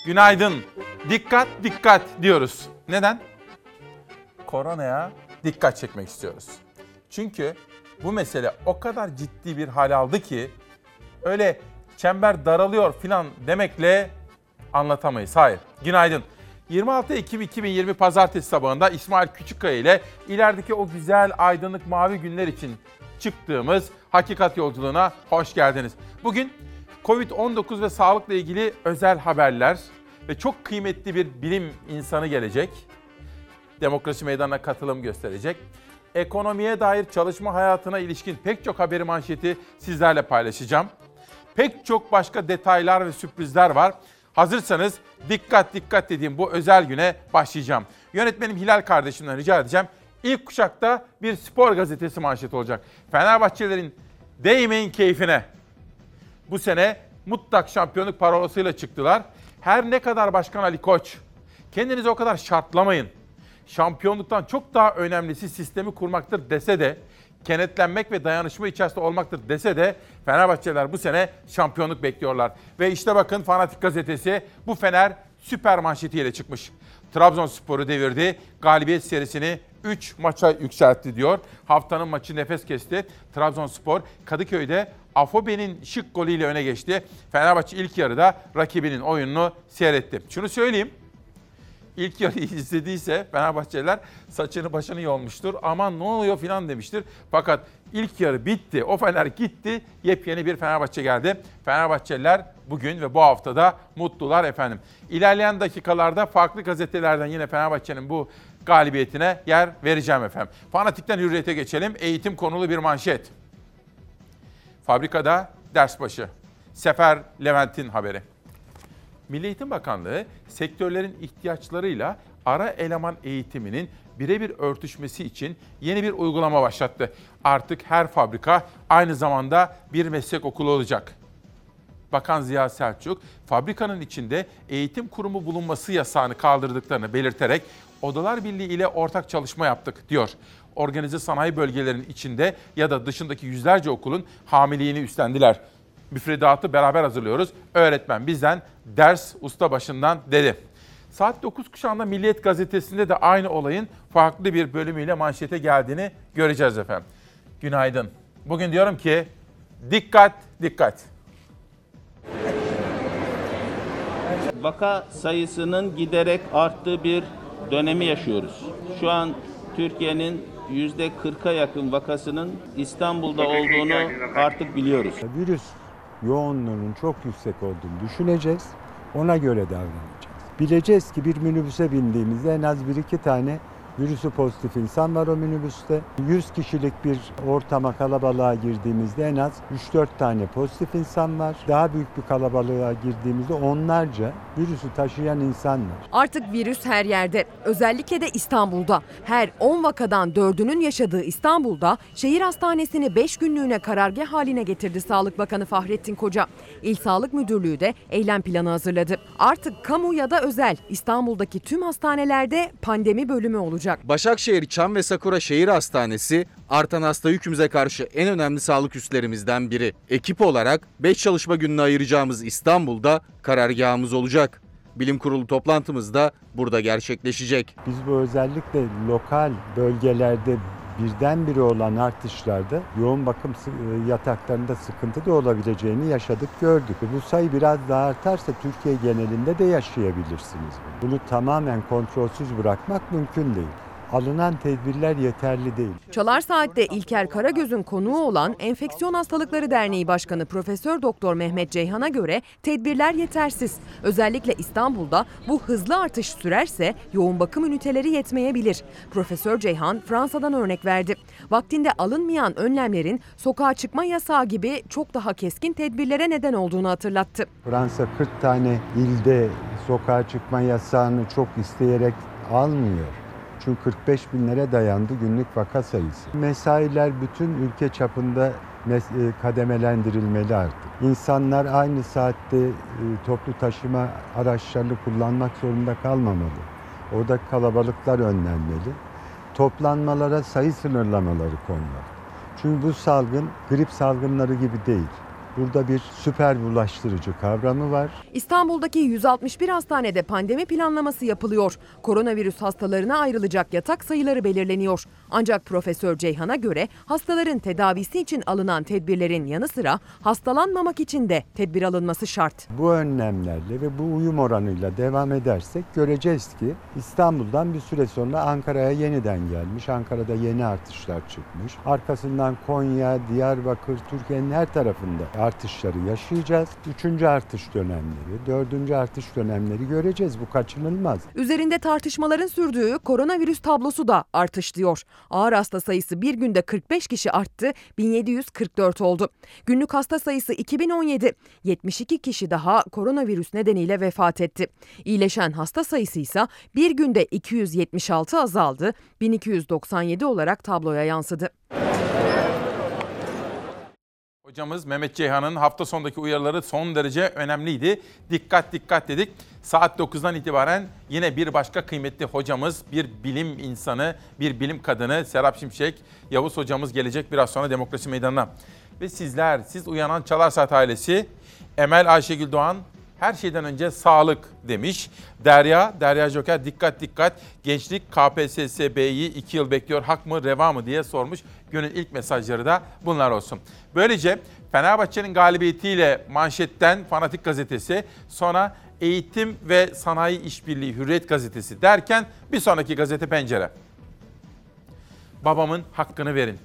Günaydın. Dikkat, dikkat diyoruz. Neden? Koronaya dikkat çekmek istiyoruz. Çünkü bu mesele o kadar ciddi bir hal aldı ki öyle çember daralıyor filan demekle anlatamayız. Hayır. Günaydın. 26 Ekim 2020 Pazartesi sabahında İsmail Küçükkaya ile ilerideki o güzel aydınlık mavi günler için çıktığımız Hakikat Yolculuğuna hoş geldiniz. Bugün Covid-19 ve sağlıkla ilgili özel haberler ve çok kıymetli bir bilim insanı gelecek. Demokrasi Meydanı'na katılım gösterecek. Ekonomiye dair çalışma hayatına ilişkin pek çok haberi manşeti sizlerle paylaşacağım. Pek çok başka detaylar ve sürprizler var. Hazırsanız dikkat dikkat dediğim bu özel güne başlayacağım. Yönetmenim Hilal kardeşimden rica edeceğim. İlk kuşakta bir spor gazetesi manşeti olacak. Fenerbahçelilerin değmeyin keyfine. Bu sene mutlak şampiyonluk parolasıyla çıktılar. Her ne kadar Başkan Ali Koç, kendinizi o kadar şartlamayın, şampiyonluktan çok daha önemlisi sistemi kurmaktır dese de, kenetlenmek ve dayanışma içerisinde olmaktır dese de Fenerbahçeliler bu sene şampiyonluk bekliyorlar. Ve işte bakın Fanatik gazetesi bu Fener süper manşetiyle çıkmış. Trabzonspor'u devirdi, galibiyet serisini 3 maça yükseltti diyor. Haftanın maçı nefes kesti. Trabzonspor Kadıköy'de Afobe'nin şık golüyle öne geçti. Fenerbahçe ilk yarıda rakibinin oyununu seyretti. Şunu söyleyeyim. İlk yarıyı izlediyse Fenerbahçeliler saçını başını yolmuştur. Aman ne oluyor filan demiştir. Fakat ilk yarı bitti. O Fener gitti. Yepyeni bir Fenerbahçe geldi. Fenerbahçeliler bugün ve bu haftada mutlular efendim. İlerleyen dakikalarda farklı gazetelerden yine Fenerbahçe'nin bu galibiyetine yer vereceğim efendim. Fanatik'ten Hürriyet'e geçelim. Eğitim konulu bir manşet. Fabrikada ders başı. Sefer Levent'in haberi. Milli Eğitim Bakanlığı sektörlerin ihtiyaçlarıyla ara eleman eğitiminin birebir örtüşmesi için yeni bir uygulama başlattı. Artık her fabrika aynı zamanda bir meslek okulu olacak. Bakan Ziya Selçuk, fabrikanın içinde eğitim kurumu bulunması yasağını kaldırdıklarını belirterek Odalar Birliği ile ortak çalışma yaptık diyor. Organize sanayi bölgelerinin içinde ya da dışındaki yüzlerce okulun hamiliğini üstlendiler. Müfredatı beraber hazırlıyoruz. Öğretmen bizden, ders usta başından dedi. Saat 9 kuşağında Milliyet Gazetesi'nde de aynı olayın farklı bir bölümüyle manşete geldiğini göreceğiz efendim. Günaydın. Bugün diyorum ki dikkat, dikkat. Vaka sayısının giderek arttığı bir dönemi yaşıyoruz. Şu an Türkiye'nin %40'a yakın vakasının İstanbul'da olduğunu artık biliyoruz. Virüs yoğunluğunun çok yüksek olduğunu düşüneceğiz. Ona göre davranacağız. Bileceğiz ki bir minibüse bindiğimizde en az 1-2 tane virüsü pozitif insan var o minibüste. 100 kişilik bir ortama, kalabalığa girdiğimizde en az 3-4 tane pozitif insan var. Daha büyük bir kalabalığa girdiğimizde onlarca virüsü taşıyan insan var. Artık virüs her yerde. Özellikle de İstanbul'da. Her 10 vakadan 4'ünün yaşadığı İstanbul'da şehir hastanesini 5 günlüğüne karargah haline getirdi Sağlık Bakanı Fahrettin Koca. İl Sağlık Müdürlüğü de eylem planı hazırladı. Artık kamu ya da özel İstanbul'daki tüm hastanelerde pandemi bölümü olacak. Başakşehir Çam ve Sakura Şehir Hastanesi artan hasta yükümüze karşı en önemli sağlık üslerimizden biri. Ekip olarak 5 çalışma gününü ayıracağımız İstanbul'da karargahımız olacak. Bilim kurulu toplantımız da burada gerçekleşecek. Biz bu özellikle lokal bölgelerde birdenbire olan artışlarda yoğun bakım yataklarında sıkıntı da olabileceğini yaşadık, gördük. Bu sayı biraz daha artarsa Türkiye genelinde de yaşayabilirsiniz. Bunu tamamen kontrolsüz bırakmak mümkün değil. Alınan tedbirler yeterli değil. Çalar Saat'te İlker Karagöz'ün konuğu olan Enfeksiyon Hastalıkları Derneği Başkanı Profesör Doktor Mehmet Ceyhan'a göre tedbirler yetersiz. Özellikle İstanbul'da bu hızlı artış sürerse yoğun bakım üniteleri yetmeyebilir. Profesör Ceyhan Fransa'dan örnek verdi. Vaktinde alınmayan önlemlerin sokağa çıkma yasağı gibi çok daha keskin tedbirlere neden olduğunu hatırlattı. Fransa 40 tane ilde sokağa çıkma yasağını çok isteyerek almıyor. Çünkü 45 binlere dayandı günlük vaka sayısı. Mesailer bütün ülke çapında kademelendirilmeli artık. İnsanlar aynı saatte toplu taşıma araçlarını kullanmak zorunda kalmamalı. Oradaki kalabalıklar önlenmeli. Toplanmalara sayı sınırlamaları konmalı. Çünkü bu salgın grip salgınları gibi değil. Burada bir süper bulaştırıcı kavramı var. İstanbul'daki 161 hastanede pandemi planlaması yapılıyor. Koronavirüs hastalarına ayrılacak yatak sayıları belirleniyor. Ancak Profesör Ceyhan'a göre hastaların tedavisi için alınan tedbirlerin yanı sıra hastalanmamak için de tedbir alınması şart. Bu önlemlerle ve bu uyum oranıyla devam edersek göreceğiz ki İstanbul'dan bir süre sonra Ankara'ya yeniden gelmiş. Ankara'da yeni artışlar çıkmış. Arkasından Konya, Diyarbakır, Türkiye'nin her tarafında artışları yaşayacağız. 3. artış dönemleri, 4. artış dönemleri göreceğiz. Bu kaçınılmaz. Üzerinde tartışmaların sürdüğü koronavirüs tablosu da artış diyor. Ağır hasta sayısı bir günde 45 kişi arttı, 1744 oldu. Günlük hasta sayısı 2017, 72 kişi daha koronavirüs nedeniyle vefat etti. İyileşen hasta sayısı ise bir günde 276 azaldı, 1297 olarak tabloya yansıdı. Hocamız Mehmet Ceyhan'ın hafta sonundaki uyarıları son derece önemliydi. Dikkat dikkat dedik. Saat 9'dan itibaren yine bir başka kıymetli hocamız, bir bilim insanı, bir bilim kadını Serap Şimşek, Yavuz hocamız gelecek biraz sonra Demokrasi Meydanı'na. Ve sizler, siz uyanan Çalar Saat ailesi, Emel Ayşegül Doğan, her şeyden önce sağlık demiş. Derya Joker dikkat dikkat. Gençlik KPSS-B'yi 2 yıl bekliyor. Hak mı reva mı diye sormuş. Günün ilk mesajları da bunlar olsun. Böylece Fenerbahçe'nin galibiyetiyle manşetten Fanatik Gazetesi, sonra Eğitim ve Sanayi İşbirliği Hürriyet Gazetesi derken bir sonraki gazete Pencere. Babamın hakkını verin.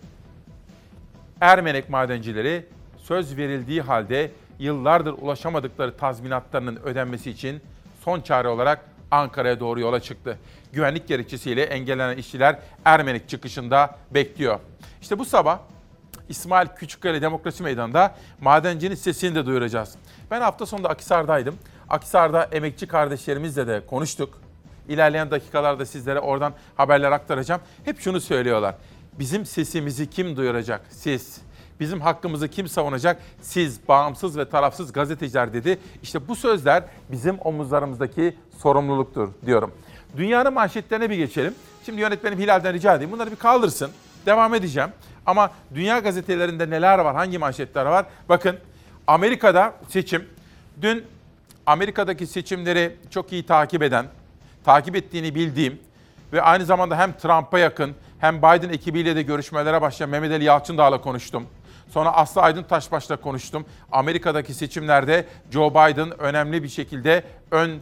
Ermenek madencileri söz verildiği halde yıllardır ulaşamadıkları tazminatlarının ödenmesi için son çare olarak Ankara'ya doğru yola çıktı. Güvenlik gerekçesiyle engellenen işçiler Ermenek çıkışında bekliyor. İşte bu sabah İsmail Küçükkale Demokrasi Meydanı'nda madencinin sesini de duyuracağız. Ben hafta sonunda Akhisar'daydım. Akhisar'da emekçi kardeşlerimizle de konuştuk. İlerleyen dakikalarda sizlere oradan haberler aktaracağım. Hep şunu söylüyorlar. Bizim sesimizi kim duyuracak? Siz. Bizim hakkımızı kim savunacak? Siz, bağımsız ve tarafsız gazeteciler dedi. İşte bu sözler bizim omuzlarımızdaki sorumluluktur diyorum. Dünyanın manşetlerine bir geçelim. Şimdi yönetmenim Hilal'den rica edeyim. Bunları bir kaldırsın. Devam edeceğim. Ama dünya gazetelerinde neler var, hangi manşetler var? Bakın, Amerika'da seçim. Dün Amerika'daki seçimleri çok iyi takip ettiğini bildiğim ve aynı zamanda hem Trump'a yakın hem Biden ekibiyle de görüşmelere başlayan Mehmet Ali Yalçındağ'la konuştum. Sonra Aslı Aydın Taşbaş'la konuştum. Amerika'daki seçimlerde Joe Biden önemli bir şekilde ön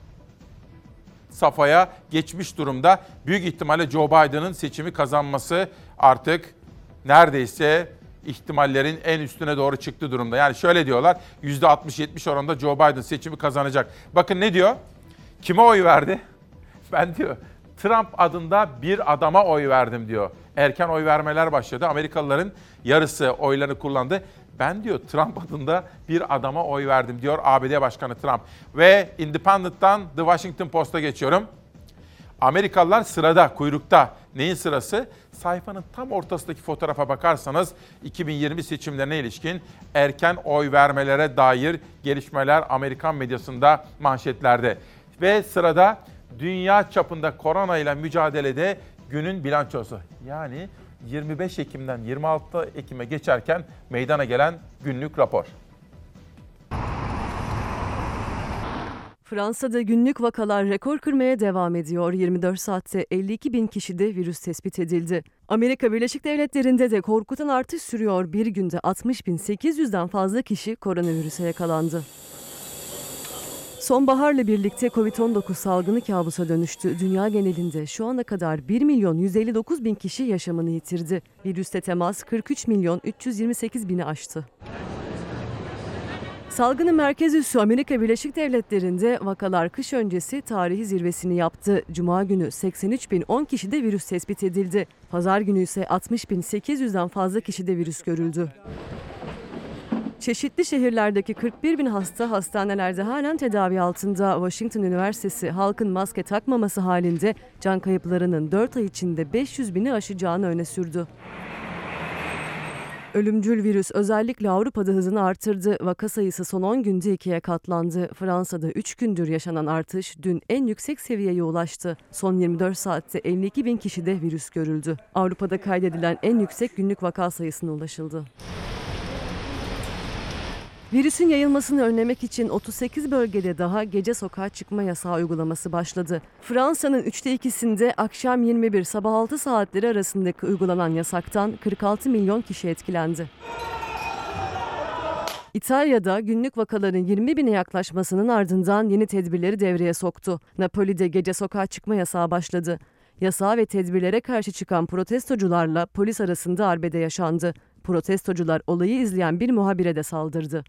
safhaya geçmiş durumda. Büyük ihtimalle Joe Biden'ın seçimi kazanması artık neredeyse ihtimallerin en üstüne doğru çıktı durumda. Yani şöyle diyorlar, %60-70 oranında Joe Biden seçimi kazanacak. Bakın ne diyor? Kime oy verdi? Ben diyor Trump adında bir adama oy verdim diyor. Erken oy vermeler başladı. Amerikalıların yarısı oylarını kullandı. Ben diyor Trump adında bir adama oy verdim diyor ABD Başkanı Trump. Ve Independent'tan The Washington Post'a geçiyorum. Amerikalılar sırada, kuyrukta. Neyin sırası? Sayfanın tam ortasındaki fotoğrafa bakarsanız 2020 seçimlerine ilişkin erken oy vermelere dair gelişmeler Amerikan medyasında manşetlerde. Ve sırada dünya çapında korona ile mücadelede günün bilançosu. Yani 25 Ekim'den 26 Ekim'e geçerken meydana gelen günlük rapor. Fransa'da günlük vakalar rekor kırmaya devam ediyor. 24 saatte 52 bin kişide virüs tespit edildi. Amerika Birleşik Devletleri'nde de korkutan artış sürüyor. Bir günde 60.800'den fazla kişi koronavirüse yakalandı. Sonbaharla birlikte Covid-19 salgını kabusa dönüştü. Dünya genelinde şu ana kadar 1.159.000 kişi yaşamını yitirdi. Virüste temas 43.328.000'i aştı. Salgının merkez üssü Amerika Birleşik Devletleri'nde vakalar kış öncesi tarihi zirvesini yaptı. Cuma günü 83.010 kişide virüs tespit edildi. Pazar günü ise 60.800'den fazla kişide virüs görüldü. Çeşitli şehirlerdeki 41.000 hasta hastanelerde halen tedavi altında. Washington Üniversitesi halkın maske takmaması halinde can kayıplarının 4 ay içinde 500.000'i aşacağını öne sürdü. Ölümcül virüs özellikle Avrupa'da hızını artırdı. Vaka sayısı son 10 günde 2'ye katlandı. Fransa'da 3 gündür yaşanan artış dün en yüksek seviyeye ulaştı. Son 24 saatte 52.000 kişide virüs görüldü. Avrupa'da kaydedilen en yüksek günlük vaka sayısına ulaşıldı. Virüsün yayılmasını önlemek için 38 bölgede daha gece sokağa çıkma yasağı uygulaması başladı. Fransa'nın 2'de akşam 21 sabah 6 saatleri arasındaki uygulanan yasaktan 46 milyon kişi etkilendi. İtalya'da günlük vakaların 20 bine yaklaşmasının ardından yeni tedbirleri devreye soktu. Napoli'de gece sokağa çıkma yasağı başladı. Yasağa ve tedbirlere karşı çıkan protestocularla polis arasında arbede yaşandı. Protestocular olayı izleyen bir muhabire de saldırdı.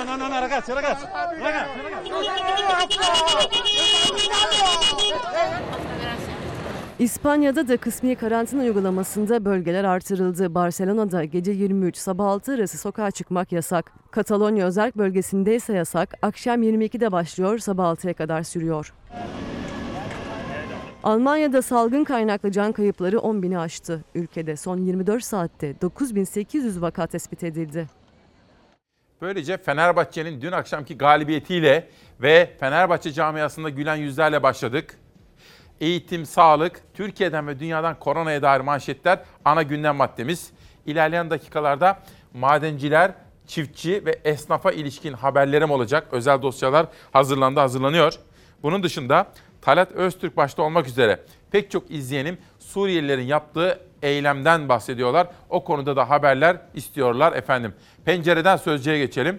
İspanya'da da kısmi karantina uygulamasında bölgeler artırıldı. Barcelona'da gece 23 sabah 6 arası sokağa çıkmak yasak. Katalonya özerk bölgesinde ise yasak akşam 22'de başlıyor, sabah 6'ya kadar sürüyor. Almanya'da salgın kaynaklı can kayıpları 10 bini aştı. Ülkede son 24 saatte 9800 vaka tespit edildi. Böylece Fenerbahçe'nin dün akşamki galibiyetiyle ve Fenerbahçe camiasında gülen yüzlerle başladık. Eğitim, sağlık, Türkiye'den ve dünyadan koronaya dair manşetler ana gündem maddemiz. İlerleyen dakikalarda madenciler, çiftçi ve esnafa ilişkin haberlerim olacak. Özel dosyalar hazırlanıyor. Bunun dışında Talat Öztürk başta olmak üzere pek çok izleyenim Suriyelilerin yaptığı eylemden bahsediyorlar. O konuda da haberler istiyorlar efendim. Pencereden sözcüye geçelim.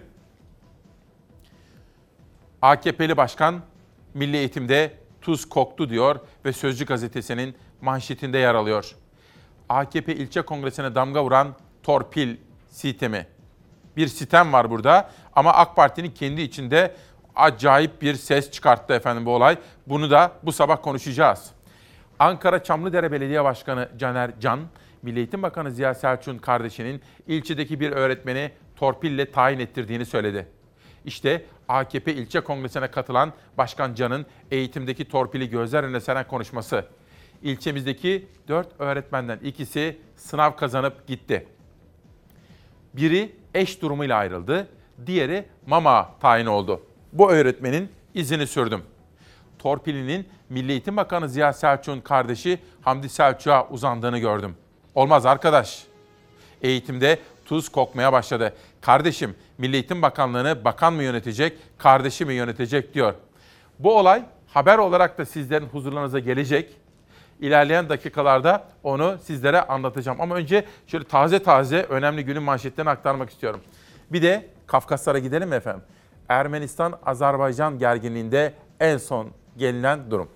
AKP'li başkan Milli Eğitim'de tuz koktu diyor ve Sözcü gazetesinin manşetinde yer alıyor. AKP ilçe kongresine damga vuran torpil sistemi. Bir sistem var burada ama AK Parti'nin kendi içinde acayip bir ses çıkarttı efendim bu olay. Bunu da bu sabah konuşacağız. Ankara Çamlıdere Belediye Başkanı Caner Can, Milli Eğitim Bakanı Ziya Selçuk'un kardeşinin ilçedeki bir öğretmeni torpille tayin ettirdiğini söyledi. İşte AKP ilçe kongresine katılan Başkan Can'ın eğitimdeki torpili gözler önüne seren konuşması. İlçemizdeki 4 öğretmenden ikisi sınav kazanıp gitti. Biri eş durumuyla ayrıldı, diğeri mama tayin oldu. Bu öğretmenin izini sürdüm. Torpilinin Milli Eğitim Bakanı Ziya Selçuk'un kardeşi Hamdi Selçuk'a uzandığını gördüm. Olmaz arkadaş. Eğitimde tuz kokmaya başladı. Kardeşim, Milli Eğitim Bakanlığı'nı bakan mı yönetecek, kardeşi mi yönetecek diyor. Bu olay haber olarak da sizlerin huzurlarınıza gelecek. İlerleyen dakikalarda onu sizlere anlatacağım. Ama önce şöyle taze önemli günün manşetlerini aktarmak istiyorum. Bir de Kafkaslara gidelim mi efendim? Ermenistan-Azerbaycan gerginliğinde en son gelinen durum.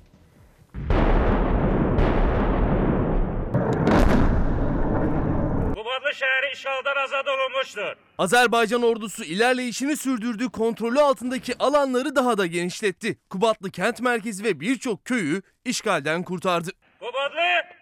Kubadlı şehri işgalden azad olunmuştur. Azerbaycan ordusu ilerleyişini sürdürdü, kontrolü altındaki alanları daha da genişletti. Kubatlı kent merkezi ve birçok köyü işgalden kurtardı. Kubadlı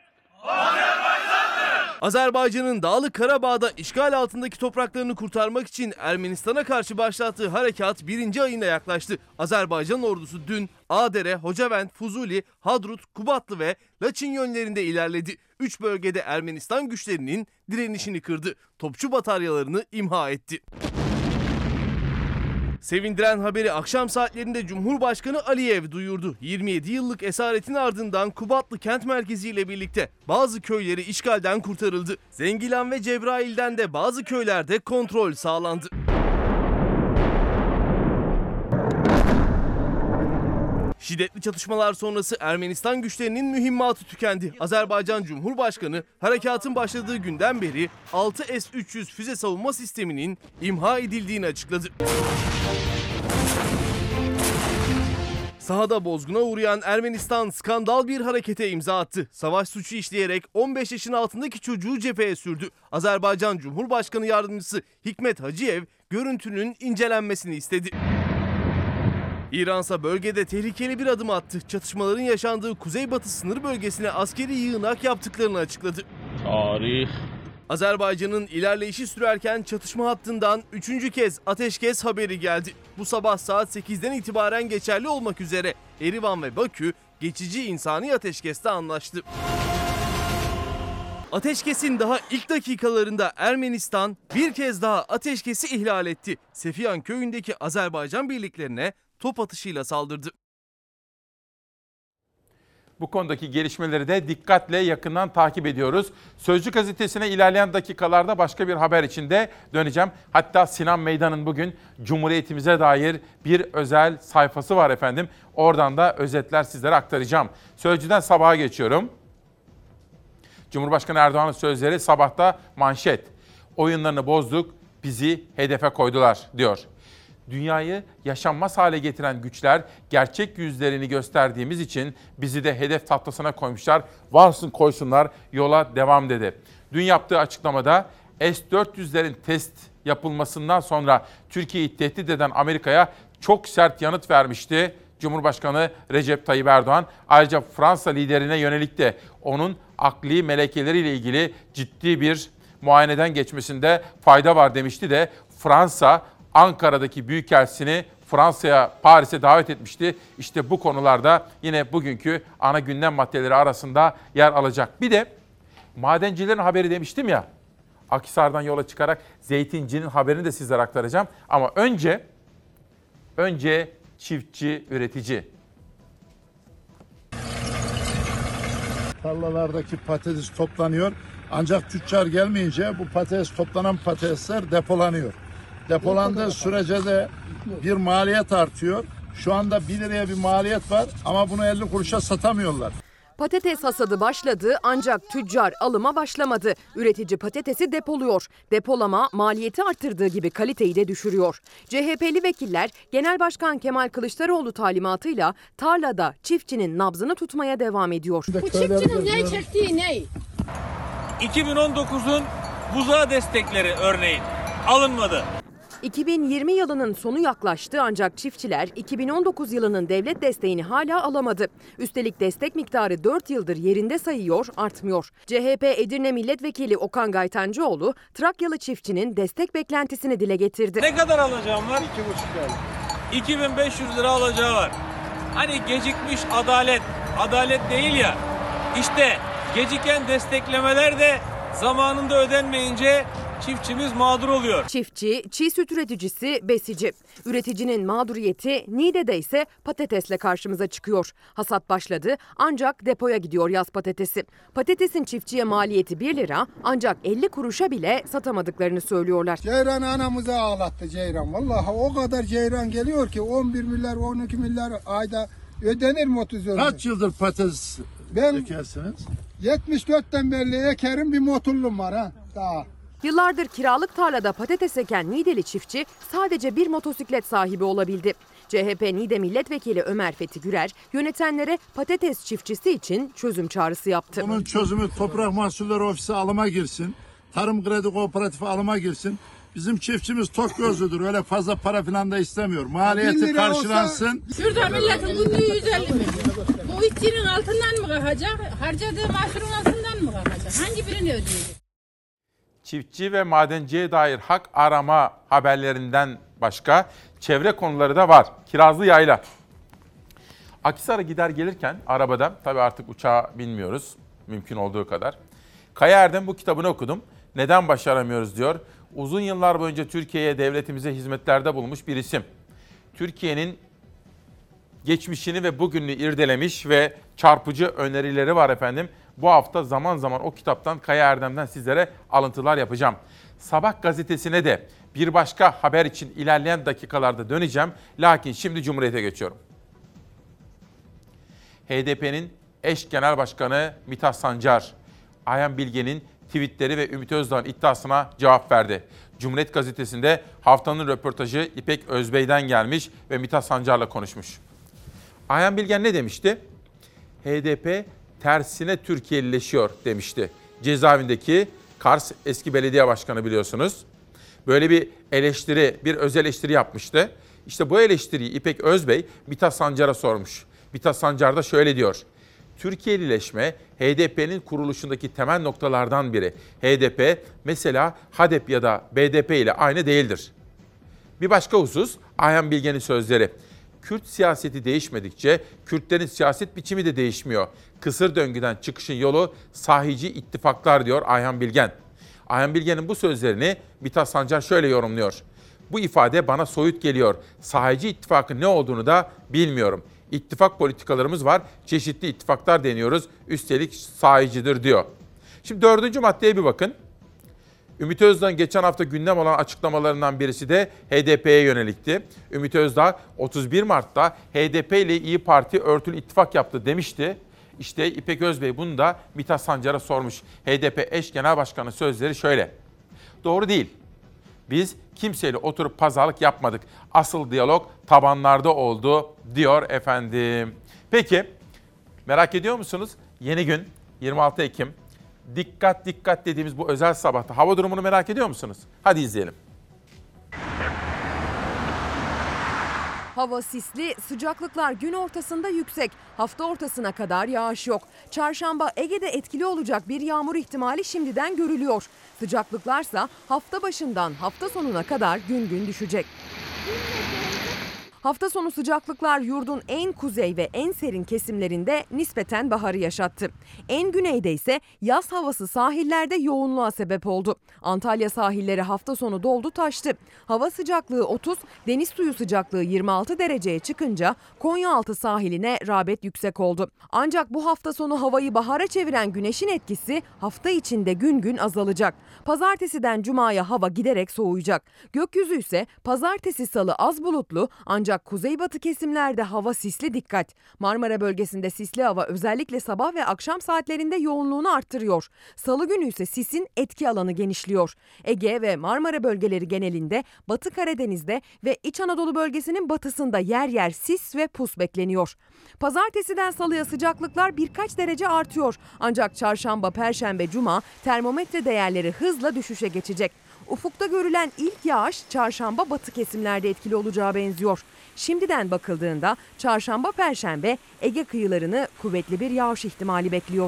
Azerbaycan'ın Dağlık Karabağ'da işgal altındaki topraklarını kurtarmak için Ermenistan'a karşı başlattığı harekat 1. ayına yaklaştı. Azerbaycan ordusu dün Ağdere, Hocavent, Fuzuli, Hadrut, Kubatlı ve Laçin yönlerinde ilerledi. 3 bölgede Ermenistan güçlerinin direnişini kırdı. Topçu bataryalarını imha etti. Sevindiren haberi akşam saatlerinde Cumhurbaşkanı Aliyev duyurdu. 27 yıllık esaretin ardından Kubatlı kent merkeziyle birlikte bazı köyleri işgalden kurtarıldı. Zengilan ve Cebrail'den de bazı köylerde kontrol sağlandı. Şiddetli çatışmalar sonrası Ermenistan güçlerinin mühimmatı tükendi. Azerbaycan Cumhurbaşkanı harekatın başladığı günden beri 6 S-300 füze savunma sisteminin imha edildiğini açıkladı. Sahada bozguna uğrayan Ermenistan skandal bir harekete imza attı. Savaş suçu işleyerek 15 yaşın altındaki çocuğu cepheye sürdü. Azerbaycan Cumhurbaşkanı Yardımcısı Hikmet Hacıyev görüntünün incelenmesini istedi. İransa bölgede tehlikeli bir adım attı. Çatışmaların yaşandığı kuzeybatı sınır bölgesine askeri yığınak yaptıklarını açıkladı. Azerbaycan'ın ilerleyişi sürerken çatışma hattından 3. kez ateşkes haberi geldi. Bu sabah saat 8'den itibaren geçerli olmak üzere Erivan ve Bakü geçici insani ateşkeste anlaştı. Ateşkesin daha ilk dakikalarında Ermenistan bir kez daha ateşkesi ihlal etti. Sefiyan köyündeki Azerbaycan birliklerine top atışıyla saldırdı. Bu konudaki gelişmeleri de dikkatle yakından takip ediyoruz. Sözcü gazetesine ilerleyen dakikalarda başka bir haber içinde döneceğim. Hatta Sinan Meydan'ın bugün Cumhuriyetimize dair bir özel sayfası var efendim. Oradan da özetler sizlere aktaracağım. Sözcüden Sabah'a geçiyorum. Cumhurbaşkanı Erdoğan'ın sözleri Sabah'ta manşet. Oyunlarını bozduk, bizi hedefe koydular diyor. Dünyayı yaşanmaz hale getiren güçler gerçek yüzlerini gösterdiğimiz için bizi de hedef tahtasına koymuşlar. Varsın koysunlar, yola devam dedi. Dün yaptığı açıklamada S-400'lerin test yapılmasından sonra Türkiye'yi tehdit eden Amerika'ya çok sert yanıt vermişti Cumhurbaşkanı Recep Tayyip Erdoğan. Ayrıca Fransa liderine yönelik de onun akli melekeleriyle ilgili ciddi bir muayeneden geçmesinde fayda var demişti de Fransa Ankara'daki büyükelçisini Fransa'ya, Paris'e davet etmişti. İşte bu konularda yine bugünkü ana gündem maddeleri arasında yer alacak. Bir de madencilerin haberi demiştim ya. Akhisar'dan yola çıkarak zeytincinin haberini de sizlere aktaracağım. Ama önce çiftçi, üretici. Tarlalardaki patates toplanıyor. Ancak tüccar gelmeyince bu toplanan patatesler depolanıyor. Depolandığı sürece de bir maliyet artıyor. Şu anda 1 liraya bir maliyet var ama bunu 50 kuruşa satamıyorlar. Patates hasadı başladı ancak tüccar alıma başlamadı. Üretici patatesi depoluyor. Depolama maliyeti arttırdığı gibi kaliteyi de düşürüyor. CHP'li vekiller Genel Başkan Kemal Kılıçdaroğlu talimatıyla tarlada çiftçinin nabzını tutmaya devam ediyor. Bu çiftçinin ne çektiği ne? 2019'un buzağı destekleri örneğin alınmadı. 2020 yılının sonu yaklaştı ancak çiftçiler 2019 yılının devlet desteğini hala alamadı. Üstelik destek miktarı 4 yıldır yerinde sayıyor, artmıyor. CHP Edirne Milletvekili Okan Gaytancıoğlu, Trakyalı çiftçinin destek beklentisini dile getirdi. Ne kadar alacağım var? 2,5 lira. 2500 lira alacağı var. Hani gecikmiş adalet değil ya. İşte geciken desteklemeler de zamanında ödenmeyince çiftçimiz mağdur oluyor. Çiftçi, çiğ süt üreticisi, besici. Üreticinin mağduriyeti Niğde'de ise patatesle karşımıza çıkıyor. Hasat başladı ancak depoya gidiyor yaz patatesi. Patatesin çiftçiye maliyeti 1 lira ancak 50 kuruşa bile satamadıklarını söylüyorlar. Ceyran anamızı ağlattı ceyran. Vallahi o kadar ceyran geliyor ki 11 milyar 12 milyar ayda ödenir mi 30 yıl? Kaç yıldır patates ekersiniz? 74'ten beri ekerim, bir motorluğum var ha daha. Yıllardır kiralık tarlada patates eken Niğdeli çiftçi sadece bir motosiklet sahibi olabildi. CHP Niğde Milletvekili Ömer Fethi Gürer yönetenlere patates çiftçisi için çözüm çağrısı yaptı. Bunun çözümü Toprak Mahsulleri Ofisi alıma girsin. Tarım Kredi Kooperatifi alıma girsin. Bizim çiftçimiz tok gözlüdür. Öyle fazla para falan da istemiyor. Maliyeti karşılansın. Şurada milletin günlüğü 150 milyon. Bu işçinin altından mı kalkacak? Harcadığı mahsulün altından mı kalkacak? Hangi birini ödeyecek? Çiftçi ve madenciye dair hak arama haberlerinden başka çevre konuları da var. Kirazlı Yayla. Akhisar'a gider gelirken arabada, tabii artık uçağa binmiyoruz mümkün olduğu kadar. Kaya Erdem bu kitabını okudum. Neden başaramıyoruz diyor. Uzun yıllar boyunca Türkiye'ye, devletimize hizmetlerde bulunmuş bir isim. Türkiye'nin geçmişini ve bugününü irdelemiş ve çarpıcı önerileri var efendim. Bu hafta zaman zaman o kitaptan, Kaya Erdem'den sizlere alıntılar yapacağım. Sabah gazetesine de bir başka haber için ilerleyen dakikalarda döneceğim. Lakin şimdi Cumhuriyet'e geçiyorum. HDP'nin eş genel başkanı Mithat Sancar, Ayhan Bilge'nin tweetleri ve Ümit Özdağ'ın iddiasına cevap verdi. Cumhuriyet gazetesinde haftanın röportajı İpek Özbey'den gelmiş ve Mithat Sancar'la konuşmuş. Ayhan Bilgen ne demişti? HDP tersine Türkiye'lileşiyor demişti. Cezaevindeki Kars eski belediye başkanı biliyorsunuz. Böyle bir eleştiri, bir öz eleştiri yapmıştı. İşte bu eleştiriyi İpek Özbey Mithat Sancar'a sormuş. Mithat Sancar da şöyle diyor. Türkiye'lileşme HDP'nin kuruluşundaki temel noktalardan biri. HDP mesela HADEP ya da BDP ile aynı değildir. Bir başka husus Ayhan Bilgen'in sözleri. Kürt siyaseti değişmedikçe Kürtlerin siyaset biçimi de değişmiyor. Kısır döngüden çıkışın yolu sahici ittifaklar diyor Ayhan Bilgen. Ayhan Bilgen'in bu sözlerini Mithat Sancar şöyle yorumluyor. Bu ifade bana soyut geliyor. Sahici ittifakın ne olduğunu da bilmiyorum. İttifak politikalarımız var. Çeşitli ittifaklar deniyoruz. Üstelik sahicidir diyor. Şimdi 4. maddeye bir bakın. Ümit Özdağ'ın geçen hafta gündem olan açıklamalarından birisi de HDP'ye yönelikti. Ümit Özdağ 31 Mart'ta HDP ile İYİ Parti örtülü ittifak yaptı demişti. İşte İpek Özbey bunu da Mithat Sancar'a sormuş. HDP eş genel başkanı sözleri şöyle. Doğru değil. Biz kimseyle oturup pazarlık yapmadık. Asıl diyalog tabanlarda oldu diyor efendim. Peki merak ediyor musunuz? Yeni gün 26 Ekim. Dikkat dikkat dediğimiz bu özel sabahta hava durumunu merak ediyor musunuz? Hadi izleyelim. Hava sisli, sıcaklıklar gün ortasında yüksek. Hafta ortasına kadar yağış yok. Çarşamba Ege'de etkili olacak bir yağmur ihtimali şimdiden görülüyor. Sıcaklıklarsa hafta başından hafta sonuna kadar gün gün düşecek. Hafta sonu sıcaklıklar yurdun en kuzey ve en serin kesimlerinde nispeten baharı yaşattı. En güneyde ise yaz havası sahillerde yoğunluğa sebep oldu. Antalya sahilleri hafta sonu doldu taştı. Hava sıcaklığı 30, deniz suyu sıcaklığı 26 dereceye çıkınca Konyaaltı sahiline rağbet yüksek oldu. Ancak bu hafta sonu havayı bahara çeviren güneşin etkisi hafta içinde gün gün azalacak. Pazartesiden cumaya hava giderek soğuyacak. Gökyüzü ise pazartesi salı az bulutlu ancak kuzeybatı kesimlerde hava sisli dikkat. Marmara bölgesinde sisli hava özellikle sabah ve akşam saatlerinde yoğunluğunu arttırıyor. Salı günü ise sisin etki alanı genişliyor. Ege ve Marmara bölgeleri genelinde Batı Karadeniz'de ve İç Anadolu bölgesinin batısında yer yer sis ve pus bekleniyor. Pazartesiden salıya sıcaklıklar birkaç derece artıyor. Ancak çarşamba, perşembe, cuma termometre değerleri hızla düşüşe geçecek. Ufukta görülen ilk yağış çarşamba batı kesimlerde etkili olacağı benziyor. Şimdiden bakıldığında çarşamba, perşembe Ege kıyılarını kuvvetli bir yağış ihtimali bekliyor.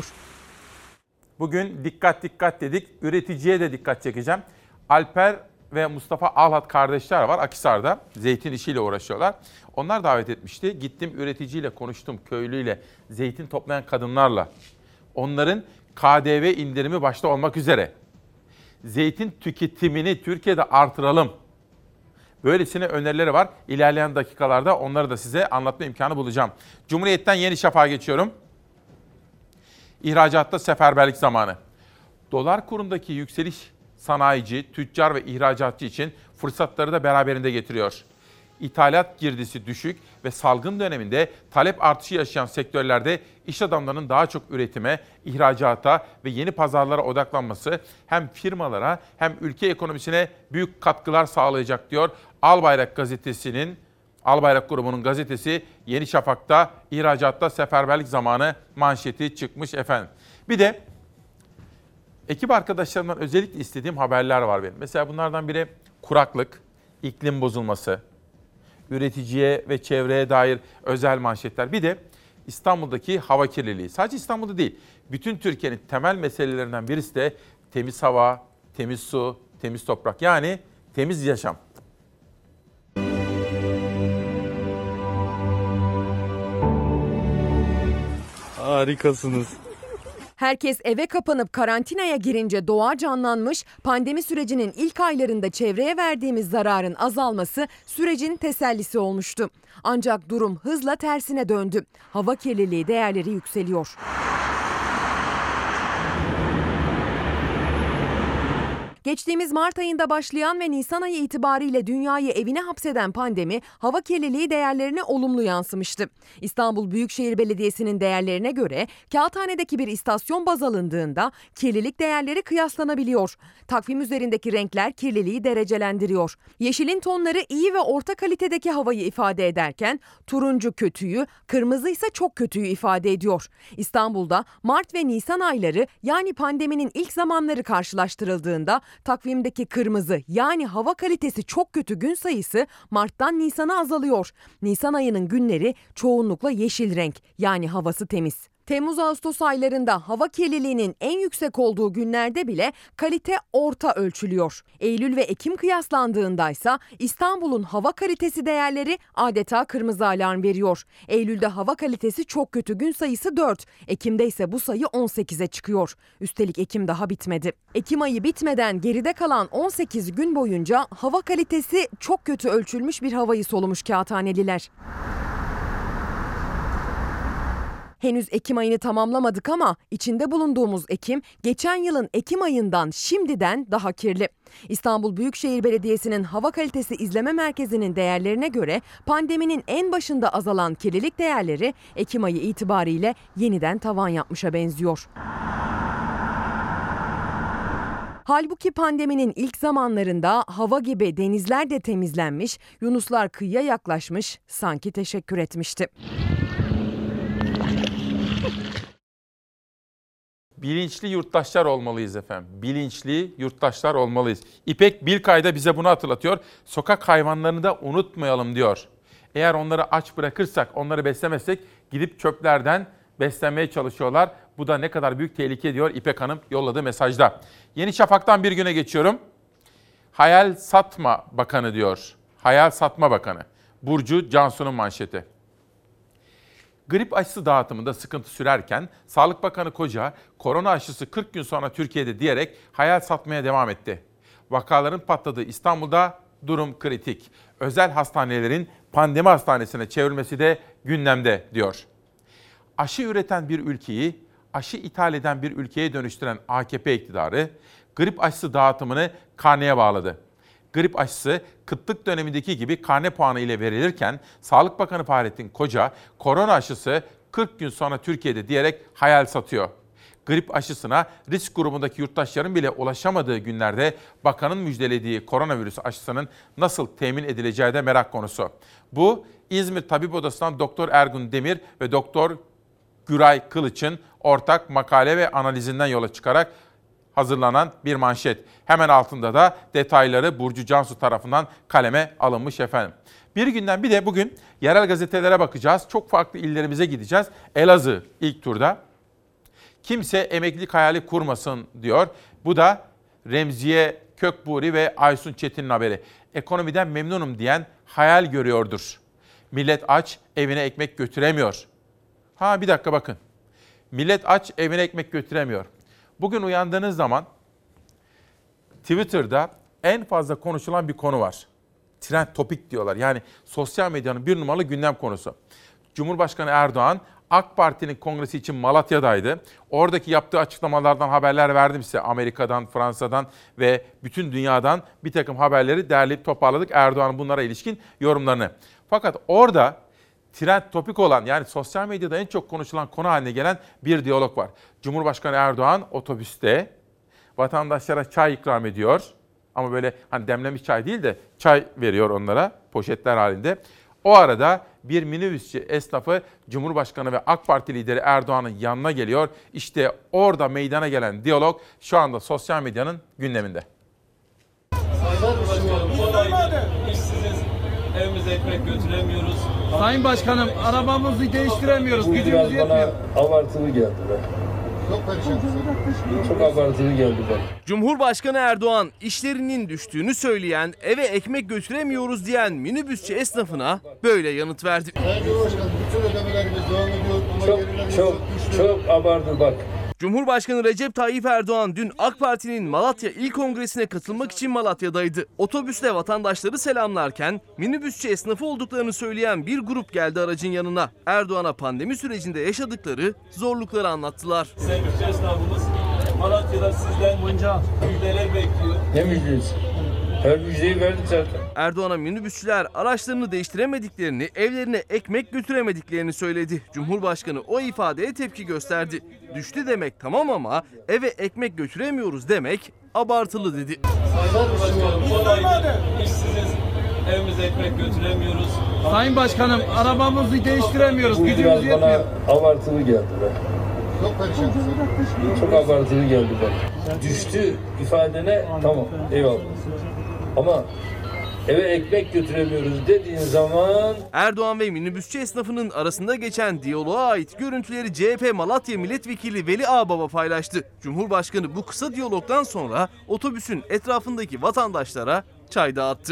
Bugün dikkat dikkat dedik. Üreticiye de dikkat çekeceğim. Alper ve Mustafa Alhat kardeşler var Akhisar'da. Zeytin işiyle uğraşıyorlar. Onlar davet etmişti. Gittim üreticiyle konuştum, köylüyle, zeytin toplayan kadınlarla. Onların KDV indirimi başta olmak üzere zeytin tüketimini Türkiye'de artıralım. Böylesine önerileri var. İlerleyen dakikalarda onları da size anlatma imkanı bulacağım. Cumhuriyet'ten Yeni Şafak'a geçiyorum. İhracatta seferberlik zamanı. Dolar kurundaki yükseliş sanayici, tüccar ve ihracatçı için fırsatları da beraberinde getiriyor. İthalat girdisi düşük ve salgın döneminde talep artışı yaşayan sektörlerde iş adamlarının daha çok üretime, ihracata ve yeni pazarlara odaklanması hem firmalara hem ülke ekonomisine büyük katkılar sağlayacak diyor. Albayrak grubunun gazetesi Yeni Şafak'ta ihracatta seferberlik zamanı manşeti çıkmış efendim. Bir de ekip arkadaşlarımdan özellikle istediğim haberler var benim. Mesela bunlardan biri kuraklık, iklim bozulması, üreticiye ve çevreye dair özel manşetler. Bir de İstanbul'daki hava kirliliği. Sadece İstanbul'da değil, bütün Türkiye'nin temel meselelerinden birisi de temiz hava, temiz su, temiz toprak. Yani temiz yaşam. Harikasınız. Herkes eve kapanıp karantinaya girince doğa canlanmış, pandemi sürecinin ilk aylarında çevreye verdiğimiz zararın azalması sürecin tesellisi olmuştu. Ancak durum hızla tersine döndü. Hava kirliliği değerleri yükseliyor. Geçtiğimiz Mart ayında başlayan ve Nisan ayı itibariyle dünyayı evine hapseden pandemi hava kirliliği değerlerine olumlu yansımıştı. İstanbul Büyükşehir Belediyesi'nin değerlerine göre Kağıthane'deki bir istasyon baz alındığında kirlilik değerleri kıyaslanabiliyor. Takvim üzerindeki renkler kirliliği derecelendiriyor. Yeşilin tonları iyi ve orta kalitedeki havayı ifade ederken turuncu kötüyü, kırmızı ise çok kötüyü ifade ediyor. İstanbul'da Mart ve Nisan ayları yani pandeminin ilk zamanları karşılaştırıldığında takvimdeki kırmızı yani hava kalitesi çok kötü gün sayısı Mart'tan Nisan'a azalıyor. Nisan ayının günleri çoğunlukla yeşil renk yani havası temiz. Temmuz-Ağustos aylarında hava kirliliğinin en yüksek olduğu günlerde bile kalite orta ölçülüyor. Eylül ve Ekim kıyaslandığında ise İstanbul'un hava kalitesi değerleri adeta kırmızı alarm veriyor. Eylül'de hava kalitesi çok kötü gün sayısı 4, Ekim'de ise bu sayı 18'e çıkıyor. Üstelik Ekim daha bitmedi. Ekim ayı bitmeden geride kalan 18 gün boyunca hava kalitesi çok kötü ölçülmüş bir havayı solumuş kağıthaneliler. Henüz Ekim ayını tamamlamadık ama içinde bulunduğumuz Ekim geçen yılın Ekim ayından şimdiden daha kirli. İstanbul Büyükşehir Belediyesi'nin Hava Kalitesi İzleme Merkezi'nin değerlerine göre pandeminin en başında azalan kirlilik değerleri Ekim ayı itibariyle yeniden tavan yapmışa benziyor. Halbuki pandeminin ilk zamanlarında hava gibi denizler de temizlenmiş, yunuslar kıyıya yaklaşmış, sanki teşekkür etmişti. Bilinçli yurttaşlar olmalıyız efendim. Bilinçli yurttaşlar olmalıyız. İpek Bilkay da bize bunu hatırlatıyor. Sokak hayvanlarını da unutmayalım diyor. Eğer onları aç bırakırsak, onları beslemezsek gidip çöplerden beslenmeye çalışıyorlar. Bu da ne kadar büyük tehlike diyor İpek Hanım yolladığı mesajda. Yeni Şafak'tan bir güne geçiyorum. Hayal Satma Bakanı diyor. Hayal Satma Bakanı. Burcu Cansu'nun manşeti. Grip aşısı dağıtımında sıkıntı sürerken Sağlık Bakanı Koca korona aşısı 40 gün sonra Türkiye'de diyerek hayal satmaya devam etti. Vakaların patladığı İstanbul'da durum kritik. Özel hastanelerin pandemi hastanesine çevrilmesi de gündemde diyor. Aşı üreten bir ülkeyi aşı ithal eden bir ülkeye dönüştüren AKP iktidarı grip aşısı dağıtımını karneye bağladı. Grip aşısı kıtlık dönemindeki gibi karne puanı ile verilirken Sağlık Bakanı Fahrettin Koca korona aşısı 40 gün sonra Türkiye'de diyerek hayal satıyor. Grip aşısına risk grubundaki yurttaşların bile ulaşamadığı günlerde bakanın müjdelediği koronavirüs aşısının nasıl temin edileceği de merak konusu. Bu İzmir Tabip Odası'ndan Doktor Ergun Demir ve Doktor Güray Kılıç'ın ortak makale ve analizinden yola çıkarak hazırlanan bir manşet. Hemen altında da detayları Burcu Cansu tarafından kaleme alınmış efendim. Bir günden bir de bugün yerel gazetelere bakacağız. Çok farklı illerimize gideceğiz. Elazığ ilk turda. Kimse emeklilik hayali kurmasın diyor. Bu da Remziye Kökburi ve Aysun Çetin'in haberi. Ekonomiden memnunum diyen hayal görüyordur. Millet aç, evine ekmek götüremiyor. Bir dakika bakın. Millet aç, evine ekmek götüremiyor. Bugün uyandığınız zaman Twitter'da en fazla konuşulan bir konu var. Trend topik diyorlar. Yani sosyal medyanın bir numaralı gündem konusu. Cumhurbaşkanı Erdoğan AK Parti'nin kongresi için Malatya'daydı. Oradaki yaptığı açıklamalardan haberler verdim size. Amerika'dan, Fransa'dan ve bütün dünyadan bir takım haberleri derleyip toparladık. Erdoğan'ın bunlara ilişkin yorumlarını. Fakat orada trend topik olan, yani sosyal medyada en çok konuşulan konu haline gelen bir diyalog var. Cumhurbaşkanı Erdoğan otobüste vatandaşlara çay ikram ediyor. Ama böyle hani demlemiş çay değil de çay veriyor onlara poşetler halinde. O arada bir minibüsçü esnafı Cumhurbaşkanı ve AK Parti lideri Erdoğan'ın yanına geliyor. İşte orada meydana gelen diyalog şu anda sosyal medyanın gündeminde. İşsiziz, evimize ekmek götüremiyoruz. Sayın Başkanım, arabamızı değiştiremiyoruz. Gücümüz yetmiyor. Abartılı geldi be. Çok abartılı geldi be. Cumhurbaşkanı Erdoğan işlerinin düştüğünü söyleyen, eve ekmek götüremiyoruz diyen minibüsçü esnafına böyle yanıt verdi. Çok abartı bak. Cumhurbaşkanı Recep Tayyip Erdoğan dün AK Parti'nin Malatya İl Kongresi'ne katılmak için Malatya'daydı. Otobüsle vatandaşları selamlarken minibüsçü esnafı olduklarını söyleyen bir grup geldi aracın yanına. Erdoğan'a pandemi sürecinde yaşadıkları zorlukları anlattılar. Minibüsçü esnafımız Malatya'da sizden müjdeler bekliyor. Ne müjdesi? Her müjdeyi verdik zaten. Erdoğan'a minibüsçüler araçlarını değiştiremediklerini, evlerine ekmek götüremediklerini söyledi. Cumhurbaşkanı o ifadeye tepki gösterdi. Düştü demek tamam ama eve ekmek götüremiyoruz demek abartılı dedi. İşsiziz, evimize ekmek götüremiyoruz. Sayın Başkanım, arabamızı değiştiremiyoruz. Gücümüz yetmiyor. Bana abartılı geldi be. Çok abartılı geldi be. Düştü ifadene tamam eyvallah. Ama eve ekmek götüremiyoruz dediğin zaman... Erdoğan ve minibüsçü esnafının arasında geçen diyaloğa ait görüntüleri CHP Malatya Milletvekili Veli Ağbaba paylaştı. Cumhurbaşkanı bu kısa diyalogdan sonra otobüsün etrafındaki vatandaşlara çay dağıttı.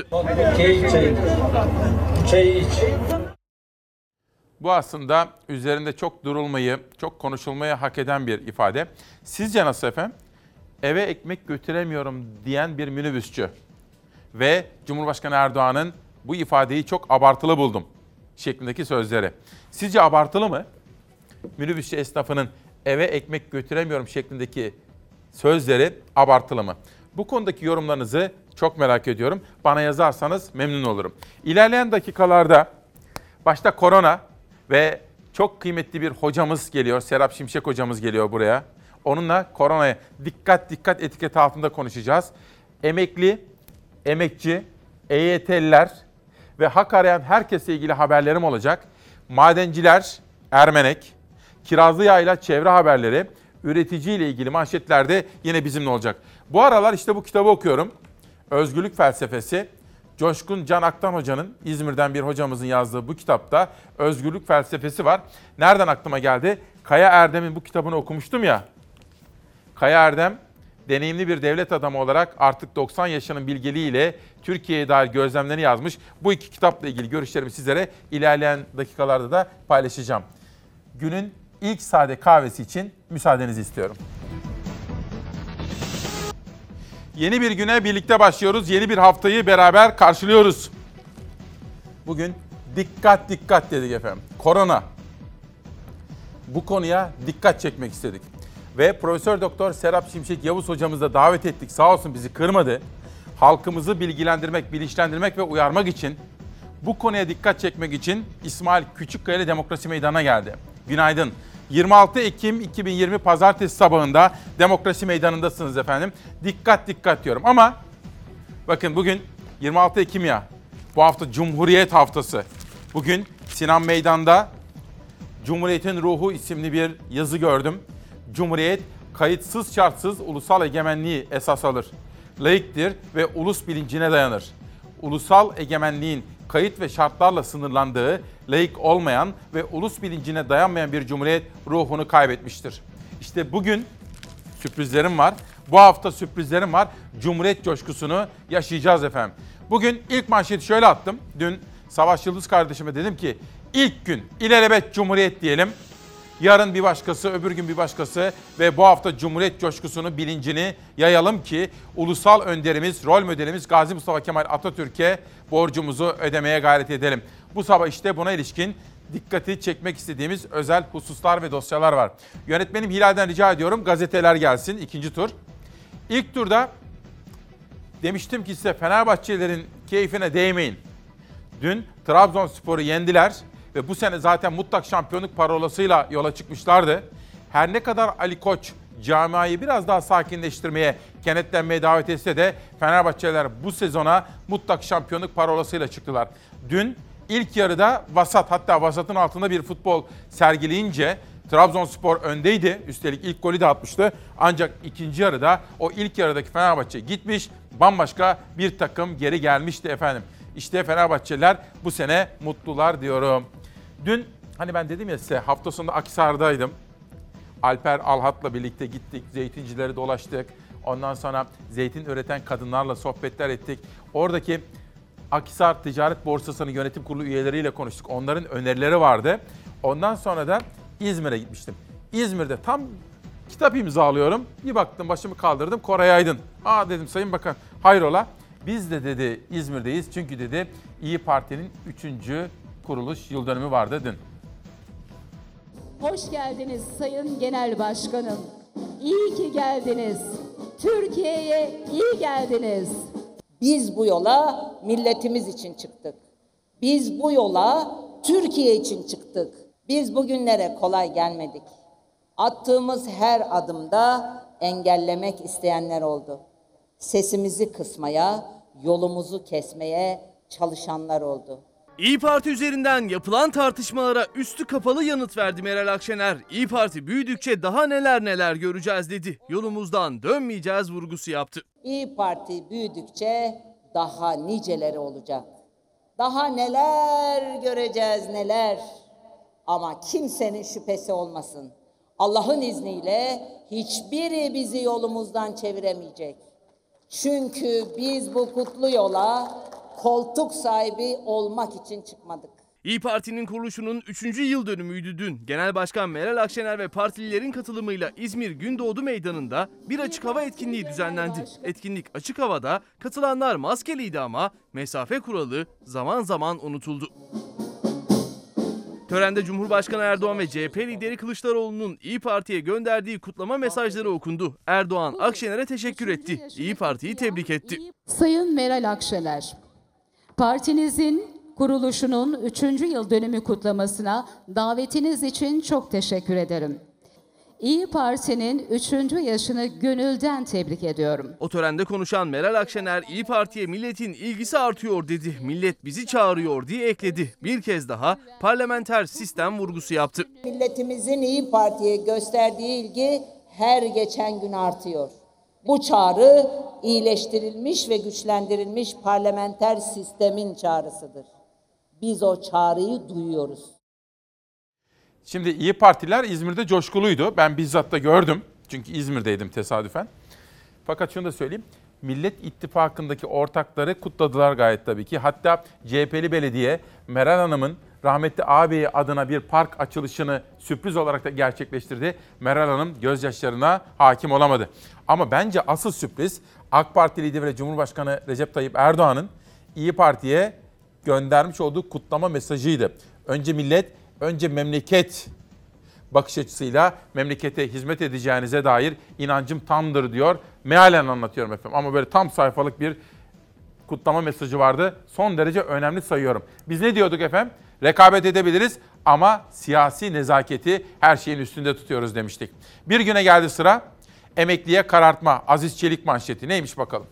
Çay iç. Bu aslında üzerinde çok durulmayı, çok konuşulmayı hak eden bir ifade. Sizce nasıl efendim? Eve ekmek götüremiyorum diyen bir minibüsçü ve Cumhurbaşkanı Erdoğan'ın bu ifadeyi çok abartılı buldum şeklindeki sözleri. Sizce abartılı mı? minibüsçü esnafının eve ekmek götüremiyorum şeklindeki sözleri abartılı mı? Bu konudaki yorumlarınızı çok merak ediyorum. Bana yazarsanız memnun olurum. İlerleyen dakikalarda başta korona ve çok kıymetli bir hocamız geliyor. Serap Şimşek hocamız geliyor buraya. Onunla koronaya dikkat etiketi altında konuşacağız. Emekli, emekçi, EYT'liler ve hak arayan herkesle ilgili haberlerim olacak. Madenciler, Ermenek, Kirazlı Yayla çevre haberleri, üreticiyle ilgili manşetlerde yine bizimle olacak. Bu aralar işte bu kitabı okuyorum. Özgürlük Felsefesi. Coşkun Can Aktan Hoca'nın, İzmir'den bir hocamızın yazdığı bu kitapta özgürlük felsefesi var. Nereden aklıma geldi? Kaya Erdem'in bu kitabını okumuştum ya. Kaya Erdem, deneyimli bir devlet adamı olarak artık 90 yaşının bilgeliğiyle Türkiye'ye dair gözlemlerini yazmış. Bu iki kitapla ilgili görüşlerimi sizlere ilerleyen dakikalarda da paylaşacağım. Günün ilk sade kahvesi için müsaadenizi istiyorum. Yeni bir güne birlikte başlıyoruz. Yeni bir haftayı beraber karşılıyoruz. Bugün dikkat dedik efendim. Korona. Bu konuya dikkat çekmek istedik. Ve Profesör Doktor Serap Şimşek Yavuz hocamızı da davet ettik. Sağ olsun bizi kırmadı. Halkımızı bilgilendirmek, bilinçlendirmek ve uyarmak için, bu konuya dikkat çekmek için İsmail Küçükkaya ile Demokrasi Meydanı'na geldi. Günaydın. 26 Ekim 2020 Pazartesi sabahında Demokrasi Meydanı'ndasınız efendim. Dikkat diyorum ama bakın bugün 26 Ekim ya. Bu hafta Cumhuriyet Haftası. Bugün Sinan Meydan'da Cumhuriyetin Ruhu isimli bir yazı gördüm. Cumhuriyet kayıtsız şartsız ulusal egemenliği esas alır. Laiktir ve ulus bilincine dayanır. Ulusal egemenliğin kayıt ve şartlarla sınırlandığı, laik olmayan ve ulus bilincine dayanmayan bir cumhuriyet ruhunu kaybetmiştir. İşte bugün sürprizlerim var. Bu hafta sürprizlerim var. Cumhuriyet coşkusunu yaşayacağız efendim. Bugün ilk manşeti şöyle attım. Dün Savaş Yıldız kardeşime dedim ki ilk gün ilelebet Cumhuriyet diyelim. Yarın bir başkası, öbür gün bir başkası ve bu hafta Cumhuriyet coşkusunu, bilincini yayalım ki ulusal önderimiz, rol modelimiz Gazi Mustafa Kemal Atatürk'e borcumuzu ödemeye gayret edelim. Bu sabah işte buna ilişkin dikkati çekmek istediğimiz özel hususlar ve dosyalar var. Yönetmenim Hilal'den rica ediyorum gazeteler gelsin ikinci tur. İlk turda demiştim ki size Fenerbahçelilerin keyfine değmeyin. Dün Trabzonspor'u yendiler. Ve bu sene zaten mutlak şampiyonluk parolasıyla yola çıkmışlardı. Her ne kadar Ali Koç camiayı biraz daha sakinleştirmeye, kenetlenmeye davet etse de Fenerbahçeliler bu sezona mutlak şampiyonluk parolasıyla çıktılar. Dün ilk yarıda vasat, hatta vasatın altında bir futbol sergileyince Trabzonspor öndeydi. Üstelik ilk golü de atmıştı. Ancak ikinci yarıda o ilk yarıdaki Fenerbahçe gitmiş, bambaşka bir takım geri gelmişti efendim. İşte Fenerbahçeliler bu sene mutlular diyorum. Dün hani ben dedim ya size hafta sonunda Akhisar'daydım. Alper Alhat'la birlikte gittik, zeytincileri dolaştık. Ondan sonra zeytin üreten kadınlarla sohbetler ettik. Oradaki Akhisar Ticaret Borsası'nın yönetim kurulu üyeleriyle konuştuk. Onların önerileri vardı. Ondan sonra da İzmir'e gitmiştim. İzmir'de tam kitap imzalıyorum. Bir baktım başımı kaldırdım Koray Aydın. Aa dedim Sayın Bakan hayrola? Biz de dedi İzmir'deyiz çünkü dedi İYİ Parti'nin 3. kuruluş yıl dönümü vardı dün. Hoş geldiniz Sayın Genel Başkanım. İyi ki geldiniz. Türkiye'ye iyi geldiniz. Biz bu yola milletimiz için çıktık. Biz bu yola Türkiye için çıktık. Biz bugünlere kolay gelmedik. Attığımız her adımda engellemek isteyenler oldu. Sesimizi kısmaya, yolumuzu kesmeye çalışanlar oldu. İYİ Parti üzerinden yapılan tartışmalara üstü kapalı yanıt verdi Meral Akşener. İYİ Parti büyüdükçe daha neler göreceğiz dedi. Yolumuzdan dönmeyeceğiz vurgusu yaptı. İYİ Parti büyüdükçe daha niceleri olacak. Daha neler göreceğiz neler. Ama kimsenin şüphesi olmasın. Allah'ın izniyle hiçbiri bizi yolumuzdan çeviremeyecek. Çünkü biz bu kutlu yola koltuk sahibi olmak için çıkmadık. İYİ Parti'nin kuruluşunun 3. yıl dönümüydü dün. Genel Başkan Meral Akşener ve partililerin katılımıyla İzmir Gündoğdu Meydanı'nda bir açık hava etkinliği düzenlendi. Etkinlik açık havada, katılanlar maskeliydi ama mesafe kuralı zaman zaman unutuldu. Törende Cumhurbaşkanı Erdoğan ve CHP lideri Kılıçdaroğlu'nun İYİ Parti'ye gönderdiği kutlama mesajları okundu. Erdoğan Akşener'e teşekkür etti. İYİ Parti'yi tebrik etti. Sayın Meral Akşener, partinizin kuruluşunun 3. yıl dönümü kutlamasına davetiniz için çok teşekkür ederim. İYİ Parti'nin 3. yaşını gönülden tebrik ediyorum. O törende konuşan Meral Akşener, İYİ Parti'ye milletin ilgisi artıyor dedi. Millet bizi çağırıyor diye ekledi. Bir kez daha parlamenter sistem vurgusu yaptı. Milletimizin İYİ Parti'ye gösterdiği ilgi her geçen gün artıyor. Bu çağrı iyileştirilmiş ve güçlendirilmiş parlamenter sistemin çağrısıdır. Biz o çağrıyı duyuyoruz. Şimdi İYİ Partiler İzmir'de coşkuluydu. Ben bizzat da gördüm. Çünkü İzmir'deydim tesadüfen. Fakat şunu da söyleyeyim. Millet İttifakı'ndaki ortakları kutladılar gayet tabii ki. Hatta CHP'li belediye Meral Hanım'ın rahmetli ağabeyi adına bir park açılışını sürpriz olarak da gerçekleştirdi. Meral Hanım gözyaşlarına hakim olamadı. Ama bence asıl sürpriz AK Parti lideri ve Cumhurbaşkanı Recep Tayyip Erdoğan'ın İYİ Parti'ye göndermiş olduğu kutlama mesajıydı. Önce millet, önce memleket bakış açısıyla memlekete hizmet edeceğinize dair inancım tamdır diyor. Mealen anlatıyorum efendim ama böyle tam sayfalık bir kutlama mesajı vardı. Son derece önemli sayıyorum. Biz ne diyorduk efendim? Rekabet edebiliriz ama siyasi nezaketi her şeyin üstünde tutuyoruz demiştik. Bir güne geldi sıra emekliye karartma. Aziz Çelik manşeti neymiş bakalım.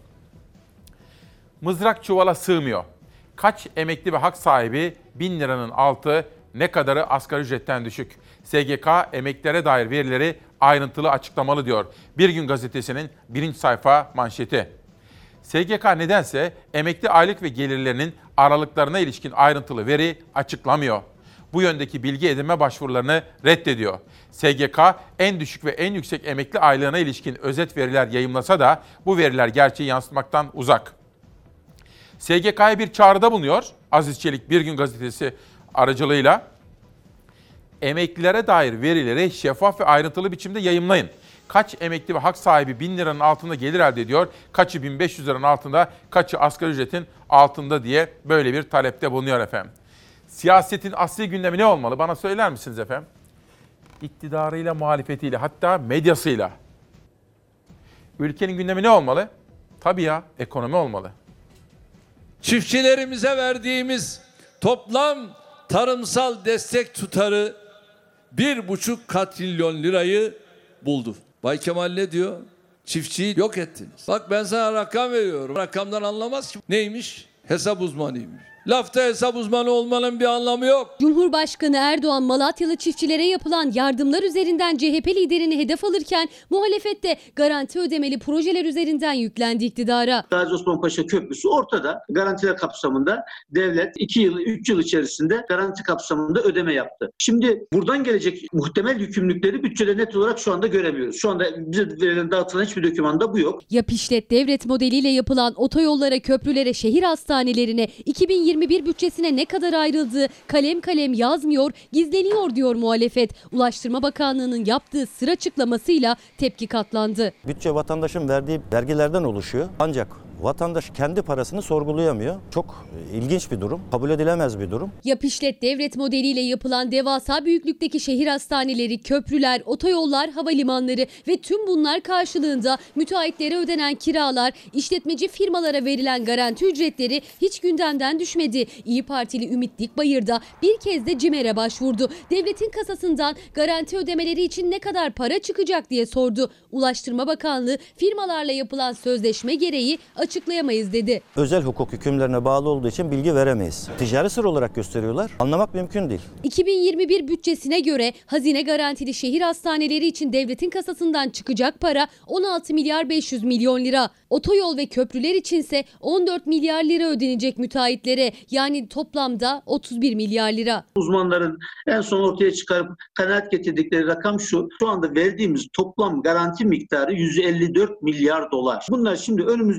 Mızrak çuvala sığmıyor. Kaç emekli ve hak sahibi 1000 liranın altı, ne kadarı asgari ücretten düşük. SGK emeklilere dair verileri ayrıntılı açıklamalı diyor. Bir Gün Gazetesi'nin 1. sayfa manşeti. SGK nedense emekli aylık ve gelirlerinin aralıklarına ilişkin ayrıntılı veri açıklamıyor. Bu yöndeki bilgi edinme başvurularını reddediyor. SGK en düşük ve en yüksek emekli aylığına ilişkin özet veriler yayımlasa da bu veriler gerçeği yansıtmaktan uzak. SGK'ya bir çağrıda bulunuyor Aziz Çelik Bir Gün Gazetesi aracılığıyla. Emeklilere dair verileri şeffaf ve ayrıntılı biçimde yayımlayın. Kaç emekli ve hak sahibi 1000 liranın altında gelir elde ediyor, kaçı 1500 liranın altında, kaçı asgari ücretin altında diye böyle bir talepte bulunuyor efendim. Siyasetin asli gündemi ne olmalı? Bana söyler misiniz efendim? İktidarıyla, muhalefetiyle, hatta medyasıyla. Ülkenin gündemi ne olmalı? Tabii ya, ekonomi olmalı. Çiftçilerimize verdiğimiz toplam tarımsal destek tutarı 1,5 katrilyon lirayı buldu. Bay Kemal ne diyor? Çiftçiyi yok ettiniz. Bak ben sana rakam veriyorum. Rakamdan anlamaz ki. Neymiş? Hesap uzmanıymış. Lafta hesap uzmanı olmanın bir anlamı yok. Cumhurbaşkanı Erdoğan Malatyalı çiftçilere yapılan yardımlar üzerinden CHP liderini hedef alırken muhalefette garanti ödemeli projeler üzerinden yüklendi iktidara. Gazi Osman Paşa Köprüsü ortada. Garantiler kapsamında devlet 3 yıl içerisinde garanti kapsamında ödeme yaptı. Şimdi buradan gelecek muhtemel yükümlülükleri bütçede net olarak şu anda göremiyoruz. Şu anda bize verilen dağıtılan hiçbir dokümanda bu yok. Yap işlet devlet modeliyle yapılan otoyollara, köprülere, şehir hastanelerine 2021 bütçesine ne kadar ayrıldığı kalem kalem yazmıyor, gizleniyor diyor muhalefet. Ulaştırma Bakanlığı'nın yaptığı sır açıklamasıyla tepki katlandı. Bütçe vatandaşın verdiği vergilerden oluşuyor. Ancak vatandaş kendi parasını sorgulayamıyor. Çok ilginç bir durum, kabul edilemez bir durum. Yap işlet devlet modeliyle yapılan devasa büyüklükteki şehir hastaneleri, köprüler, otoyollar, havalimanları ve tüm bunlar karşılığında müteahhitlere ödenen kiralar, işletmeci firmalara verilen garanti ücretleri hiç gündemden düşmedi. İYİ Partili Ümit Dikbayır da bir kez de CİMER'e başvurdu. Devletin kasasından garanti ödemeleri için ne kadar para çıkacak diye sordu. Ulaştırma Bakanlığı firmalarla yapılan sözleşme gereği açıklayamayız dedi. Özel hukuk hükümlerine bağlı olduğu için bilgi veremeyiz. Ticari sır olarak gösteriyorlar. Anlamak mümkün değil. 2021 bütçesine göre hazine garantili şehir hastaneleri için devletin kasasından çıkacak para 16 milyar 500 milyon lira. Otoyol ve köprüler içinse 14 milyar lira ödenecek müteahhitlere. Yani toplamda 31 milyar lira. Uzmanların en son ortaya çıkarıp kanaat getirdikleri rakam şu. Şu anda verdiğimiz toplam garanti miktarı 154 milyar dolar. Bunlar şimdi önümüzdeki yıllar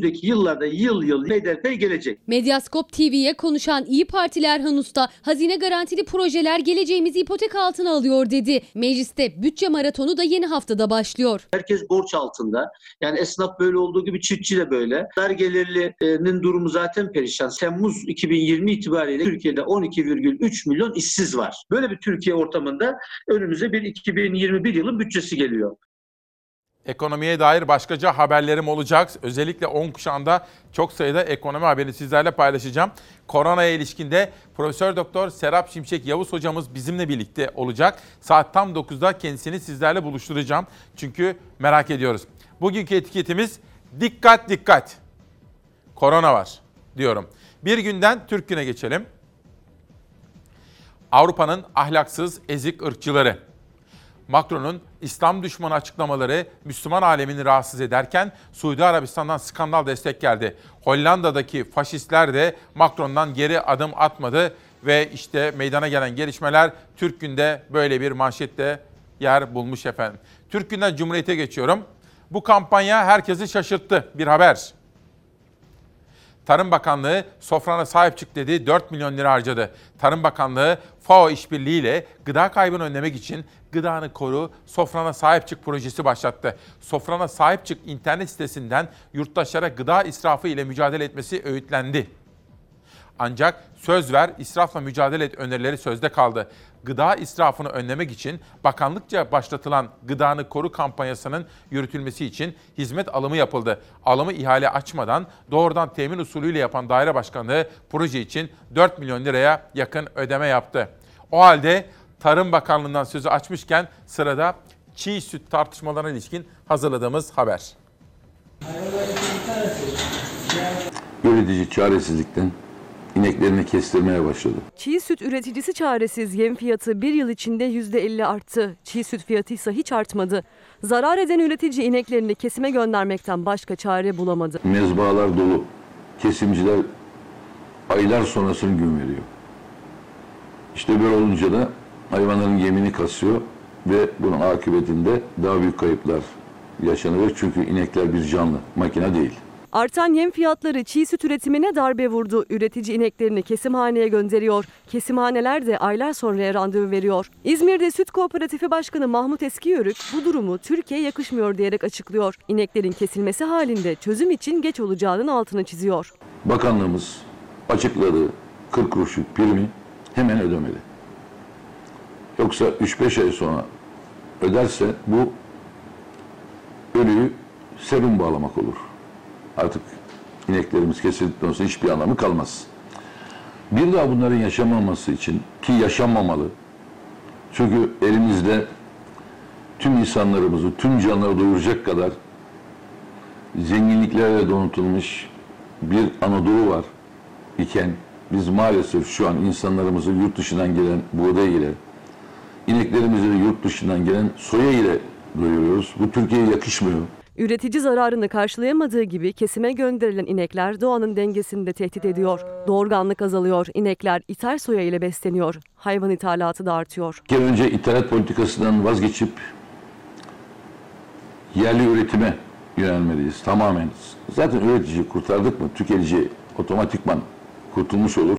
yıllarda yıl peyderpey gelecek. Medyaskop TV'ye konuşan İYİ Partili Erhan Usta, hazine garantili projeler geleceğimizi ipotek altına alıyor dedi. Mecliste bütçe maratonu da yeni haftada başlıyor. Herkes borç altında. Yani esnaf böyle olduğu gibi çiftçi de böyle. Dar gelirlinin durumu zaten perişan. Temmuz 2020 itibariyle Türkiye'de 12,3 milyon işsiz var. Böyle bir Türkiye ortamında önümüze bir 2021 yılın bütçesi geliyor. Ekonomiye dair başkaca haberlerim olacak. Özellikle 10 kuşağında çok sayıda ekonomi haberini sizlerle paylaşacağım. Koronaya ilişkinde Profesör Doktor Serap Şimşek Yavuz hocamız bizimle birlikte olacak. Saat tam 9'da kendisini sizlerle buluşturacağım. Çünkü merak ediyoruz. Bugünkü etiketimiz dikkat dikkat. Korona var diyorum. Bir günden Türk Günü'ne geçelim. Avrupa'nın ahlaksız, ezik ırkçıları. Macron'un İslam düşmanı açıklamaları Müslüman alemini rahatsız ederken Suudi Arabistan'dan skandal destek geldi. Hollanda'daki faşistler de Macron'dan geri adım atmadı ve işte meydana gelen gelişmeler Türk Günü'nde böyle bir manşette yer bulmuş efendim. Türk Günü'nden Cumhuriyet'e geçiyorum. Bu kampanya herkesi şaşırttı. Bir haber. Tarım Bakanlığı sofrana sahip çık dedi, 4 milyon lira harcadı. Tarım Bakanlığı FAO işbirliğiyle gıda kaybını önlemek için Gıdanı Koru, Sofrana Sahip Çık projesi başlattı. Sofrana Sahip Çık internet sitesinden yurttaşlara gıda israfı ile mücadele etmesi öğütlendi. Ancak söz ver, israfla mücadele et önerileri sözde kaldı. Gıda israfını önlemek için bakanlıkça başlatılan Gıdanı Koru kampanyasının yürütülmesi için hizmet alımı yapıldı. Alımı ihale açmadan doğrudan temin usulüyle yapan daire başkanlığı proje için 4 milyon liraya yakın ödeme yaptı. O halde Tarım Bakanlığı'ndan sözü açmışken sırada çiğ süt tartışmalarına ilişkin hazırladığımız haber. Üretici çaresizlikten ineklerini kestirmeye başladı. Çiğ süt üreticisi çaresiz, yem fiyatı bir yıl içinde %50 arttı. Çiğ süt fiyatı ise hiç artmadı. Zarar eden üretici ineklerini kesime göndermekten başka çare bulamadı. Mezbahalar dolu. Kesimciler aylar sonrasını gün veriyor. İşte böyle olunca da hayvanların yemini kasıyor ve bunun akıbetinde daha büyük kayıplar yaşanıyor. Çünkü inekler bir canlı, makine değil. Artan yem fiyatları çiğ süt üretimine darbe vurdu. Üretici ineklerini kesimhaneye gönderiyor. Kesimhaneler de aylar sonraya randevu veriyor. İzmir'de Süt Kooperatifi Başkanı Mahmut Eskiyörük bu durumu Türkiye'ye yakışmıyor diyerek açıklıyor. İneklerin kesilmesi halinde çözüm için geç olacağının altını çiziyor. Bakanlığımız açıkladığı 40 kuruşluk primi hemen ödemeli. Yoksa 3-5 ay sonra öderse bu ölüyü serum bağlamak olur. Artık ineklerimiz kesildikten sonra hiçbir anlamı kalmaz. Bir daha bunların yaşamaması için, ki yaşanmamalı. Çünkü elimizde tüm insanlarımızı, tüm canları doyuracak kadar zenginliklerle donatılmış bir Anadolu var iken biz maalesef şu an insanlarımızı yurt dışından gelen buğday ile, ineklerimizi de yurt dışından gelen soya ile doyuruyoruz. Bu Türkiye'ye yakışmıyor. Üretici zararını karşılayamadığı gibi kesime gönderilen inekler doğanın dengesini de tehdit ediyor. Doğurganlık azalıyor, inekler ithal soya ile besleniyor. Hayvan ithalatı da artıyor. Bir kere önce ithalat politikasından vazgeçip yerli üretime yönelmeliyiz tamamen. Zaten üreticiyi kurtardık mı tüketici otomatikman kurtulmuş olur.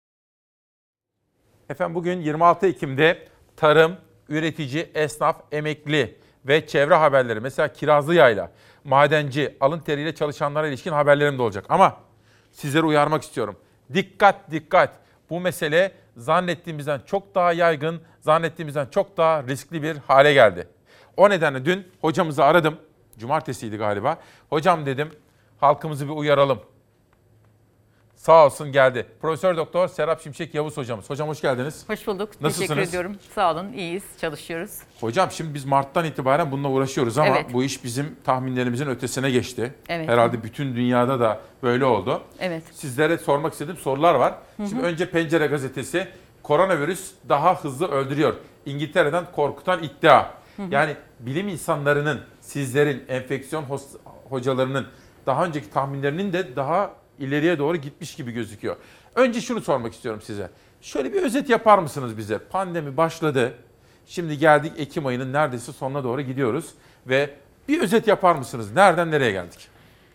Efendim bugün 26 Ekim'de tarım, üretici, esnaf, emekli ve çevre haberleri, mesela Kirazlıyayla, madenci, alın teriyle çalışanlara ilişkin haberlerim de olacak. Ama sizleri uyarmak istiyorum. Dikkat dikkat. Bu mesele zannettiğimizden çok daha yaygın, zannettiğimizden çok daha riskli bir hale geldi. O nedenle dün hocamızı aradım. Cumartesiydi galiba. Hocam dedim, halkımızı bir uyaralım. Sağ olsun geldi. Profesör Doktor Serap Şimşek Yavuz hocamız. Hocam hoş geldiniz. Hoş bulduk. Nasılsınız? Teşekkür ediyorum. Sağ olun. İyiyiz. Çalışıyoruz. Hocam şimdi biz Mart'tan itibaren bununla uğraşıyoruz ama evet, bu iş bizim tahminlerimizin ötesine geçti. Evet. Herhalde bütün dünyada da böyle oldu. Evet. Sizlere sormak istediğim sorular var. Şimdi önce Pencere gazetesi, koronavirüs daha hızlı öldürüyor. İngiltere'den korkutan iddia. Yani bilim insanlarının, sizlerin, enfeksiyon hocalarının daha önceki tahminlerinin de daha ileriye doğru gitmiş gibi gözüküyor. Önce şunu sormak istiyorum size. Şöyle bir özet yapar mısınız bize? Pandemi başladı. Şimdi geldik Ekim ayının neredeyse sonuna doğru gidiyoruz. Ve bir özet yapar mısınız? Nereden nereye geldik?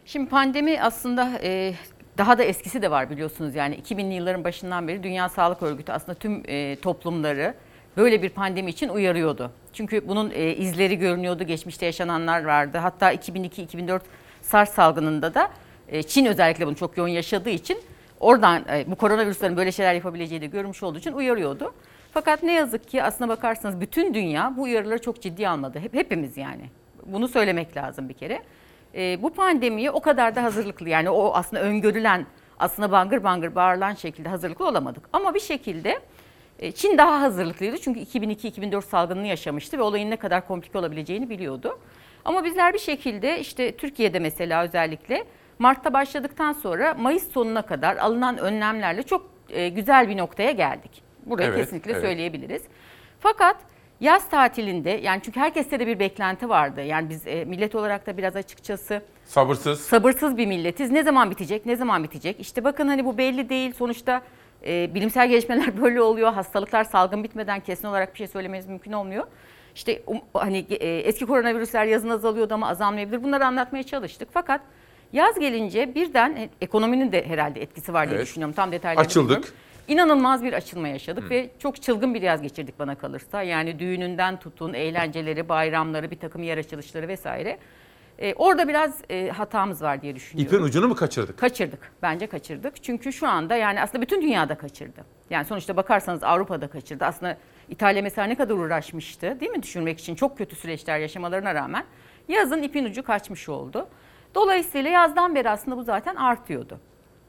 Şimdi pandemi aslında daha da eskisi de var biliyorsunuz. Yani 2000'li yılların başından beri Dünya Sağlık Örgütü aslında tüm toplumları böyle bir pandemi için uyarıyordu. Çünkü bunun izleri görünüyordu, geçmişte yaşananlar vardı. Hatta 2002-2004 SARS salgınında da Çin özellikle bunu çok yoğun yaşadığı için oradan bu koronavirüslerin böyle şeyler yapabileceği de görmüş olduğu için uyarıyordu. Fakat ne yazık ki aslına bakarsanız bütün dünya bu uyarıları çok ciddiye almadı. Hepimiz yani. Bunu söylemek lazım bir kere. Bu pandemiye o kadar da hazırlıklı, yani o aslında öngörülen, aslında bangır bangır bağırılan şekilde hazırlıklı olamadık. Ama bir şekilde Çin daha hazırlıklıydı çünkü 2002-2004 salgınını yaşamıştı ve olayın ne kadar komplike olabileceğini biliyordu. Ama bizler bir şekilde işte Türkiye'de mesela özellikle Mart'ta başladıktan sonra Mayıs sonuna kadar alınan önlemlerle çok güzel bir noktaya geldik. Burayı kesinlikle söyleyebiliriz. Fakat yaz tatilinde, yani çünkü herkeste de bir beklenti vardı. Yani biz millet olarak da biraz açıkçası sabırsız bir milletiz. Ne zaman bitecek, ne zaman bitecek? İşte bakın hani bu belli değil. Sonuçta bilimsel gelişmeler böyle oluyor. Hastalıklar salgın bitmeden kesin olarak bir şey söylemeniz mümkün olmuyor. İşte hani eski koronavirüsler yazın azalıyordu ama azalmayabilir. Bunları anlatmaya çalıştık. Fakat yaz gelince birden ekonominin de herhalde etkisi var diye düşünüyorum. Tam detaylı bilmiyorum. İnanılmaz bir açılma yaşadık ve çok çılgın bir yaz geçirdik bana kalırsa. Yani düğününden tutun, eğlenceleri, bayramları, bir takım yer açılışları vesaire. Orada biraz hatamız var diye düşünüyorum. İpin ucunu mu kaçırdık? Kaçırdık. Bence kaçırdık. Çünkü şu anda yani aslında bütün dünyada kaçırdı. Yani sonuçta bakarsanız Avrupa'da kaçırdı. Aslında İtalya mesela ne kadar uğraşmıştı değil mi düşürmek için, çok kötü süreçler yaşamalarına rağmen yazın ipin ucu kaçmış oldu. Dolayısıyla yazdan beri aslında bu zaten artıyordu.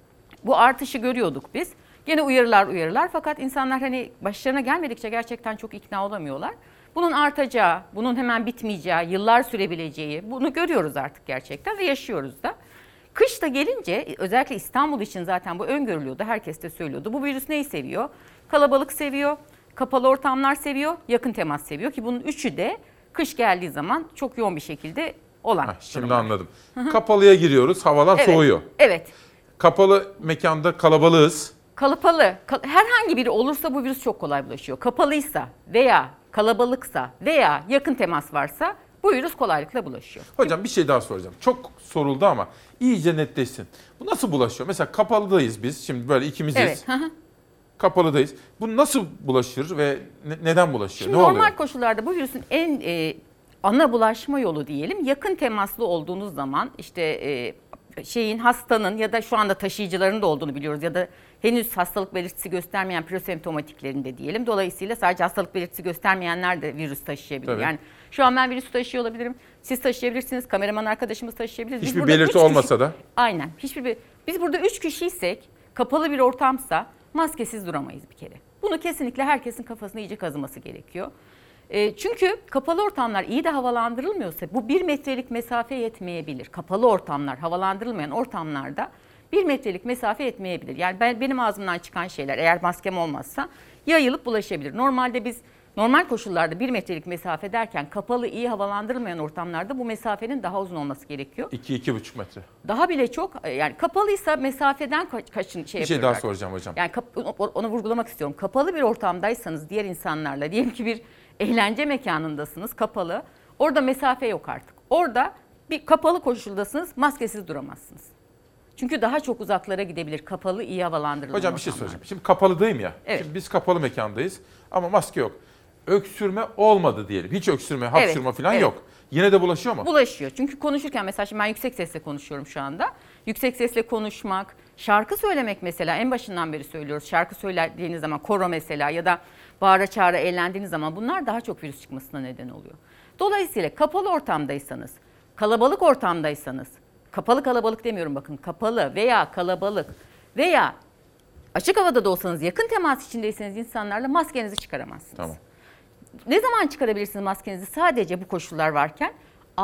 Bu artışı görüyorduk biz. Gene uyarılar fakat insanlar hani başlarına gelmedikçe gerçekten çok ikna olamıyorlar. Bunun artacağı, bunun hemen bitmeyeceği, yıllar sürebileceği bunu görüyoruz artık gerçekten ve yaşıyoruz da. Kış da gelince özellikle İstanbul için zaten bu öngörülüyordu, herkes de söylüyordu. Bu virüs neyi seviyor? Kalabalık seviyor, kapalı ortamlar seviyor, yakın temas seviyor ki bunun üçü de kış geldiği zaman çok yoğun bir şekilde olan. Şimdi anladım. Kapalıya giriyoruz, havalar soğuyor. Evet. Kapalı mekanda kalabalığız. Herhangi biri olursa bu virüs çok kolay bulaşıyor. Kapalıysa veya kalabalıksa veya yakın temas varsa bu virüs kolaylıkla bulaşıyor. Hocam bir şey daha soracağım. Çok soruldu ama iyice netleşsin. Bu nasıl bulaşıyor? Mesela kapalıdayız biz. Şimdi böyle ikimiziz. Evet. Kapalıdayız. Bu nasıl bulaşır ve neden bulaşıyor? Şimdi normal koşullarda bu virüsün en ana bulaşma yolu diyelim yakın temaslı olduğunuz zaman işte hastanın ya da şu anda taşıyıcıların da olduğunu biliyoruz ya da henüz hastalık belirtisi göstermeyen prosemptomatiklerin de diyelim. Dolayısıyla sadece hastalık belirtisi göstermeyenler de virüs taşıyabilir. Tabii. Yani şu an ben virüs taşıyor olabilirim. Siz taşıyabilirsiniz. Kameraman arkadaşımız taşıyabilir. Hiçbir belirti olmasa da. Aynen. Biz burada 3 kişiysek, kapalı bir ortamsa maskesiz duramayız bir kere. Bunu kesinlikle herkesin kafasına iyice kazıması gerekiyor. Çünkü kapalı ortamlar iyi de havalandırılmıyorsa bu 1 metrelik mesafe yetmeyebilir. Kapalı ortamlar, havalandırılmayan ortamlarda 1 metrelik mesafe yetmeyebilir. Yani benim ağzımdan çıkan şeyler eğer maskem olmazsa yayılıp bulaşabilir. Normalde biz normal koşullarda 1 metrelik mesafe derken kapalı iyi havalandırılmayan ortamlarda bu mesafenin daha uzun olması gerekiyor. 2-2,5 metre. Daha bile çok, yani kapalıysa mesafeden kaçın Bir şey daha soracağım hocam. Yani onu vurgulamak istiyorum. Kapalı bir ortamdaysanız diğer insanlarla, diyelim ki bir eğlence mekanındasınız kapalı. Orada mesafe yok artık. Orada bir kapalı koşuldasınız, maskesiz duramazsınız. Çünkü daha çok uzaklara gidebilir kapalı iyi havalandırılan Hocam bir şey soracağım. Şimdi kapalıdayım ya. Evet. Şimdi biz kapalı mekandayız ama maske yok. Öksürme olmadı diyelim. Hiç öksürme, hapşırma falan yok. Yine de bulaşıyor mu? Bulaşıyor. Çünkü konuşurken mesela şimdi ben yüksek sesle konuşuyorum şu anda. Yüksek sesle konuşmak, şarkı söylemek mesela en başından beri söylüyoruz. Şarkı söylediğiniz zaman koro mesela ya da bağıra çağıra eğlendiğiniz zaman bunlar daha çok virüs çıkmasına neden oluyor. Dolayısıyla kapalı ortamdaysanız, kalabalık ortamdaysanız, kapalı kalabalık demiyorum bakın, kapalı veya kalabalık veya açık havada da olsanız yakın temas içindeyseniz insanlarla maskenizi çıkaramazsınız. Tamam. Ne zaman çıkarabilirsiniz maskenizi? Sadece bu koşullar varken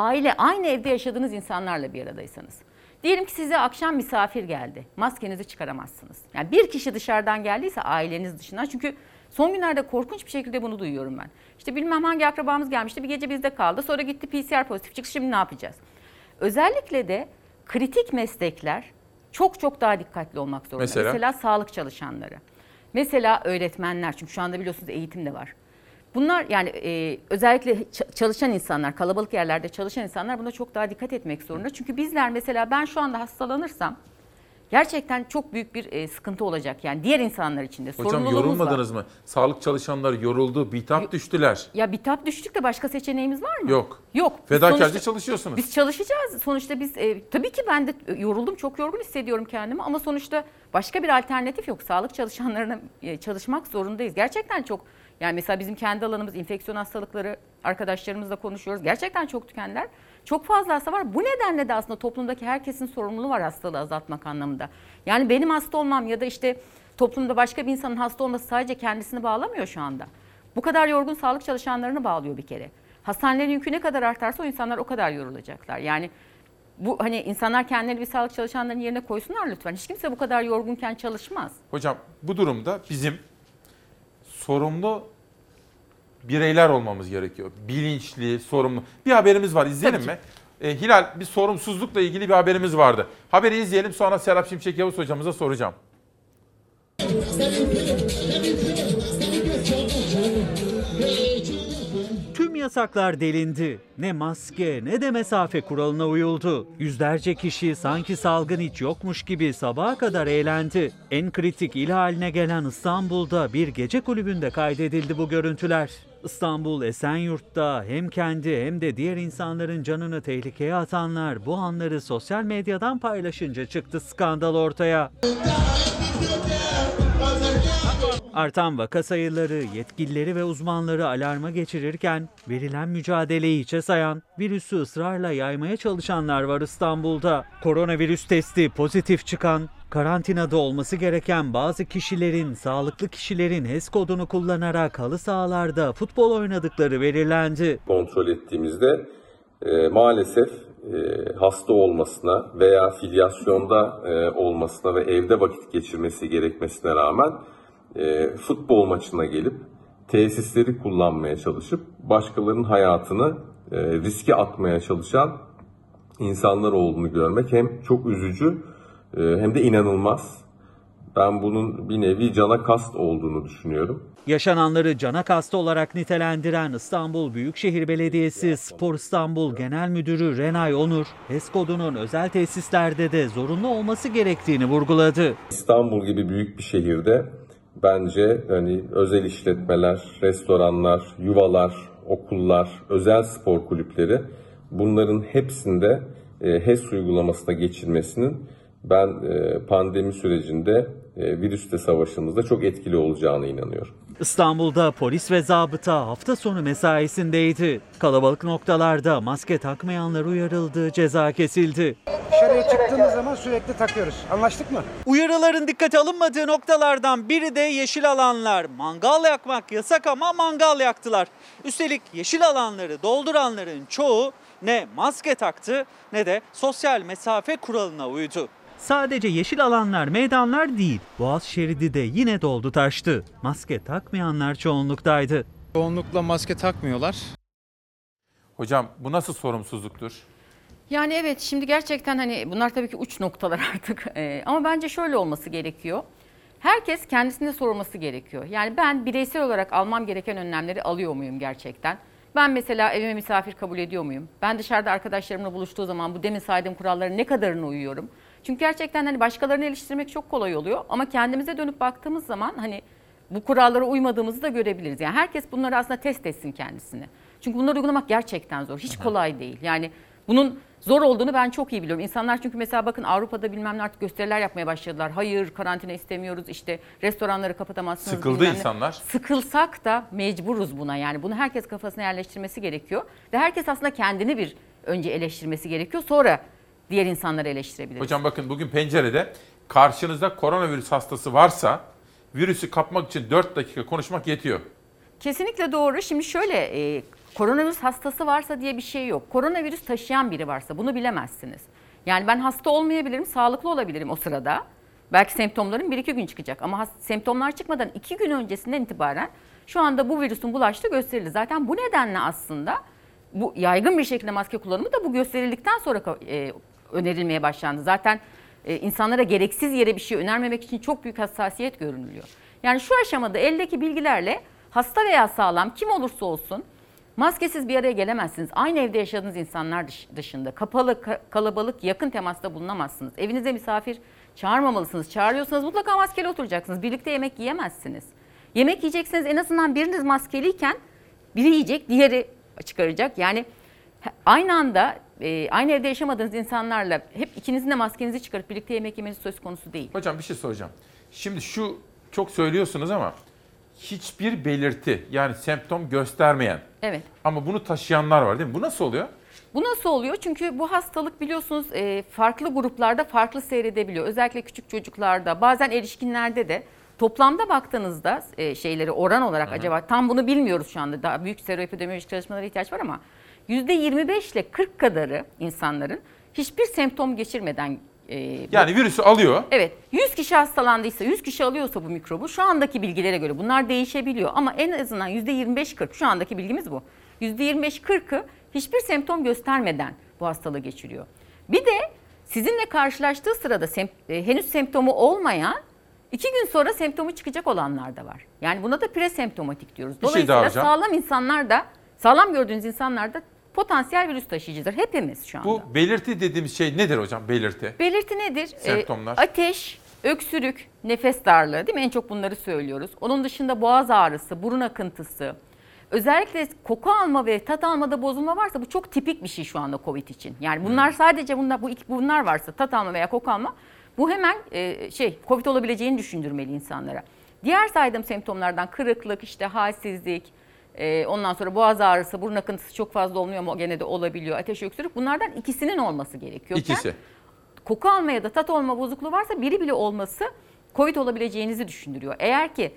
aynı evde yaşadığınız insanlarla bir aradaysanız. Diyelim ki size akşam misafir geldi. Maskenizi çıkaramazsınız. Yani bir kişi dışarıdan geldiyse aileniz dışından. Çünkü son günlerde korkunç bir şekilde bunu duyuyorum ben. İşte bilmem hangi akrabamız gelmişti, bir gece bizde kaldı. Sonra gitti PCR pozitif çıktı, şimdi ne yapacağız? Özellikle de kritik meslekler çok daha dikkatli olmak zorunda. Mesela sağlık çalışanları. Mesela öğretmenler, çünkü şu anda biliyorsunuz eğitim de var. Bunlar yani özellikle çalışan insanlar, kalabalık yerlerde çalışan insanlar buna çok daha dikkat etmek zorunda. Çünkü bizler mesela ben şu anda hastalanırsam gerçekten çok büyük bir sıkıntı olacak. Yani diğer insanlar için de Hocam yorulmadınız mı? Sağlık çalışanları yoruldu, bitap düştüler. Ya bitap düştük de başka seçeneğimiz var mı? Yok. Yok. Fedakarca çalışıyorsunuz. Biz çalışacağız. Sonuçta biz tabii ki ben de yoruldum, çok yorgun hissediyorum kendimi ama sonuçta başka bir alternatif yok. Sağlık çalışanlarına çalışmak zorundayız. Gerçekten çok, yani mesela bizim kendi alanımız enfeksiyon hastalıkları, arkadaşlarımızla konuşuyoruz. Gerçekten çok tükendiler. Çok fazla hasta var. Bu nedenle de aslında toplumdaki herkesin sorumluluğu var hastalığı azaltmak anlamında. Yani benim hasta olmam ya da işte toplumda başka bir insanın hasta olması sadece kendisini bağlamıyor şu anda. Bu kadar yorgun sağlık çalışanlarını bağlıyor bir kere. Hastanelerin yükü ne kadar artarsa o insanlar o kadar yorulacaklar. Yani bu hani insanlar kendileri bir sağlık çalışanlarının yerine koysunlar lütfen. Hiç kimse bu kadar yorgunken çalışmaz. Hocam bu durumda bizim sorumlu bireyler olmamız gerekiyor. Bilinçli, sorumlu. Bir haberimiz var, izleyelim mi? Hilal, bir sorumsuzlukla ilgili bir haberimiz vardı. Haberi izleyelim, sonra Serap Şimşek Yavuz hocamıza soracağım. Tüm yasaklar delindi. Ne maske ne de mesafe kuralına uyuldu. Yüzlerce kişi sanki salgın hiç yokmuş gibi sabaha kadar eğlendi. En kritik il haline gelen İstanbul'da bir gece kulübünde kaydedildi bu görüntüler. İstanbul Esenyurt'ta hem kendi hem de diğer insanların canını tehlikeye atanlar bu anları sosyal medyadan paylaşınca çıktı skandal ortaya. Artan vaka sayıları yetkilileri ve uzmanları alarma geçirirken verilen mücadeleyi hiçe sayan, virüsü ısrarla yaymaya çalışanlar var İstanbul'da. Koronavirüs testi pozitif çıkan, karantinada olması gereken bazı kişilerin, sağlıklı kişilerin HES kodunu kullanarak halı sahalarda futbol oynadıkları belirlendi. Kontrol ettiğimizde maalesef hasta olmasına veya filyasyonda olmasına ve evde vakit geçirmesi gerekmesine rağmen futbol maçına gelip tesisleri kullanmaya çalışıp başkalarının hayatını riske atmaya çalışan insanlar olduğunu görmek hem çok üzücü hem de inanılmaz. Ben bunun bir nevi cana kast olduğunu düşünüyorum. Yaşananları cana kastı olarak nitelendiren İstanbul Büyükşehir Belediyesi Spor İstanbul Genel Müdürü Renay Onur, HES kodunun özel tesislerde de zorunlu olması gerektiğini vurguladı. İstanbul gibi büyük bir şehirde bence hani özel işletmeler, restoranlar, yuvalar, okullar, özel spor kulüpleri bunların hepsinde HES uygulamasına geçilmesinin ben pandemi sürecinde virüsle savaşımızda çok etkili olacağına inanıyorum. İstanbul'da polis ve zabıta hafta sonu mesaisindeydi. Kalabalık noktalarda maske takmayanlar uyarıldı, ceza kesildi. Dışarıya çıktığımız zaman sürekli takıyoruz. Anlaştık mı? Uyarıların dikkate alınmadığı noktalardan biri de yeşil alanlar. Mangal yakmak yasak ama mangal yaktılar. Üstelik yeşil alanları dolduranların çoğu ne maske taktı ne de sosyal mesafe kuralına uydu. Sadece yeşil alanlar, meydanlar değil, Boğaz şeridi de yine doldu taştı. Maske takmayanlar çoğunluktaydı. Çoğunlukla maske takmıyorlar. Hocam bu nasıl sorumsuzluktur? Yani evet, şimdi gerçekten hani bunlar tabii ki uç noktalar artık ama bence şöyle olması gerekiyor. Herkes kendisine sorması gerekiyor. Yani ben bireysel olarak almam gereken önlemleri alıyor muyum gerçekten? Ben mesela evime misafir kabul ediyor muyum? Ben dışarıda arkadaşlarımla buluştuğu zaman bu demin saydığım kuralların ne kadarına uyuyorum? Çünkü gerçekten hani başkalarını eleştirmek çok kolay oluyor ama kendimize dönüp baktığımız zaman hani bu kurallara uymadığımızı da görebiliriz. Yani herkes bunları aslında test etsin kendisini. Çünkü bunları uygulamak gerçekten zor. Hiç kolay değil. Yani bunun zor olduğunu ben çok iyi biliyorum. İnsanlar çünkü mesela bakın Avrupa'da bilmem ne artık gösteriler yapmaya başladılar. Hayır, karantina istemiyoruz, işte restoranları kapatamazsınız. Sıkıldı insanlar. Sıkılsak da mecburuz buna. Yani bunu herkes kafasına yerleştirmesi gerekiyor. Ve herkes aslında kendini bir önce eleştirmesi gerekiyor. Sonra diğer insanları eleştirebiliriz. Hocam bakın bugün pencerede karşınızda koronavirüs hastası varsa virüsü kapmak için 4 dakika konuşmak yetiyor. Kesinlikle doğru. Şimdi şöyle koronavirüs hastası varsa diye bir şey yok. Koronavirüs taşıyan biri varsa bunu bilemezsiniz. Yani ben hasta olmayabilirim, sağlıklı olabilirim o sırada. Belki semptomlarım 1-2 gün çıkacak ama semptomlar çıkmadan 2 gün öncesinden itibaren şu anda bu virüsün bulaştığı gösterildi. Zaten bu nedenle aslında bu yaygın bir şekilde maske kullanımı da bu gösterildikten sonra önerilmeye başlandı. Zaten insanlara gereksiz yere bir şey önermemek için çok büyük hassasiyet görünülüyor. Yani şu aşamada eldeki bilgilerle Hasta veya sağlam kim olursa olsun maskesiz bir araya gelemezsiniz. Aynı evde yaşadığınız insanlar dışında kapalı, kalabalık, yakın temasta bulunamazsınız. Evinize misafir çağırmamalısınız. Çağırıyorsanız mutlaka maskeli oturacaksınız. Birlikte yemek yiyemezsiniz. Yemek yiyecekseniz en azından biriniz maskeliyken biri yiyecek, diğeri çıkaracak. Yani aynı anda aynı evde yaşamadığınız insanlarla hep ikinizin de maskenizi çıkarıp birlikte yemek yemeniz söz konusu değil. Hocam bir şey soracağım. Şimdi şu çok söylüyorsunuz ama hiçbir belirti yani semptom göstermeyen Evet. ama bunu taşıyanlar var değil mi? Bu nasıl oluyor? Bu nasıl oluyor? Çünkü bu hastalık biliyorsunuz farklı gruplarda farklı seyredebiliyor. Özellikle küçük çocuklarda, bazen erişkinlerde de. Toplamda baktığınızda şeyleri oran olarak acaba tam bunu bilmiyoruz şu anda. Daha büyük seroepidemiyolojik çalışmalara ihtiyaç var ama %25 ile 40 kadarı insanların hiçbir semptom geçirmeden yani virüsü alıyor. Evet. 100 kişi hastalandıysa, 100 kişi alıyorsa bu mikrobu şu andaki bilgilere göre bunlar değişebiliyor. Ama en azından %25-40 şu andaki bilgimiz bu. %25-40'ı hiçbir semptom göstermeden bu hastalığı geçiriyor. Bir de sizinle karşılaştığı sırada henüz semptomu olmayan 2 gün sonra semptomu çıkacak olanlar da var. Yani buna da presemptomatik diyoruz. Dolayısıyla sağlam insanlar da, sağlam gördüğünüz insanlar da potansiyel virüs taşıyıcıdır. Hepimiz şu anda. Bu belirti dediğimiz şey nedir hocam? Belirti. Belirti nedir? Semptomlar. Ateş, öksürük, nefes darlığı değil mi? En çok bunları söylüyoruz. Onun dışında boğaz ağrısı, burun akıntısı. Özellikle koku alma ve tat almada bozulma varsa bu çok tipik bir şey şu anda COVID için. Yani bunlar sadece bunlar varsa tat alma veya koku alma bu hemen COVID olabileceğini düşündürmeli insanlara. Diğer saydığım semptomlardan kırıklık, işte halsizlik, ondan sonra boğaz ağrısı, burun akıntısı çok fazla olmuyor ama gene de olabiliyor. Ateş, öksürük bunlardan ikisinin olması gerekiyor. İkisi. Koku alma ya da tat alma bozukluğu varsa biri bile olması COVID olabileceğinizi düşündürüyor. Eğer ki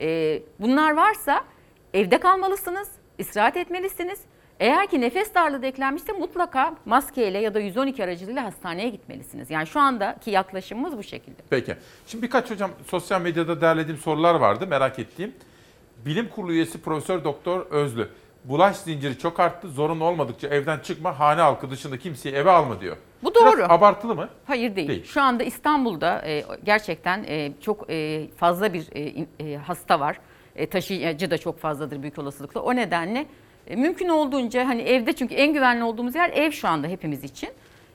bunlar varsa evde kalmalısınız, istirahat etmelisiniz. Eğer ki nefes darlığı da eklenmişse mutlaka maskeyle ya da 112 aracılığıyla hastaneye gitmelisiniz. Yani şu andaki yaklaşımımız bu şekilde. Peki. Şimdi birkaç hocam sosyal medyada derlediğim sorular vardı merak ettiğim. Bilim Kurulu üyesi Profesör Doktor Özlü. Bulaş zinciri çok arttı. Zorunlu olmadıkça evden çıkma, hane halkı dışında kimseyi eve alma diyor. Bu doğru. Biraz abartılı mı? Hayır değil. Şu anda İstanbul'da gerçekten çok fazla bir hasta var. Taşıyıcı da çok fazladır büyük olasılıkla. O nedenle mümkün olduğunca hani evde, çünkü en güvenli olduğumuz yer ev şu anda hepimiz için.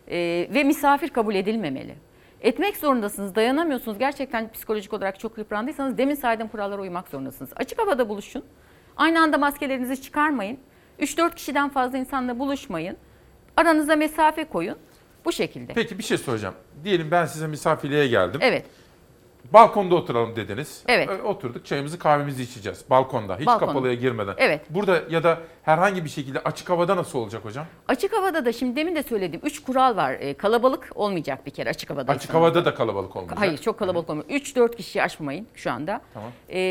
Ve misafir kabul edilmemeli. Etmek zorundasınız, dayanamıyorsunuz. Gerçekten psikolojik olarak çok yıprandıysanız demin saydığım kurallara uymak zorundasınız. Açık havada buluşun. Aynı anda maskelerinizi çıkarmayın. 3-4 kişiden fazla insanla buluşmayın. Aranıza mesafe koyun. Bu şekilde. Peki bir şey soracağım. Diyelim ben size misafirliğe geldim. Evet. Balkonda oturalım dediniz. Evet. Oturduk, çayımızı kahvemizi içeceğiz. Balkonda, hiç kapalıya girmeden. Evet. Burada ya da herhangi bir şekilde açık havada nasıl olacak hocam? Açık havada da şimdi demin de söyledim 3 kural var. Kalabalık olmayacak bir kere açık havada. Açık havada da kalabalık olmayacak. Hayır, çok kalabalık olmayacak. 3-4 kişiyi aşmayın şu anda. Tamam.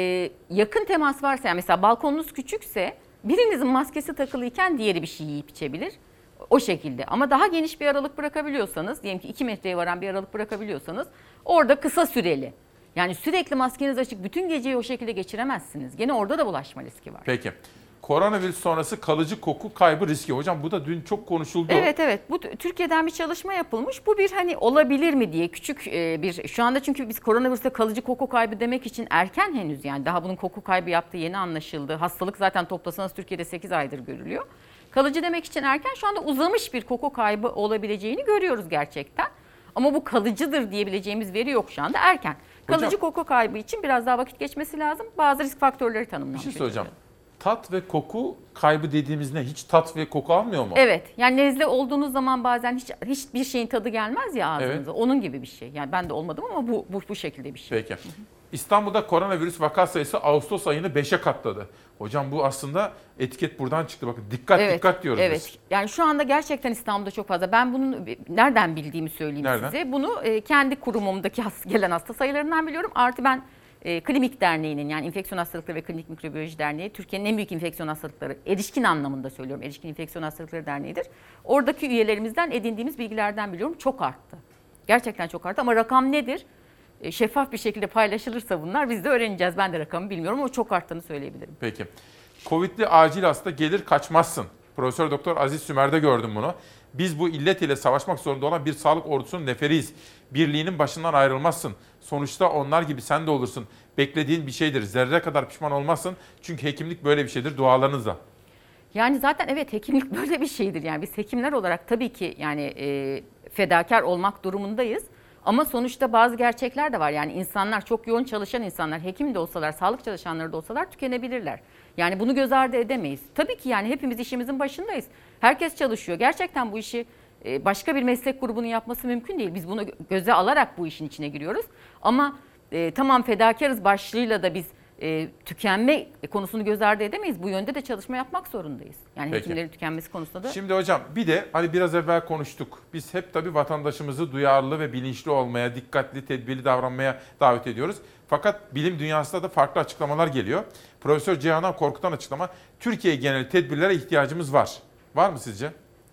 Yakın temas varsa, yani mesela balkonunuz küçükse birinizin maskesi takılıyken diğeri bir şey yiyip içebilir. O şekilde. Ama daha geniş bir aralık bırakabiliyorsanız, diyelim ki 2 metreye varan bir aralık bırakabiliyorsanız orada kısa süreli. Yani sürekli maskeniz açık bütün geceyi o şekilde geçiremezsiniz. Gene orada da bulaşma riski var. Peki. Koronavirüs sonrası kalıcı koku kaybı riski. Hocam bu da dün çok konuşuldu. Evet. Bu Türkiye'den bir çalışma yapılmış. Bu bir hani olabilir mi diye küçük bir, şu anda çünkü biz koronavirüste kalıcı koku kaybı demek için erken henüz, yani daha bunun koku kaybı yaptığı yeni anlaşıldı. Hastalık zaten toplasanız Türkiye'de 8 aydır görülüyor. Kalıcı demek için erken, şu anda uzamış bir koku kaybı olabileceğini görüyoruz gerçekten. Ama bu kalıcıdır diyebileceğimiz veri yok şu anda, erken. Kalıcı koku kaybı için biraz daha vakit geçmesi lazım. Bazı risk faktörleri tanımlanmış. Bir şey söyleyeceğim. Tat ve koku kaybı dediğimiz ne? Hiç tat ve koku almıyor mu? Evet. Yani nezle olduğunuz zaman bazen hiçbir şeyin tadı gelmez ya ağzınıza. Evet. Onun gibi bir şey. Yani ben de olmadım ama bu şekilde bir şey. Peki. İstanbul'da koronavirüs vaka sayısı Ağustos ayını 5'e katladı. Hocam bu aslında etiket buradan çıktı. Bakın dikkat diyoruz biz. Evet. Yani şu anda gerçekten İstanbul'da çok fazla. Ben bunu nereden bildiğimi söyleyeyim size. Bunu kendi kurumumdaki gelen hasta sayılarından biliyorum. Artı ben Klinik Derneği'nin, yani Enfeksiyon Hastalıkları ve Klinik Mikrobiyoloji Derneği, Türkiye'nin en büyük enfeksiyon hastalıkları, erişkin anlamında söylüyorum, Erişkin Enfeksiyon Hastalıkları Derneği'dir. Oradaki üyelerimizden edindiğimiz bilgilerden biliyorum, çok arttı. Gerçekten çok arttı ama rakam nedir? Şeffaf bir şekilde paylaşılırsa bunlar biz de öğreneceğiz. Ben de rakamı bilmiyorum ama çok arttığını söyleyebilirim. Peki. Covid'li acil hasta gelir kaçmazsın Profesör Doktor Aziz Sümer'de gördüm bunu. Biz bu illet ile savaşmak zorunda olan bir sağlık ordusunun neferiyiz. Birliğinin başından ayrılmazsın. Sonuçta onlar gibi sen de olursun. Beklediğin bir şeydir. Zerre kadar pişman olmazsın. Çünkü hekimlik böyle bir şeydir. Dualarınızla. Yani zaten evet, hekimlik böyle bir şeydir. Yani biz hekimler olarak tabii ki yani fedakar olmak durumundayız. Ama sonuçta bazı gerçekler de var. Yani insanlar, çok yoğun çalışan insanlar, hekim de olsalar, sağlık çalışanları da olsalar tükenebilirler. Yani bunu göz ardı edemeyiz. Tabii ki yani hepimiz işimizin başındayız. Herkes çalışıyor. Gerçekten bu işi başka bir meslek grubunun yapması mümkün değil. Biz bunu göze alarak bu işin içine giriyoruz. Ama tamam, fedakarız başlığıyla da biz tükenme konusunu göz ardı edemeyiz. Bu yönde de çalışma yapmak zorundayız. Yani Peki. hekimlerin tükenmesi konusunda da. Şimdi hocam bir de hani biraz evvel konuştuk. Biz hep tabii vatandaşımızı duyarlı ve bilinçli olmaya, dikkatli, tedbirli davranmaya davet ediyoruz. Fakat bilim dünyasında da farklı açıklamalar geliyor. Profesör Ceyhan Korkut'tan açıklama, Türkiye genel tedbirlere ihtiyacımız var. Var mı sizce?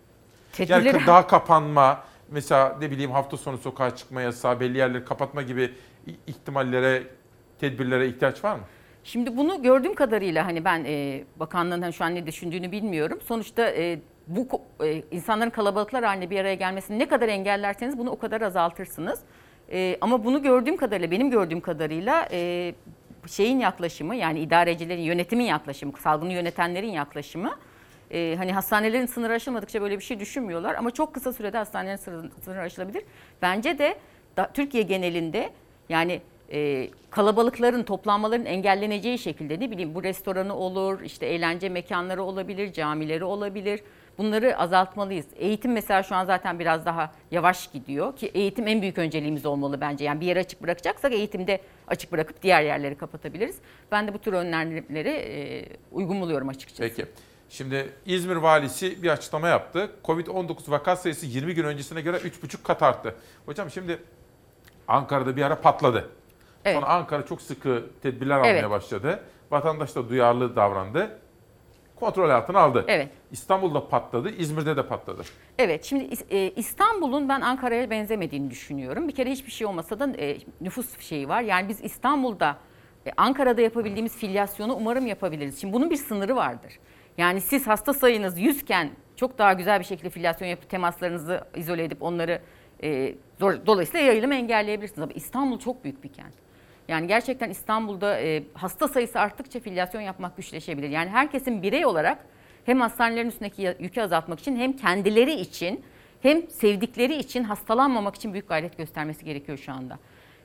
Yani daha kapanma, mesela ne bileyim hafta sonu sokağa çıkma yasağı, belli yerleri kapatma gibi ihtimallere, tedbirlere ihtiyaç var mı? Şimdi bunu gördüğüm kadarıyla hani ben bakanlığın şu an ne düşündüğünü bilmiyorum. Sonuçta bu insanların kalabalıklar halinde bir araya gelmesini ne kadar engellerseniz bunu o kadar azaltırsınız. Ama bunu gördüğüm kadarıyla, benim gördüğüm kadarıyla şeyin yaklaşımı, yani idarecilerin, yönetimin yaklaşımı, salgını yönetenlerin yaklaşımı, hani hastanelerin sınırı aşılmadıkça böyle bir şey düşünmüyorlar. Ama çok kısa sürede hastanelerin sınırı aşılabilir. Bence de Türkiye genelinde yani kalabalıkların, toplanmaların engelleneceği şekilde, ne bileyim bu restoranı olur, işte eğlence mekanları olabilir, camileri olabilir. Bunları azaltmalıyız. Eğitim mesela şu an zaten biraz daha yavaş gidiyor ki eğitim en büyük önceliğimiz olmalı bence. Yani bir yeri açık bırakacaksak eğitimde açık bırakıp diğer yerleri kapatabiliriz. Ben de bu tür önlemleri uygun buluyorum açıkçası. Peki. Şimdi İzmir valisi bir açıklama yaptı. Covid-19 vaka sayısı 20 gün öncesine göre 3,5 kat arttı. Hocam şimdi Ankara'da bir ara patladı. Evet. Sonra Ankara çok sıkı tedbirler almaya başladı. Vatandaş da duyarlı davrandı. Kontrol altına aldı. Evet. İstanbul'da patladı, İzmir'de de patladı. Evet, şimdi İstanbul'un ben Ankara'ya benzemediğini düşünüyorum. Bir kere hiçbir şey olmasa da nüfus şeyi var. Yani biz İstanbul'da, Ankara'da yapabildiğimiz filyasyonu umarım yapabiliriz. Şimdi bunun bir sınırı vardır. Yani siz hasta sayınız 100 iken çok daha güzel bir şekilde filyasyon yapıp temaslarınızı izole edip onları dolayısıyla yayılımı engelleyebilirsiniz. Ama İstanbul çok büyük bir kent. Yani gerçekten İstanbul'da hasta sayısı arttıkça filyasyon yapmak güçleşebilir. Yani herkesin birey olarak hem hastanelerin üstündeki yükü azaltmak için, hem kendileri için, hem sevdikleri için hastalanmamak için büyük gayret göstermesi gerekiyor şu anda.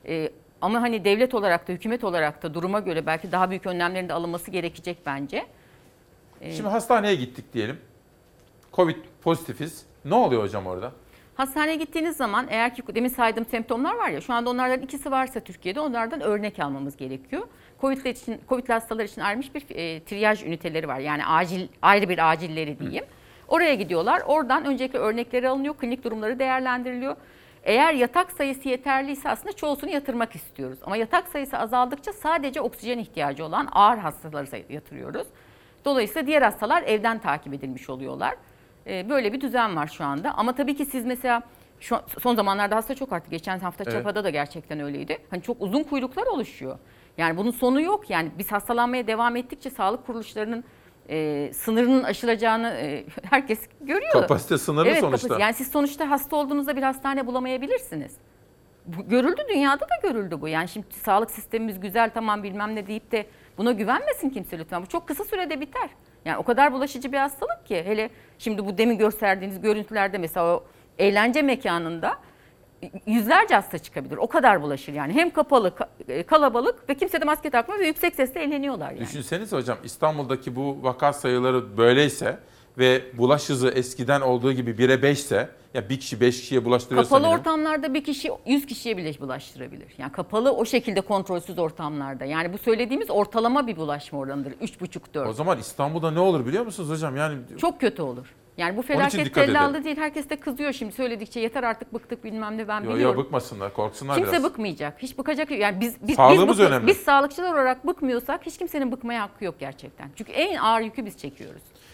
Ama hani devlet olarak da, hükümet olarak da duruma göre belki daha büyük önlemlerin de alınması gerekecek bence. Şimdi hastaneye gittik diyelim. Covid pozitifiz. Ne oluyor hocam orada? Hastaneye gittiğiniz zaman, eğer ki demin saydığım semptomlar var ya, şu anda onlardan ikisi varsa Türkiye'de onlardan örnek almamız gerekiyor. Covid'li hastalar için ayrılmış bir triyaj üniteleri var. Yani ayrı bir acilleri diyeyim. Oraya gidiyorlar. Oradan öncelikle örnekleri alınıyor. Klinik durumları değerlendiriliyor. Eğer yatak sayısı yeterliyse aslında çoğusunu yatırmak istiyoruz. Ama yatak sayısı azaldıkça sadece oksijen ihtiyacı olan ağır hastaları yatırıyoruz. Dolayısıyla diğer hastalar evden takip edilmiş oluyorlar. Böyle bir düzen var şu anda. Ama tabii ki siz mesela son zamanlarda hasta çok arttı. Geçen hafta Çapa'da da gerçekten öyleydi. Hani çok uzun kuyruklar oluşuyor. Yani bunun sonu yok. Yani biz hastalanmaya devam ettikçe sağlık kuruluşlarının sınırının aşılacağını herkes görüyor. Kapasite sınırı sonuçta. Yani siz sonuçta hasta olduğunuzda bir hastane bulamayabilirsiniz. Görüldü, dünyada da görüldü bu. Yani şimdi sağlık sistemimiz güzel, tamam bilmem ne deyip de buna güvenmesin kimse lütfen. Bu çok kısa sürede biter. Yani o kadar bulaşıcı bir hastalık ki, hele şimdi bu demin gösterdiğiniz görüntülerde mesela o eğlence mekanında yüzlerce hasta çıkabilir. O kadar bulaşır yani. Hem kapalı, kalabalık ve kimse de maske takmıyor ve yüksek sesle eğleniyorlar yani. Düşünsenize hocam, İstanbul'daki bu vaka sayıları böyleyse ve bulaş hızı eskiden olduğu gibi 1'e 5 ise, ya bir kişi 5 kişiye bulaştırıyorsa... Kapalı ortamlarda bir kişi 100 kişiye bile bulaştırabilir. Yani kapalı, o şekilde kontrolsüz ortamlarda. Yani bu söylediğimiz ortalama bir bulaşma oranıdır. 3,5-4. O zaman İstanbul'da ne olur biliyor musunuz hocam? Yani çok kötü olur. Yani bu felaket tellallı değil. Herkes de kızıyor şimdi söyledikçe, yeter artık bıktık bilmem ne, ben biliyorum. Yok bıkmasınlar, korksunlar kimse biraz. Kimse bıkmayacak. Hiç bıkacak. Yani Sağlığımız önemli. Biz sağlıkçılar olarak bıkmıyorsak hiç kimsenin bıkmaya hakkı yok gerçekten. Çünkü en ağır yükü biz çekiyoruz.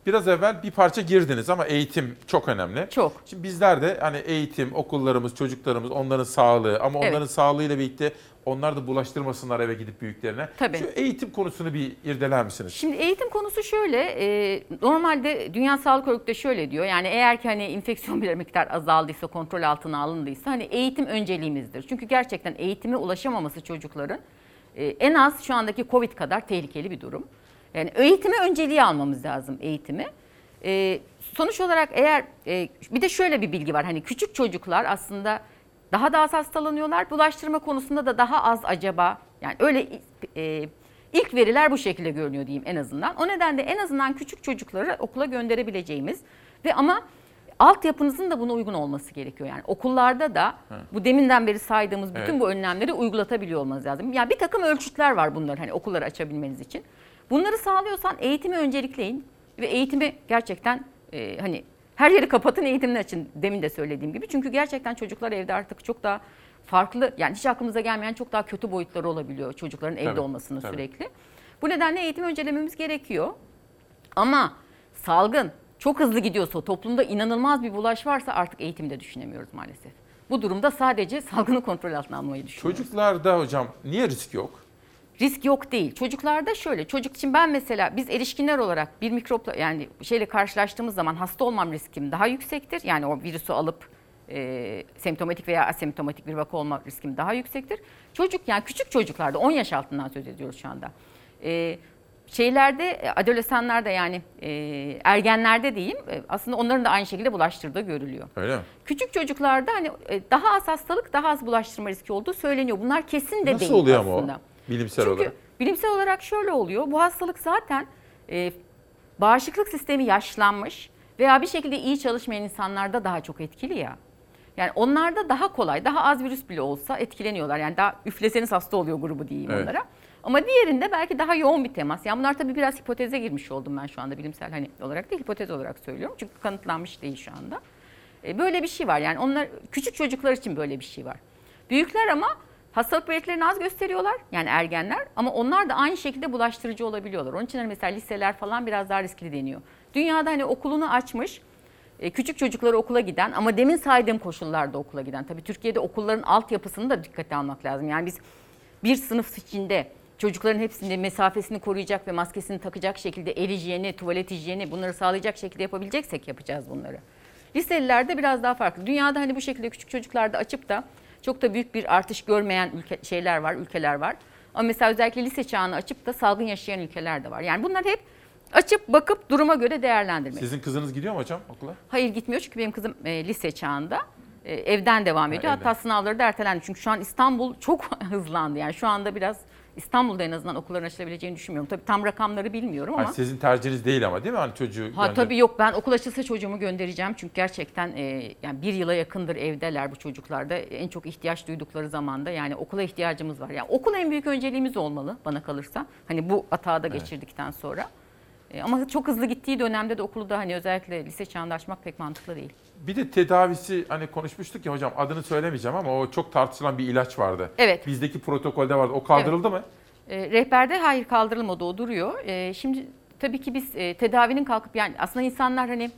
Biraz evvel bir parça girdiniz ama eğitim çok önemli. Çok. Şimdi bizler de hani eğitim, okullarımız, çocuklarımız, onların sağlığı ama onların sağlığıyla birlikte onlar da bulaştırmasınlar eve gidip büyüklerine. Tabii. Şu eğitim konusunu bir irdeler misiniz? Şimdi eğitim konusu şöyle, normalde Dünya Sağlık Örgütü de şöyle diyor. Yani eğer ki hani enfeksiyon bir miktar azaldıysa, kontrol altına alındıysa hani eğitim önceliğimizdir. Çünkü gerçekten eğitime ulaşamaması çocukların en az şu andaki Covid kadar tehlikeli bir durum. Yani eğitimi önceliğe almamız lazım, eğitimi. Sonuç olarak eğer bir de şöyle bir bilgi var. Hani küçük çocuklar aslında daha da az hastalanıyorlar. Bulaştırma konusunda da daha az acaba. Yani öyle ilk veriler bu şekilde görünüyor diyeyim en azından. O nedenle en azından küçük çocukları okula gönderebileceğimiz ve ama altyapınızın da buna uygun olması gerekiyor. Yani okullarda da bu deminden beri saydığımız bütün bu önlemleri uygulatabiliyor olmanız lazım. Yani bir takım ölçütler var bunlar hani okulları açabilmeniz için. Bunları sağlıyorsan eğitimi öncelikleyin ve eğitimi gerçekten hani her yeri kapatın, eğitimini açın demin de söylediğim gibi. Çünkü gerçekten çocuklar evde artık çok daha farklı, yani hiç aklımıza gelmeyen çok daha kötü boyutları olabiliyor çocukların evde olmasının sürekli. Bu nedenle eğitimi öncelememiz gerekiyor. Ama salgın çok hızlı gidiyorsa, toplumda inanılmaz bir bulaş varsa artık eğitimi de düşünemiyoruz maalesef. Bu durumda sadece salgını kontrol altına almayı düşünüyoruz. Çocuklarda hocam niye risk yok? Risk yok değil. Çocuklarda şöyle, çocuk için ben mesela biz erişkinler olarak bir mikropla yani şeyle karşılaştığımız zaman hasta olmam riskim daha yüksektir. Yani o virüsü alıp semptomatik veya asemptomatik bir vaka olma riskim daha yüksektir. Çocuk yani küçük çocuklarda 10 yaş altından söz ediyoruz şu anda. Şeylerde adolesanlarda yani ergenlerde diyeyim aslında onların da aynı şekilde bulaştırdığı görülüyor. Öyle mi? Küçük çocuklarda hani daha az hastalık, daha az bulaştırma riski olduğu söyleniyor. Bunlar kesin de değil aslında. Nasıl oluyor ama o bilimsel olarak? Çünkü bilimsel olarak şöyle oluyor. Bu hastalık zaten bağışıklık sistemi yaşlanmış veya bir şekilde iyi çalışmayan insanlarda daha çok etkili ya. Yani onlarda daha kolay, daha az virüs bile olsa etkileniyorlar. Yani daha üfleseniz hasta oluyor grubu diyeyim onlara. Ama diğerinde belki daha yoğun bir temas. Yani bunlar tabii biraz hipoteze girmiş oldum ben şu anda bilimsel hani olarak değil, hipotez olarak söylüyorum. Çünkü kanıtlanmış değil şu anda. Böyle bir şey var. Yani onlar küçük çocuklar için böyle bir şey var. Büyükler ama hastalık belirtilerini az gösteriyorlar. Yani ergenler ama onlar da aynı şekilde bulaştırıcı olabiliyorlar. Onun için mesela liseler falan biraz daha riskli deniyor. Dünyada hani okulunu açmış, küçük çocukları okula giden ama demin saydığım koşullarda okula giden. Tabii Türkiye'de okulların altyapısını da dikkate almak lazım. Yani biz bir sınıf içinde çocukların hepsinde mesafesini koruyacak ve maskesini takacak şekilde el hijyeni, tuvalet hijyeni bunları sağlayacak şekilde yapabileceksek yapacağız bunları. Liselilerde biraz daha farklı. Dünyada hani bu şekilde küçük çocuklarda açıp da çok da büyük bir artış görmeyen ülkeler var. Ama mesela özellikle lise çağını açıp da salgın yaşayan ülkeler de var. Yani bunlar hep açıp bakıp duruma göre değerlendirmek. Sizin kızınız gidiyor mu hocam okula? Hayır gitmiyor çünkü benim kızım lise çağında. Evden devam ediyor. Hatta sınavları da ertelendi. Çünkü şu an İstanbul çok hızlandı. Yani şu anda biraz İstanbul'da en azından okulların açılabileceğini düşünmüyorum. Tabii tam rakamları bilmiyorum ama. Sizin tercihiniz değil ama değil mi? Hani çocuğu tabii yok, ben okul açılsa çocuğumu göndereceğim. Çünkü gerçekten yani bir yıla yakındır evdeler bu çocuklar da. En çok ihtiyaç duydukları zamanda yani okula ihtiyacımız var. Yani okul en büyük önceliğimiz olmalı bana kalırsa. Hani bu atağı da geçirdikten sonra. Ama çok hızlı gittiği dönemde de okulu da hani özellikle lise çağında açmak pek mantıklı değil. Bir de tedavisi hani konuşmuştuk ya hocam, adını söylemeyeceğim ama o çok tartışılan bir ilaç vardı. Evet. Bizdeki protokolde vardı. O kaldırıldı mı? Rehberde hayır kaldırılmadı, o duruyor. Şimdi tabii ki biz tedavinin kalkıp yani aslında insanlar hani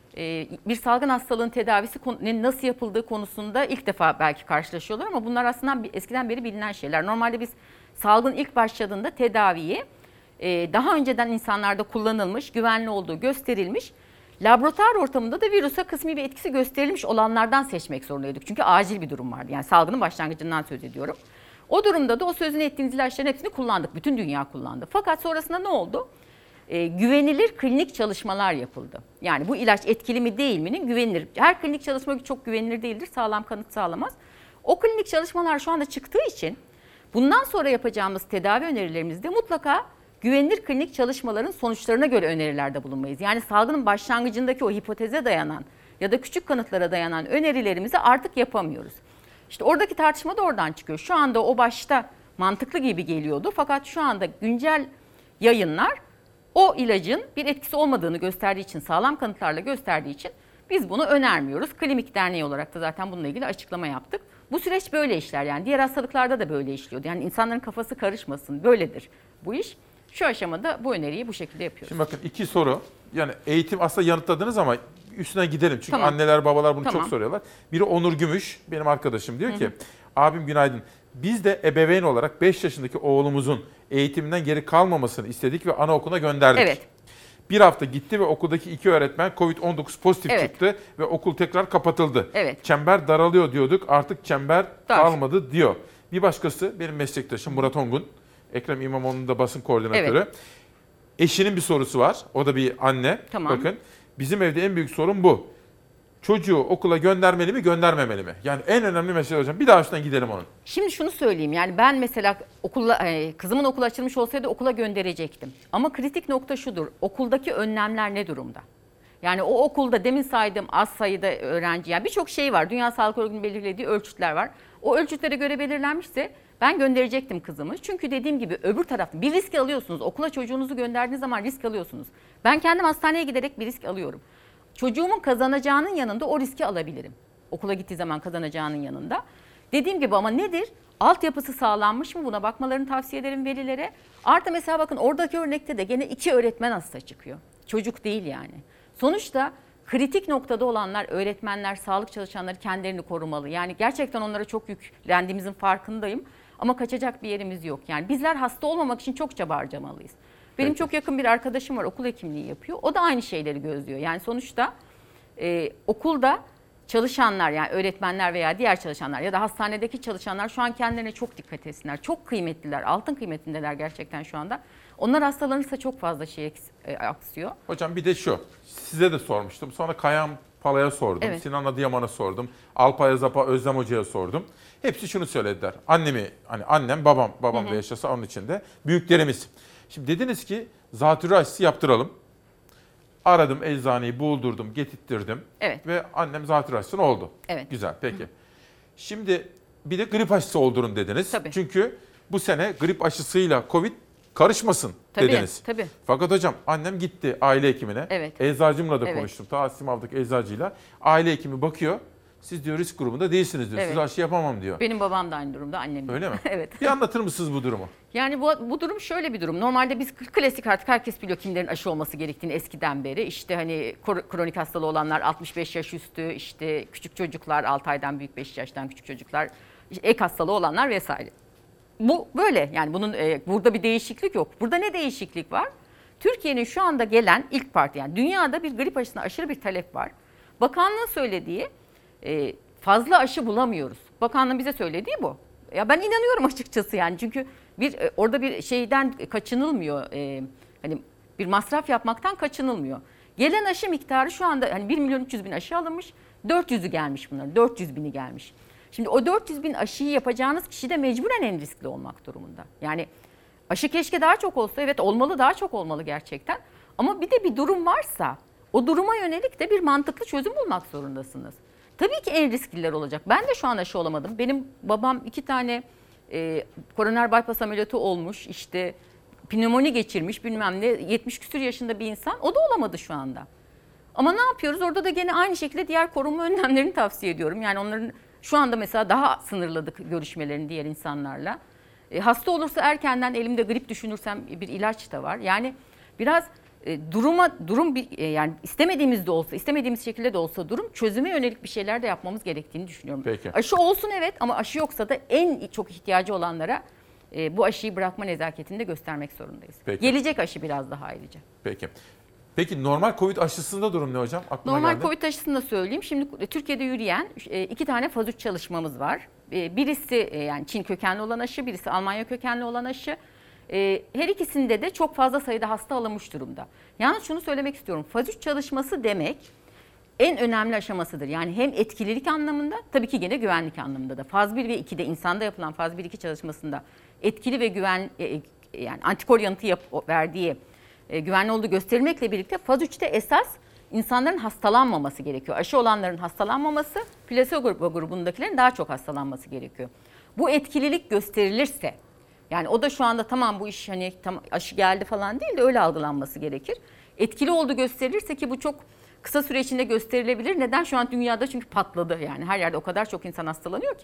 bir salgın hastalığın tedavisi nasıl yapıldığı konusunda ilk defa belki karşılaşıyorlar ama bunlar aslında eskiden beri bilinen şeyler. Normalde biz salgın ilk başladığında tedaviyi daha önceden insanlarda kullanılmış, güvenli olduğu gösterilmiş, laboratuvar ortamında da virüse kısmi bir etkisi gösterilmiş olanlardan seçmek zorundaydık. Çünkü acil bir durum vardı. Yani salgının başlangıcından söz ediyorum. O durumda da o sözünü ettiğiniz ilaçların hepsini kullandık. Bütün dünya kullandı. Fakat sonrasında ne oldu? Güvenilir klinik çalışmalar yapıldı. Yani bu ilaç etkili mi değil mi'nin güvenilir. Her klinik çalışma çok güvenilir değildir. Sağlam kanıt sağlamaz. O klinik çalışmalar şu anda çıktığı için bundan sonra yapacağımız tedavi önerilerimizde mutlaka güvenilir klinik çalışmaların sonuçlarına göre önerilerde bulunmayız. Yani salgının başlangıcındaki o hipoteze dayanan ya da küçük kanıtlara dayanan önerilerimizi artık yapamıyoruz. İşte oradaki tartışma da oradan çıkıyor. Şu anda o başta mantıklı gibi geliyordu fakat şu anda güncel yayınlar o ilacın bir etkisi olmadığını gösterdiği için, sağlam kanıtlarla gösterdiği için biz bunu önermiyoruz. Klinik Derneği olarak da zaten bununla ilgili açıklama yaptık. Bu süreç böyle işler yani. Diğer hastalıklarda da böyle işliyordu. Yani insanların kafası karışmasın, böyledir bu iş. Şu aşamada bu öneriyi bu şekilde yapıyoruz. Şimdi bakın 2 soru. yani eğitim aslında yanıtladınız ama üstüne gidelim. Çünkü Tamam. anneler babalar bunu Tamam. çok soruyorlar. Biri Onur Gümüş, benim arkadaşım, diyor ki abim günaydın. Biz de ebeveyn olarak 5 yaşındaki oğlumuzun eğitiminden geri kalmamasını istedik ve anaokuluna gönderdik. Evet. Bir hafta gitti ve okuldaki 2 öğretmen Covid-19 pozitif Evet. çıktı ve okul tekrar kapatıldı. Evet. Çember daralıyor diyorduk, artık çember kalmadı diyor. Bir başkası benim meslektaşım Murat Ongun, Ekrem İmamoğlu'nun da basın koordinatörü. Evet. Eşinin bir sorusu var, o da bir anne. Tamam. Bakın, bizim evde en büyük sorun bu. Çocuğu okula göndermeli mi, göndermemeli mi? Yani en önemli mesele hocam. Bir daha üstüne gidelim onun. Şimdi şunu söyleyeyim, yani ben mesela kızımın okulu açılmış olsaydı okula gönderecektim. Ama kritik nokta şudur, okuldaki önlemler ne durumda? Yani o okulda demin saydığım az sayıda öğrenci, yani birçok şey var. Dünya Sağlık Örgütü'nün belirlediği ölçütler var. O ölçütlere göre belirlenmişse ben gönderecektim kızımı. Çünkü dediğim gibi öbür tarafta bir risk alıyorsunuz. Okula çocuğunuzu gönderdiğiniz zaman risk alıyorsunuz. Ben kendim hastaneye giderek bir risk alıyorum. Çocuğumun kazanacağının yanında o riski alabilirim. Okula gittiği zaman kazanacağının yanında. Dediğim gibi ama nedir? Altyapısı sağlanmış mı? Buna bakmalarını tavsiye ederim velilere. Artı mesela bakın oradaki örnekte de gene 2 öğretmen hasta çıkıyor. Çocuk değil yani. Sonuçta kritik noktada olanlar, öğretmenler, sağlık çalışanları kendilerini korumalı. Yani gerçekten onlara çok yüklendiğimizin farkındayım. Ama kaçacak bir yerimiz yok. Yani bizler hasta olmamak için çok çaba harcamalıyız. Benim çok yakın bir arkadaşım var, okul hekimliği yapıyor. O da aynı şeyleri gözlüyor. Yani sonuçta okulda çalışanlar, yani öğretmenler veya diğer çalışanlar ya da hastanedeki çalışanlar şu an kendilerine çok dikkat etsinler. Çok kıymetliler, altın kıymetindeler gerçekten şu anda. Onlar hastalanırsa çok fazla şey aksıyor. Hocam bir de şu, size de sormuştum. Sonra Kayan Pala'ya sordum, Evet. Sinan Adıyaman'a sordum, Alpay Azap'a, Özlem Hoca'ya sordum. Hepsi şunu söylediler. Annem, babam da yaşasa onun için de büyüklerimiz. Şimdi dediniz ki zatürre aşısı yaptıralım. Aradım eczaneyi, buldurdum, getirttirdim. Evet. Ve annem zatürre aşısını oldu. Evet. Güzel, peki. Şimdi bir de grip aşısı oldurun dediniz. Tabii. Çünkü bu sene grip aşısıyla Covid karışmasın dediniz. Tabii. Fakat hocam annem gitti aile hekimine. Evet. Eczacımla da Evet. konuştum. Ta Simav'daki eczacıyla. Aile hekimi bakıyor. Siz diyor risk grubunda değilsiniz diyor. Evet. Size aşı yapamam diyor. Benim babam da aynı durumda, annem de. Öyle mi? Evet. Bir anlatır mısınız bu durumu? Yani bu durum şöyle bir durum. Normalde biz klasik artık herkes biliyor kimlerin aşı olması gerektiğini eskiden beri. İşte hani kronik hastalığı olanlar 65 yaş üstü, işte küçük çocuklar 6 aydan büyük 5 yaştan küçük çocuklar, işte ek hastalığı olanlar vesaire. Bu böyle yani bunun burada bir değişiklik yok. Burada ne değişiklik var? Türkiye'nin şu anda gelen ilk parti, yani dünyada bir grip aşısına aşırı bir talep var. Bakanlığın söylediği fazla aşı bulamıyoruz. Bakanlığın bize söylediği bu. Ya ben inanıyorum açıkçası yani çünkü orada bir şeyden kaçınılmıyor. Hani bir masraf yapmaktan kaçınılmıyor. Gelen aşı miktarı şu anda hani 1.300.000 aşı alınmış, 400'ü gelmiş bunların, 400.000'i gelmiş. Şimdi o 400.000 aşıyı yapacağınız kişi de mecburen en riskli olmak durumunda. Yani aşı keşke daha çok olsa, evet olmalı, daha çok olmalı gerçekten. Ama bir de bir durum varsa o duruma yönelik de bir mantıklı çözüm bulmak zorundasınız. Tabii ki en riskliler olacak. Ben de şu an aşı olamadım. Benim babam 2 tane koroner bypass ameliyatı olmuş, işte pnömoni geçirmiş bilmem ne, 70 küsur yaşında bir insan. O da olamadı şu anda. Ama ne yapıyoruz? Orada da gene aynı şekilde diğer korunma önlemlerini tavsiye ediyorum. Yani onların şu anda mesela daha sınırladık görüşmelerini diğer insanlarla. Hasta olursa erkenden elimde grip düşünürsem bir ilaç da var. Yani biraz durum yani istemediğimiz de olsa, istemediğimiz şekilde de olsa durum çözüme yönelik bir şeyler de yapmamız gerektiğini düşünüyorum. Peki. Aşı olsun evet ama aşı yoksa da en çok ihtiyacı olanlara bu aşıyı bırakma nezaketini de göstermek zorundayız. Peki. Gelecek aşı biraz daha ayrıca. Peki normal Covid aşısında durum ne hocam? Aklıma Normal geldi. Covid aşısını da söyleyeyim. Şimdi Türkiye'de yürüyen 2 tane faz 3 çalışmamız var. Birisi yani Çin kökenli olan aşı, birisi Almanya kökenli olan aşı. Her ikisinde de çok fazla sayıda hasta alınmış durumda. Yalnız şunu söylemek istiyorum. Faz 3 çalışması demek en önemli aşamasıdır. Yani hem etkililik anlamında, tabii ki gene güvenlik anlamında da. Faz 1 ve 2'de insanda yapılan faz 1-2 çalışmasında etkili ve yani antikor yanıtı verdiği güvenli olduğu gösterilmekle birlikte faz 3'te esas insanların hastalanmaması gerekiyor. Aşı olanların hastalanmaması, plasebo grubundakilerin daha çok hastalanması gerekiyor. Bu etkililik gösterilirse, yani o da şu anda tamam bu iş hani tam aşı geldi falan değil de öyle algılanması gerekir. Etkili olduğu gösterilirse ki bu çok kısa süre içinde gösterilebilir. Neden? Şu an dünyada çünkü patladı yani her yerde o kadar çok insan hastalanıyor ki.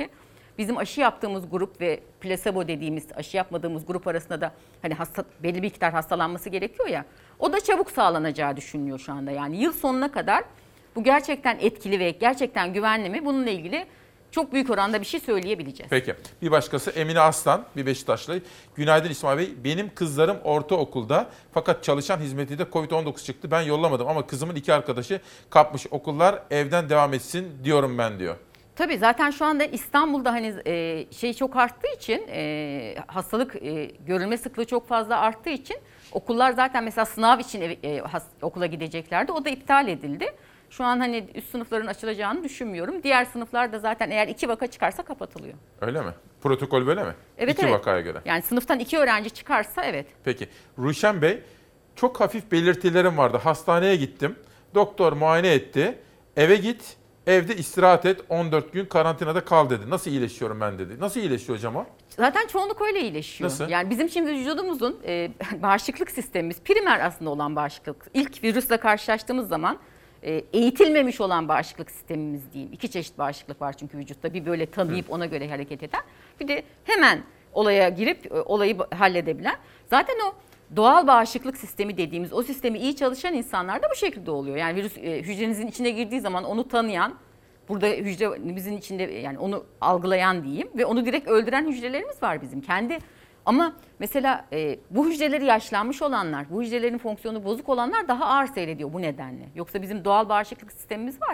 bizim aşı yaptığımız grup ve plasebo dediğimiz aşı yapmadığımız grup arasında da hani belli bir miktar hastalanması gerekiyor ya. O da çabuk sağlanacağı düşünülüyor şu anda. Yani yıl sonuna kadar bu gerçekten etkili ve gerçekten güvenli mi? Bununla ilgili çok büyük oranda bir şey söyleyebileceğiz. Peki. Bir başkası Emine Aslan, bir Beşiktaşlı. Günaydın İsmail Bey. Benim kızlarım ortaokulda fakat çalışan hizmetinde Covid-19 çıktı. Ben yollamadım ama kızımın 2 arkadaşı kapmış. Okullar evden devam etsin diyorum ben diyor. Tabii zaten şu anda İstanbul'da hani çok arttığı için hastalık görülme sıklığı çok fazla arttığı için okullar zaten mesela sınav için okula gideceklerdi. O da iptal edildi. Şu an hani üst sınıfların açılacağını düşünmüyorum. Diğer sınıflar da zaten eğer 2 vaka çıkarsa kapatılıyor. Öyle mi? Protokol böyle mi? Evet, 2 vakaya göre. Yani sınıftan 2 öğrenci çıkarsa evet. Peki. Ruşen Bey, çok hafif belirtilerim vardı. Hastaneye gittim. Doktor muayene etti. Eve git, evde istirahat et, 14 gün karantinada kal dedi. Nasıl iyileşiyorum ben dedi. Nasıl iyileşiyor hocam o? Zaten çoğunluk öyle iyileşiyor. Nasıl? Yani bizim şimdi vücudumuzun bağışıklık sistemimiz primer aslında olan bağışıklık. İlk virüsle karşılaştığımız zaman eğitilmemiş olan bağışıklık sistemimiz diyeyim. 2 çeşit bağışıklık var çünkü vücutta. Bir böyle tanıyıp ona göre hareket eden. Bir de hemen olaya girip olayı halledebilen. Zaten o doğal bağışıklık sistemi dediğimiz o sistemi iyi çalışan insanlar da bu şekilde oluyor. Yani virüs hücrenizin içine girdiği zaman onu tanıyan, burada hücremizin içinde yani onu algılayan diyeyim ve onu direkt öldüren hücrelerimiz var bizim kendi. Ama mesela bu hücreleri yaşlanmış olanlar, bu hücrelerin fonksiyonu bozuk olanlar daha ağır seyrediyor bu nedenle. Yoksa bizim doğal bağışıklık sistemimiz var.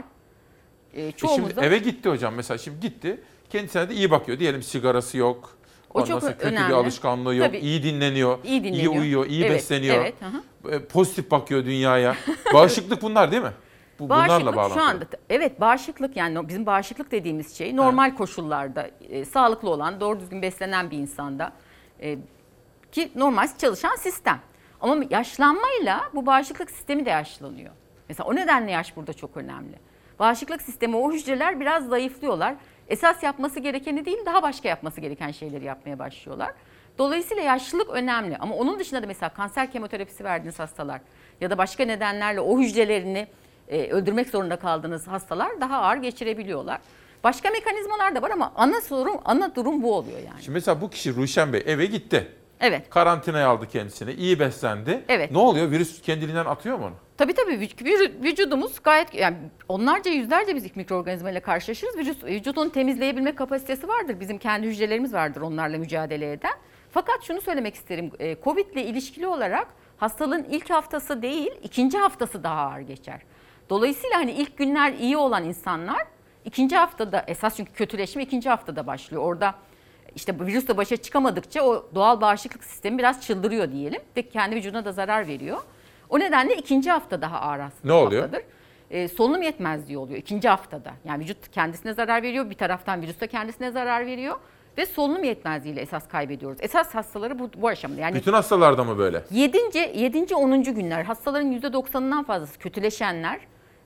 Şimdi eve gitti hocam mesela şimdi gitti kendisine de iyi bakıyor. Diyelim sigarası yok. O çok kötü önemli. bir alışkanlığı yok. Tabii. İyi dinleniyor. İyi uyuyor, iyi evet, besleniyor. Evet, pozitif bakıyor dünyaya. Bağışıklık bunlar değil mi? Bunlarla bağlantılı. Şu anda evet bağışıklık yani bizim bağışıklık dediğimiz şey normal koşullarda sağlıklı olan, doğru düzgün beslenen bir insanda ki normal çalışan sistem. Ama yaşlanmayla bu bağışıklık sistemi de yaşlanıyor. Mesela o nedenle yaş burada çok önemli. Bağışıklık sistemi o hücreler biraz zayıflıyorlar. Esas yapması gerekeni değil daha başka yapması gereken şeyleri yapmaya başlıyorlar. Dolayısıyla yaşlılık önemli ama onun dışında da mesela kanser kemoterapisi verdiğiniz hastalar ya da başka nedenlerle o hücrelerini öldürmek zorunda kaldığınız hastalar daha ağır geçirebiliyorlar. Başka mekanizmalar da var ama ana durum bu oluyor yani. Şimdi mesela bu kişi Ruşen Bey eve gitti. Evet. Karantinaya aldı kendisini, iyi beslendi. Evet. Ne oluyor? Virüs kendiliğinden atıyor mu onu? Tabii vücudumuz gayet yani onlarca yüzlerce biz mikroorganizmayla karşılaşırız. Vücudun temizleyebilme kapasitesi vardır. Bizim kendi hücrelerimiz vardır onlarla mücadele eden. Fakat şunu söylemek isterim. Covid ile ilişkili olarak hastalığın ilk haftası değil, 2. haftası daha ağır geçer. Dolayısıyla hani ilk günler iyi olan insanlar 2. haftada esas çünkü kötüleşme 2. haftada başlıyor. Orada işte virüsle başa çıkamadıkça o doğal bağışıklık sistemi biraz çıldırıyor diyelim ve kendi vücuduna da zarar veriyor. O nedenle 2. hafta daha ağır aslında. Ne oluyor? Solunum yetmezliği oluyor 2. haftada. Yani vücut kendisine zarar veriyor, bir taraftan virüs de kendisine zarar veriyor ve solunum yetmezliğiyle esas kaybediyoruz. Esas hastaları bu aşamada. Yani bütün hastalarda mı böyle? 7. 10. günler hastaların %90'ından fazlası kötüleşenler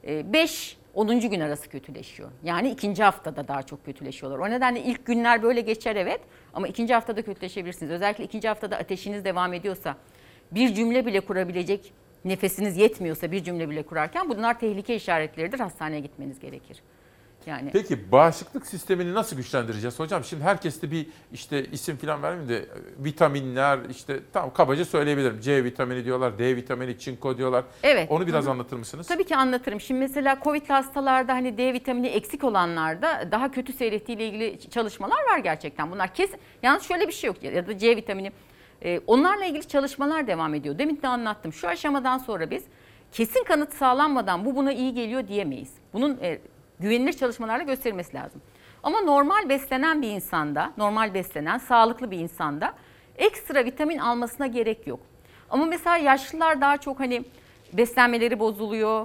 5-10. gün arası kötüleşiyor. Yani 2. haftada daha çok kötüleşiyorlar. O nedenle ilk günler böyle geçer evet ama 2. haftada kötüleşebilirsiniz. Özellikle 2. haftada ateşiniz devam ediyorsa, bir cümle bile kurabilecek nefesiniz yetmiyorsa bir cümle bile kurarken bunlar tehlike işaretleridir. Hastaneye gitmeniz gerekir. Yani. Peki bağışıklık sistemini nasıl güçlendireceğiz hocam? Şimdi herkeste bir işte isim falan vermeyeyim de vitaminler işte tam kabaca söyleyebilirim. C vitamini diyorlar, D vitamini, çinko diyorlar. Evet. Onu biraz anlatır mısınız? Tabii ki anlatırım. Şimdi mesela COVID hastalarda hani D vitamini eksik olanlarda daha kötü seyrettiğiyle ilgili çalışmalar var gerçekten. Bunlar kesin. Yalnız şöyle bir şey yok ya da C vitamini. Onlarla ilgili çalışmalar devam ediyor. Demin de anlattım. Şu aşamadan sonra biz kesin kanıt sağlanmadan bu buna iyi geliyor diyemeyiz. Bunun güvenilir çalışmalarla gösterilmesi lazım. Ama normal beslenen bir insanda, normal beslenen, sağlıklı bir insanda ekstra vitamin almasına gerek yok. Ama mesela yaşlılar daha çok hani beslenmeleri bozuluyor,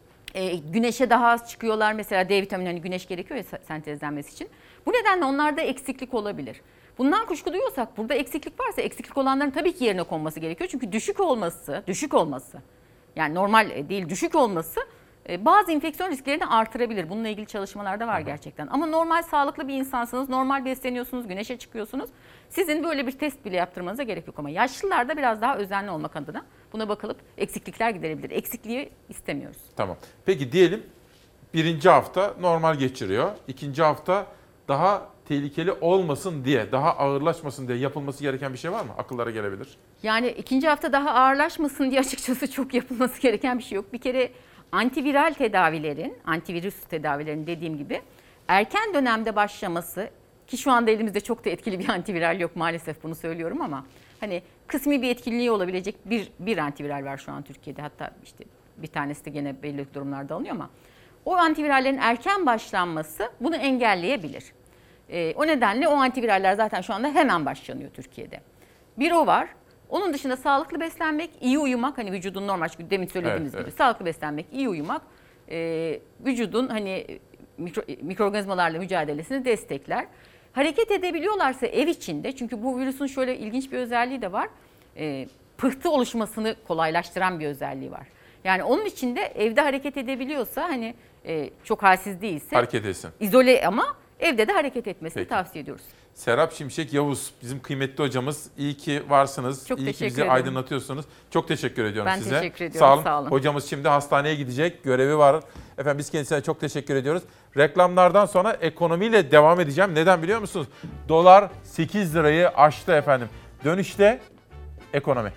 güneşe daha az çıkıyorlar. Mesela D vitamini hani güneş gerekiyor ya sentezlenmesi için. Bu nedenle onlarda eksiklik olabilir. Bundan kuşku duyuyorsak burada eksiklik varsa eksiklik olanların tabii ki yerine konması gerekiyor. Çünkü düşük olması yani normal değil düşük olması bazı enfeksiyon risklerini artırabilir. Bununla ilgili çalışmalar da var gerçekten. Ama normal sağlıklı bir insansınız, normal besleniyorsunuz, güneşe çıkıyorsunuz. Sizin böyle bir test bile yaptırmanıza gerek yok ama yaşlılarda biraz daha özenli olmak adına buna bakılıp eksiklikler giderebilir. Eksikliği istemiyoruz. Tamam. Peki diyelim 1. hafta normal geçiriyor. 2. hafta daha tehlikeli olmasın diye, daha ağırlaşmasın diye yapılması gereken bir şey var mı? Akıllara gelebilir. Yani ikinci hafta daha ağırlaşmasın diye açıkçası çok yapılması gereken bir şey yok. Bir kere antiviral tedavilerin, antivirüs tedavilerin dediğim gibi erken dönemde başlaması, ki şu anda elimizde çok da etkili bir antiviral yok maalesef, bunu söylüyorum ama hani kısmi bir etkinliği olabilecek bir antiviral var şu an Türkiye'de. Hatta işte bir tanesi de gene belli durumlarda alınıyor ama o antivirallerin erken başlanması bunu engelleyebilir. O nedenle o antiviraller zaten şu anda hemen başlanıyor Türkiye'de. Bir o var. Onun dışında sağlıklı beslenmek, iyi uyumak, hani vücudun normal, çünkü demin söylediğimiz gibi sağlıklı beslenmek, iyi uyumak vücudun hani mikroorganizmalarla mücadelesini destekler. Hareket edebiliyorlarsa ev içinde, çünkü bu virüsün şöyle ilginç bir özelliği de var. Pıhtı oluşmasını kolaylaştıran bir özelliği var. Yani onun için de evde hareket edebiliyorsa, hani çok halsiz değilse hareket etsin. İzole ama evde de hareket etmesini tavsiye ediyoruz. Serap Şimşek Yavuz bizim kıymetli hocamız. İyi ki varsınız. Çok İyi ki bizi ederim. aydınlatıyorsunuz. Çok teşekkür ediyorum size. Ben teşekkür ediyorum. Sağ olun. Hocamız şimdi hastaneye gidecek. Görevi var. Efendim biz kendisine çok teşekkür ediyoruz. Reklamlardan sonra ekonomiyle devam edeceğim. Neden biliyor musunuz? Dolar 8 lirayı aştı efendim. Dönüşte ekonomi.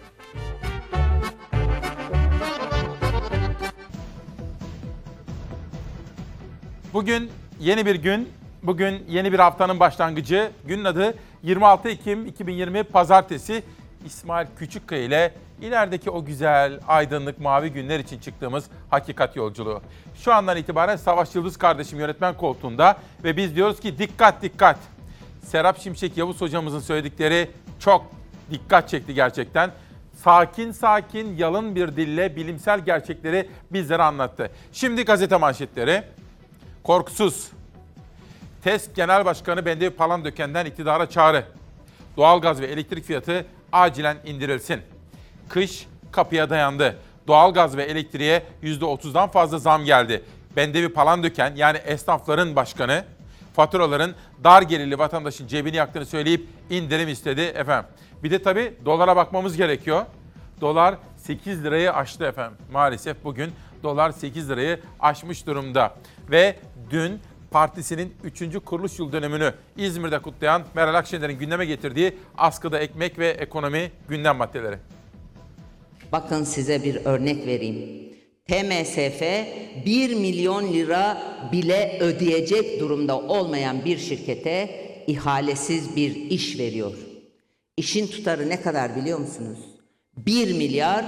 Bugün yeni bir gün. Bugün yeni bir haftanın başlangıcı. Günün adı 26 Ekim 2020 Pazartesi. İsmail Küçükkaya ile ilerideki o güzel, aydınlık, mavi günler için çıktığımız hakikat yolculuğu. Şu andan itibaren Savaş Yıldız kardeşim yönetmen koltuğunda ve biz diyoruz ki dikkat dikkat. Serap Şimşek Yavuz hocamızın söyledikleri çok dikkat çekti gerçekten. Sakin sakin, yalın bir dille bilimsel gerçekleri bizlere anlattı. Şimdi gazete manşetleri. Korkusuz. TESK Genel Başkanı Bendevi Palandöken'den iktidara çağrı. Doğalgaz ve elektrik fiyatı acilen indirilsin. Kış kapıya dayandı. Doğalgaz ve elektriğe %30'dan fazla zam geldi. Bendevi Palandöken, yani esnafların başkanı, faturaların dar gelirli vatandaşın cebini yaktığını söyleyip indirim istedi efendim. Bir de tabii dolara bakmamız gerekiyor. Dolar 8 lirayı aştı efendim. Maalesef bugün dolar 8 lirayı aşmış durumda. Ve dün partisinin 3. kuruluş yıl dönümünü İzmir'de kutlayan Meral Akşener'in gündeme getirdiği askıda ekmek ve ekonomi gündem maddeleri. Bakın size bir örnek vereyim. TMSF 1 milyon lira bile ödeyecek durumda olmayan bir şirkete ihalesiz bir iş veriyor. İşin tutarı ne kadar biliyor musunuz? 1 milyar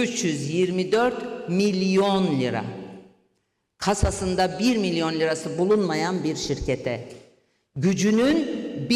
324 milyon lira. Kasasında 1 milyon lirası bulunmayan bir şirkete, gücünün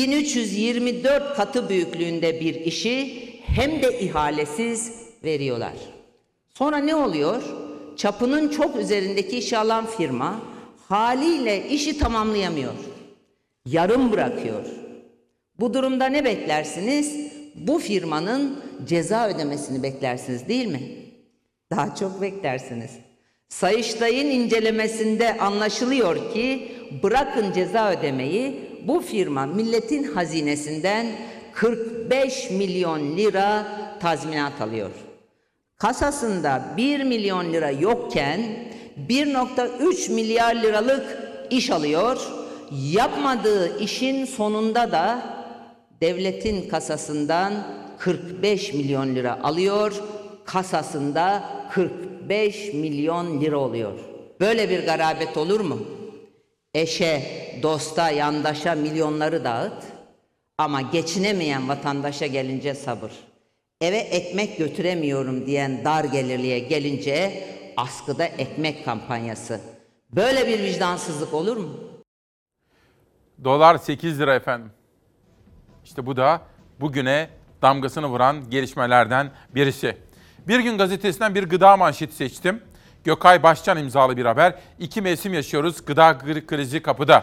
1324 katı büyüklüğünde bir işi hem de ihalesiz veriyorlar. Sonra ne oluyor? Çapının çok üzerindeki işi alan firma haliyle işi tamamlayamıyor. Yarım bırakıyor. Bu durumda ne beklersiniz? Bu firmanın ceza ödemesini beklersiniz değil mi? Daha çok beklersiniz. Sayıştay'ın incelemesinde anlaşılıyor ki bırakın ceza ödemeyi, bu firma milletin hazinesinden 45 milyon lira tazminat alıyor. Kasasında 1 milyon lira yokken 1,3 milyar liralık iş alıyor. Yapmadığı işin sonunda da devletin kasasından 45 milyon lira alıyor. Kasasında 45 milyon lira oluyor. Böyle bir garabet olur mu? Eşe, dosta, yandaşa milyonları dağıt ama geçinemeyen vatandaşa gelince sabır. Eve ekmek götüremiyorum diyen dar gelirliye gelince askıda ekmek kampanyası. Böyle bir vicdansızlık olur mu? Dolar 8 lira efendim. İşte bu da bugüne damgasını vuran gelişmelerden birisi. Bir Gün Gazetesi'nden bir gıda manşeti seçtim. Gökay Başcan imzalı bir haber. 2 mevsim yaşıyoruz, gıda krizi kapıda.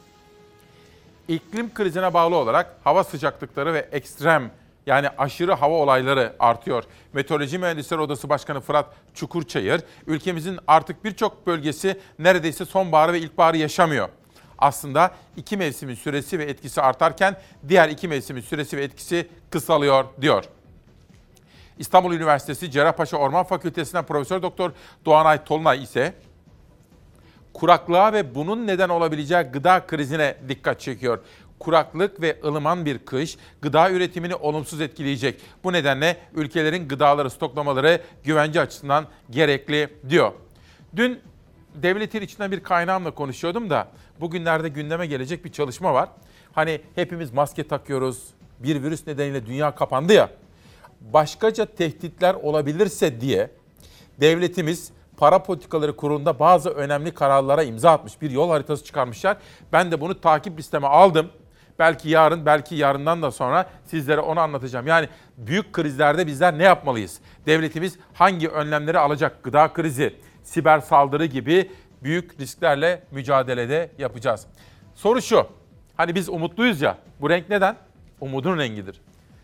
İklim krizine bağlı olarak hava sıcaklıkları ve ekstrem, yani aşırı hava olayları artıyor. Meteoroloji Mühendisleri Odası Başkanı Fırat Çukurçayır, ülkemizin artık birçok bölgesi neredeyse sonbaharı ve ilkbaharı yaşamıyor. Aslında 2 mevsimin süresi ve etkisi artarken diğer 2 mevsimin süresi ve etkisi kısalıyor diyor. İstanbul Üniversitesi Cerrahpaşa Orman Fakültesi'nden Profesör Doktor Doğanay Tolunay ise kuraklığa ve bunun neden olabileceği gıda krizine dikkat çekiyor. kuraklık ve ılıman bir kış gıda üretimini olumsuz etkileyecek. Bu nedenle ülkelerin gıdaları stoklamaları güvence açısından gerekli diyor. Dün devletin içinden bir kaynağımla konuşuyordum da bugünlerde gündeme gelecek bir çalışma var. Hani hepimiz maske takıyoruz, bir virüs nedeniyle dünya kapandı ya. Başkaca tehditler olabilirse diye devletimiz para politikaları kurulunda bazı önemli kararlara imza atmış. Bir yol haritası çıkarmışlar. Ben de bunu takip listeme aldım. Belki yarın, belki yarından da sonra sizlere onu anlatacağım. Yani büyük krizlerde bizler ne yapmalıyız? Devletimiz hangi önlemleri alacak? Gıda krizi, siber saldırı gibi büyük risklerle mücadelede yapacağız. Soru şu, hani biz umutluyuz ya, bu renk neden? Umudun rengidir.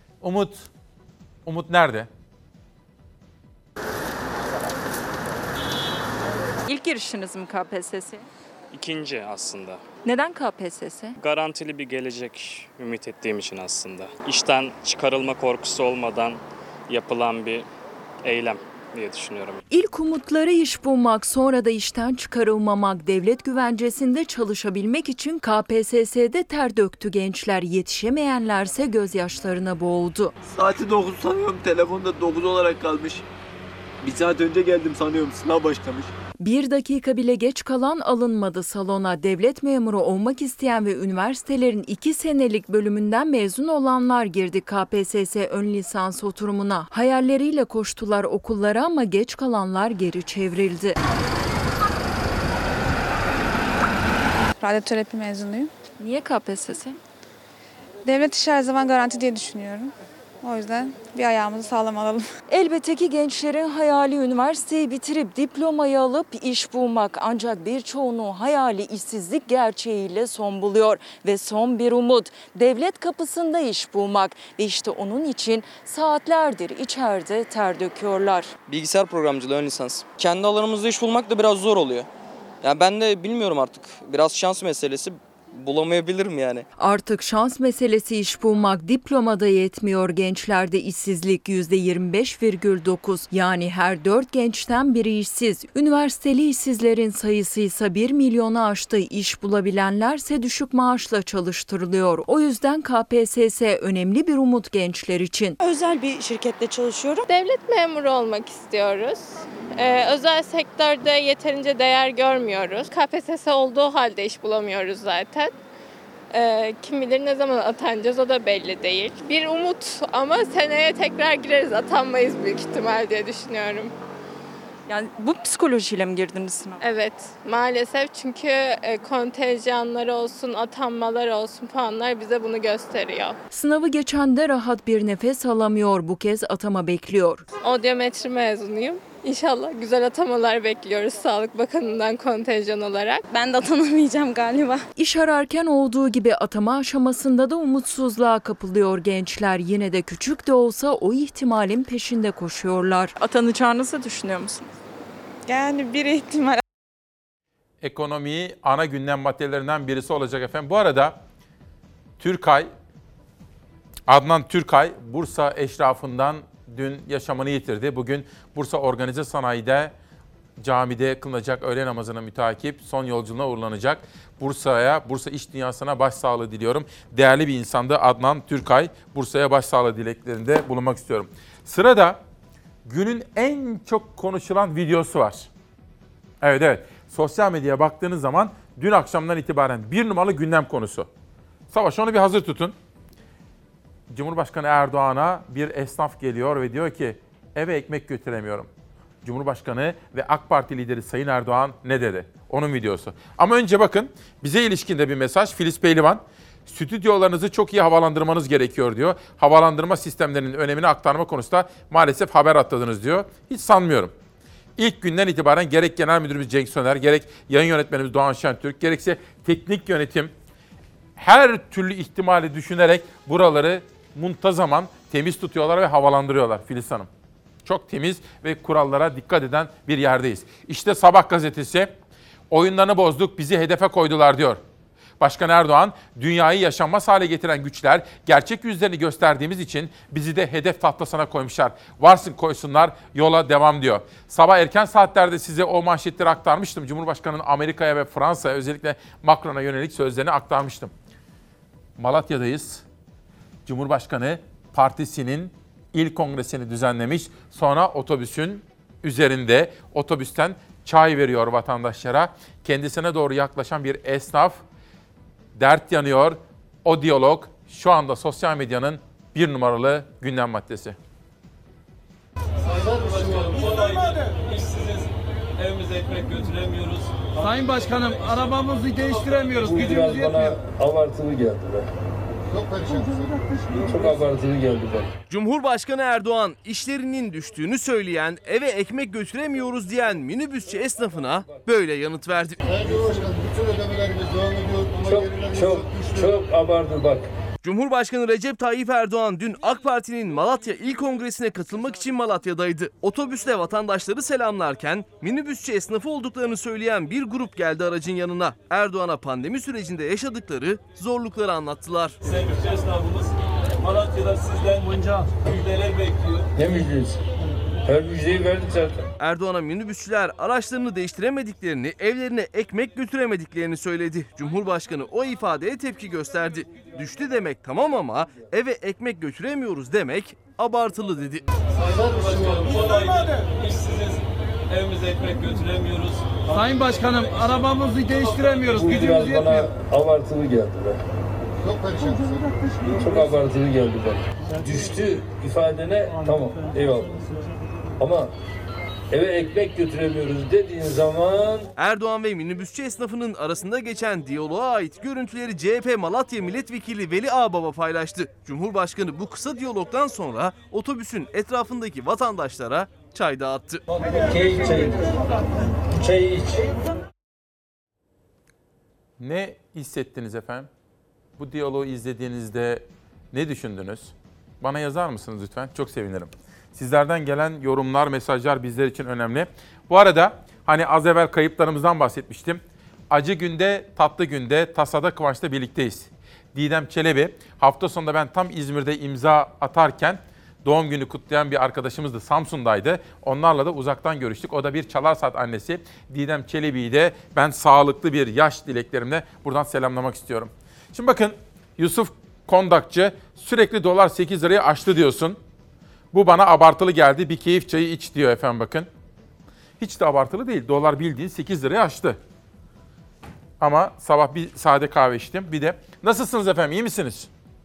Umut nerede? İlk girişiniz mi KPSS? İkinci aslında. Neden KPSS? Garantili bir gelecek ümit ettiğim için aslında. İşten çıkarılma korkusu olmadan yapılan bir eylem diye düşünüyorum. İlk umutları iş bulmak, sonra da işten çıkarılmamak, devlet güvencesinde çalışabilmek için KPSS'de ter döktü gençler. Yetişemeyenlerse gözyaşlarına boğuldu. Saati 9 sanıyorum, telefonda 9 olarak kalmış. Bir saat önce geldim sanıyorum, sınav başlamış. 1 dakika bile geç kalan alınmadı salona. Devlet memuru olmak isteyen ve üniversitelerin 2 senelik bölümünden mezun olanlar girdi KPSS ön lisans oturumuna. Hayalleriyle koştular okullara ama geç kalanlar geri çevrildi. Radyoterapi mezunuyum. Niye KPSS? Devlet işi her zaman garanti diye düşünüyorum. O yüzden bir ayağımızı sağlam alalım. Elbette ki gençlerin hayali üniversiteyi bitirip diplomayı alıp iş bulmak. Ancak birçoğunun hayali işsizlik gerçeğiyle son buluyor. Ve son bir umut, devlet kapısında iş bulmak. Ve işte onun için saatlerdir içeride ter döküyorlar. Bilgisayar programcılığı ön lisans. Kendi alanımızda iş bulmak da biraz zor oluyor. Yani ben de bilmiyorum artık. Biraz şans meselesi. Bulamayabilirim yani. Artık şans meselesi iş bulmak, diplomada yetmiyor. Gençlerde işsizlik %25,9. Yani her 4 gençten biri işsiz. Üniversiteli işsizlerin sayısı ise 1 milyonu aştı. İş bulabilenlerse düşük maaşla çalıştırılıyor. O yüzden KPSS önemli bir umut gençler için. Özel bir şirkette çalışıyorum. Devlet memuru olmak istiyoruz. Özel sektörde yeterince değer görmüyoruz. KPSS olduğu halde iş bulamıyoruz zaten. Kim bilir ne zaman atanacağız, o da belli değil. Bir umut ama seneye tekrar gireriz, atanmayız büyük ihtimal diye düşünüyorum. Yani bu psikolojiyle mi girdiniz sınava? Evet, maalesef çünkü kontenjanları olsun, atanmalar olsun, puanlar bize bunu gösteriyor. Sınavı geçen de rahat bir nefes alamıyor, bu kez atama bekliyor. Odyometri mezunuyum. İnşallah güzel atamalar bekliyoruz Sağlık Bakanı'ndan kontenjan olarak. Ben de atanamayacağım galiba. İş ararken olduğu gibi atama aşamasında da umutsuzluğa kapılıyor gençler. Yine de küçük de olsa o ihtimalin peşinde koşuyorlar. Atanacağınızı düşünüyor musunuz? Yani bir ihtimal. Ekonomi ana gündem maddelerinden birisi olacak efendim. Bu arada Adnan Türkay Bursa eşrafından dün yaşamını yitirdi. Bugün Bursa Organize Sanayi'de camide kılınacak öğle namazına müteakip son yolculuğuna uğurlanacak. Bursa iş dünyasına başsağlığı diliyorum. Değerli bir insandı Adnan Türkay. Bursa'ya başsağlığı dileklerinde bulunmak istiyorum. Sırada günün en çok konuşulan videosu var. Evet. Sosyal medyaya baktığınız zaman dün akşamdan itibaren 1 numaralı gündem konusu. Savaş, onu bir hazır tutun. Cumhurbaşkanı Erdoğan'a bir esnaf geliyor ve diyor ki eve ekmek götüremiyorum. Cumhurbaşkanı ve AK Parti lideri Sayın Erdoğan ne dedi? Onun videosu. Ama önce bakın, bize ilişkin de bir mesaj. Filiz Pehlivan, stüdyolarınızı çok iyi havalandırmanız gerekiyor diyor. Havalandırma sistemlerinin önemini aktarma konusunda maalesef haber atladınız diyor. Hiç sanmıyorum. İlk günden itibaren gerek Genel Müdürümüz Cenk Söner, gerek yayın yönetmenimiz Doğan Şentürk, gerekse teknik yönetim her türlü ihtimali düşünerek buraları muntazaman temiz tutuyorlar ve havalandırıyorlar Filiz Hanım. Çok temiz ve kurallara dikkat eden bir yerdeyiz. İşte Sabah gazetesi, oyunlarını bozduk, bizi hedefe koydular diyor. Başkan Erdoğan, dünyayı yaşanmaz hale getiren güçler gerçek yüzlerini gösterdiğimiz için bizi de hedef tahtasına koymuşlar. Varsın koysunlar, yola devam diyor. Sabah erken saatlerde size o manşetleri aktarmıştım. Cumhurbaşkanı'nın Amerika'ya ve Fransa'ya, özellikle Macron'a yönelik sözlerini aktarmıştım. Malatya'dayız. Cumhurbaşkanı partisinin il kongresini düzenlemiş. Sonra otobüsün üzerinde otobüsten çay veriyor vatandaşlara. Kendisine doğru yaklaşan bir esnaf dert yanıyor. O diyalog şu anda sosyal medyanın bir numaralı gündem maddesi. İşsiziz, evimize ekmek götüremiyoruz. Sayın Başkanım, arabamızı değiştiremiyoruz, gücümüz yetmiyor. Abartılı geldi be. Çok abartılı geldi be. Cumhurbaşkanı Erdoğan işlerinin düştüğünü söyleyen, eve ekmek götüremiyoruz diyen minibüsçü esnafına böyle yanıt verdi. Cumhurbaşkanım, bütün ödemelerimiz devam ediyor ama çok abartı bak. Cumhurbaşkanı Recep Tayyip Erdoğan dün AK Parti'nin Malatya İl Kongresi'ne katılmak için Malatya'daydı. Otobüste vatandaşları selamlarken minibüsçü esnafı olduklarını söyleyen bir grup geldi aracın yanına. Erdoğan'a pandemi sürecinde yaşadıkları zorlukları anlattılar. Minibüsçü esnafımız Malatya'da sizden müjdeler bekliyor. Ne müjdesi? Her müjdeyi verdik zaten. Erdoğan'a minibüsçüler araçlarını değiştiremediklerini, evlerine ekmek götüremediklerini söyledi. Cumhurbaşkanı o ifadeye tepki gösterdi. Düştü demek tamam ama eve ekmek götüremiyoruz demek abartılı dedi. Sayın Başkanım, kolaydı. İşsiziz, evimize ekmek götüremiyoruz. Sayın Başkanım, arabamızı değiştiremiyoruz, gücümüz yetmiyor. Bana abartılı geldi be. Çok abartılı geldi bana. Düştü ifadene tamam eyvallah. Ama eve ekmek götüremiyoruz dediğin zaman... Erdoğan ve minibüsçü esnafının arasında geçen diyaloğa ait görüntüleri CHP Malatya Milletvekili Veli Ağbaba paylaştı. Cumhurbaşkanı bu kısa diyalogdan sonra otobüsün etrafındaki vatandaşlara çay dağıttı. Çayı iç. Ne hissettiniz efendim? Bu diyaloğu izlediğinizde ne düşündünüz? Bana yazar mısınız lütfen? Çok sevinirim. Sizlerden gelen yorumlar, mesajlar bizler için önemli. Bu arada hani az evvel kayıplarımızdan bahsetmiştim. Acı günde, tatlı günde, tasada, kıvançta birlikteyiz. Didem Çelebi, hafta sonunda ben tam İzmir'de imza atarken doğum günü kutlayan bir arkadaşımızdı, Samsun'daydı. Onlarla da uzaktan görüştük. O da bir Çalar Saat annesi. Didem Çelebi'yi de ben sağlıklı bir yaş dileklerimle buradan selamlamak istiyorum. Şimdi bakın, Yusuf Kondakçı sürekli dolar 8 lirayı aştı diyorsun. Bu bana abartılı geldi. Bir keyif çayı iç diyor efendim bakın. Hiç de abartılı değil. Dolar bildiğin 8 lirayı aştı. Ama sabah bir sade kahve içtim. Bir de nasılsınız efendim, iyi misiniz?